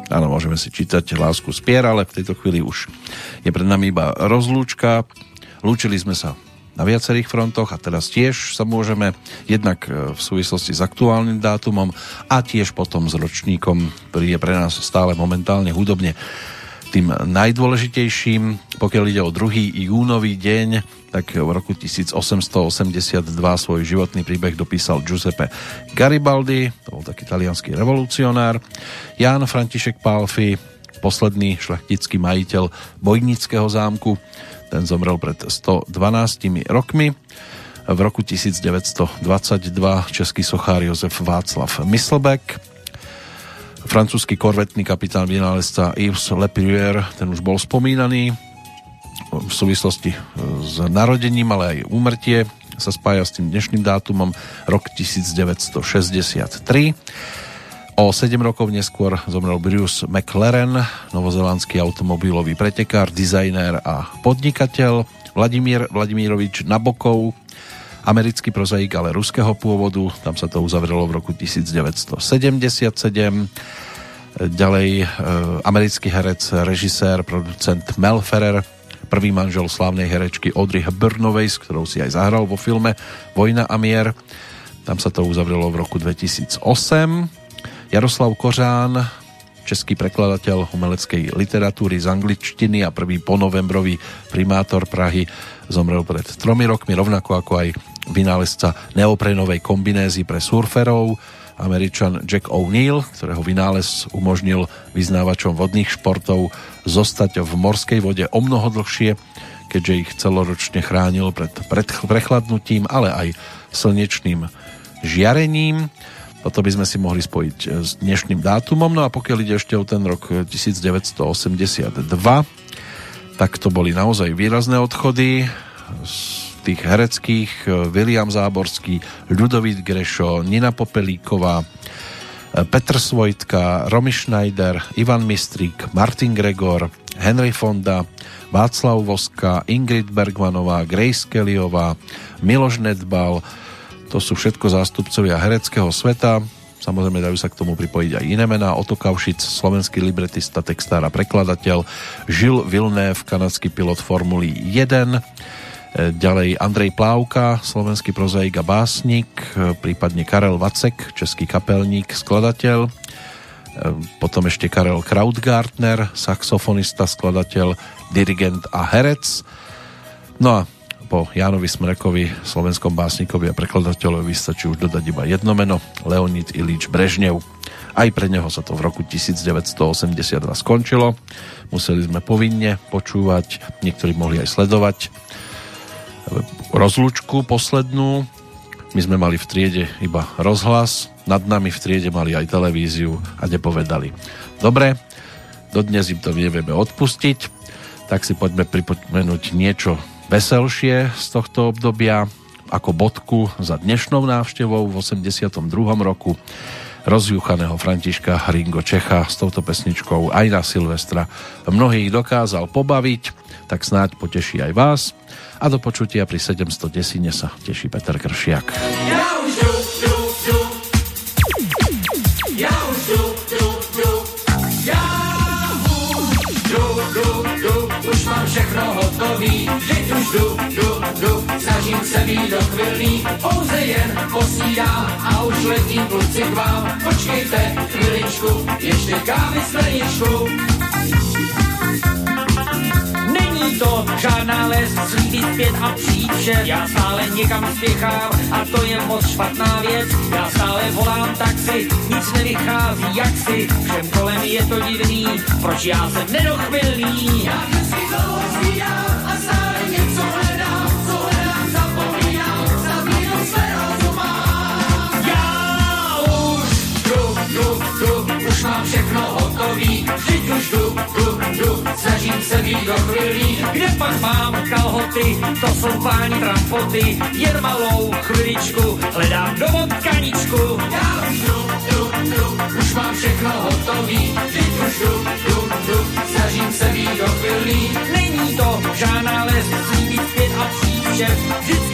Áno, môžeme si čítať Lásku z pier, ale v tejto chvíli už je pred nami iba rozlúčka. Lúčili sme sa na viacerých frontoch a teraz tiež sa môžeme jednak v súvislosti s aktuálnym dátumom a tiež potom s ročníkom, ktorý je pre nás stále momentálne hudobne tým najdôležitejším. Pokiaľ ide o 2. júnový deň, tak v roku 1882 svoj životný príbeh dopísal Giuseppe Garibaldi, to bol taký taliansky revolucionár. Ján František Pálffy, posledný šľachtický majiteľ Bojnického zámku, ten zomrel pred 112 rokmi. V roku 1922 český sochár Josef Václav Myslbek. Francúzsky korvetný kapitán vynálezca Yves Le Prieur, ten už bol spomínaný v súvislosti s narodením, ale aj úmrtie sa spája s tým dnešným dátumom, rok 1963. O 7 rokov neskôr zomrel Bruce McLaren, novozélandský automobilový pretekár, dizajnér a podnikateľ. Vladimír Vladimírovič Nabokov, americký prozaik, ale ruského pôvodu, tam sa to uzavrelo v roku 1977. Ďalej americký herec, režisér, producent Mel Ferrer, prvý manžel slávnej herečky Audrey Hepburnovej, s ktorou si aj zahral vo filme Vojna a mier. Tam sa to uzavrelo v roku 2008. Jaroslav Kořán, český prekladateľ umeleckej literatúry z angličtiny a prvý ponovembrový primátor Prahy, zomrel pred 3 rokmi, rovnako ako aj vynálezca neoprenovej kombinézy pre surferov, Američan Jack O'Neill, ktorého vynález umožnil vyznávačom vodných športov zostať v morskej vode o mnoho dlhšie, keďže ich celoročne chránil pred prechladnutím, ale aj slnečným žiarením. Toto by sme si mohli spojiť s dnešným dátumom. No a pokiaľ ide ešte o ten rok 1982, tak to boli naozaj výrazné odchody z tých hereckých. William Záborský, Ľudovít Grešo, Nina Popelíková, Petr Svojtka, Romy Schneider, Ivan Mistrík, Martin Gregor, Henry Fonda, Václav Voska, Ingrid Bergmanová, Grace Kellyová, Miloš Nedbal. To sú všetko zástupcovia hereckého sveta. Samozrejme dajú sa k tomu pripojiť aj iné mená. Otto Kaušic, slovenský libretista, textár a prekladateľ, Gilles Villeneuve, kanadský pilot Formuly 1, ďalej Andrej Plávka, slovenský prozaik a básnik, prípadne Karel Vacek, český kapelník, skladateľ, potom ešte Karel Krautgartner, saxofonista, skladateľ, dirigent a herec. No a po Jánovi Smrekovi, slovenskom básnikovi a prekladateľovi, stačí už dodať iba jedno meno, Leonid Ilíč Brežnev. Aj pre neho sa to v roku 1982 skončilo. Museli sme povinne počúvať, niektorí mohli aj sledovať rozlúčku poslednú. My sme mali v triede iba rozhlas, nad nami v triede mali aj televíziu a nepovedali: dobre, dodnes im to nevieme odpustiť, tak si poďme pripomenúť niečo veselšie z tohto obdobia. Ako bodku za dnešnou návštevou v 82. roku rozjuchaného Františka Ringo Čecha s touto pesničkou aj na Silvestra mnohých dokázal pobaviť, tak snáď poteší aj vás. A do počutia pri 710 sa teší Peter Kršiak. Ja už už mám všechno hotový, vždyť už jdu, snažím se být dochvilný, pouze jen posídám a už letím kluci k vám. Počkejte chviličku, ještě kávy skleničku. Není to žádná les, slíbit zpět a přijít vše. Já stále někam spěchám a to je moc špatná věc. Já stále volám taxi, nic nevychází jaksi. Všem kolem je to divný, proč já jsem nedochvilný. Já vždycky dlouho svídám a stále něco hledám, co hledám zapomínám, snad minul své rozumám. Já už jdu, už mám všechno hotový, vždyť už jdu, snažím se být dochvilný. Kde pak mám kalhoty, to jsou páni trampoty, jen malou chviličku, hledám domov kaničku. Já už jdu, už mám všechno hotový, vždyť už jdu, snažím se být dochvilný. Není to žádná les, slíbit zpět a přijít vše, vždyť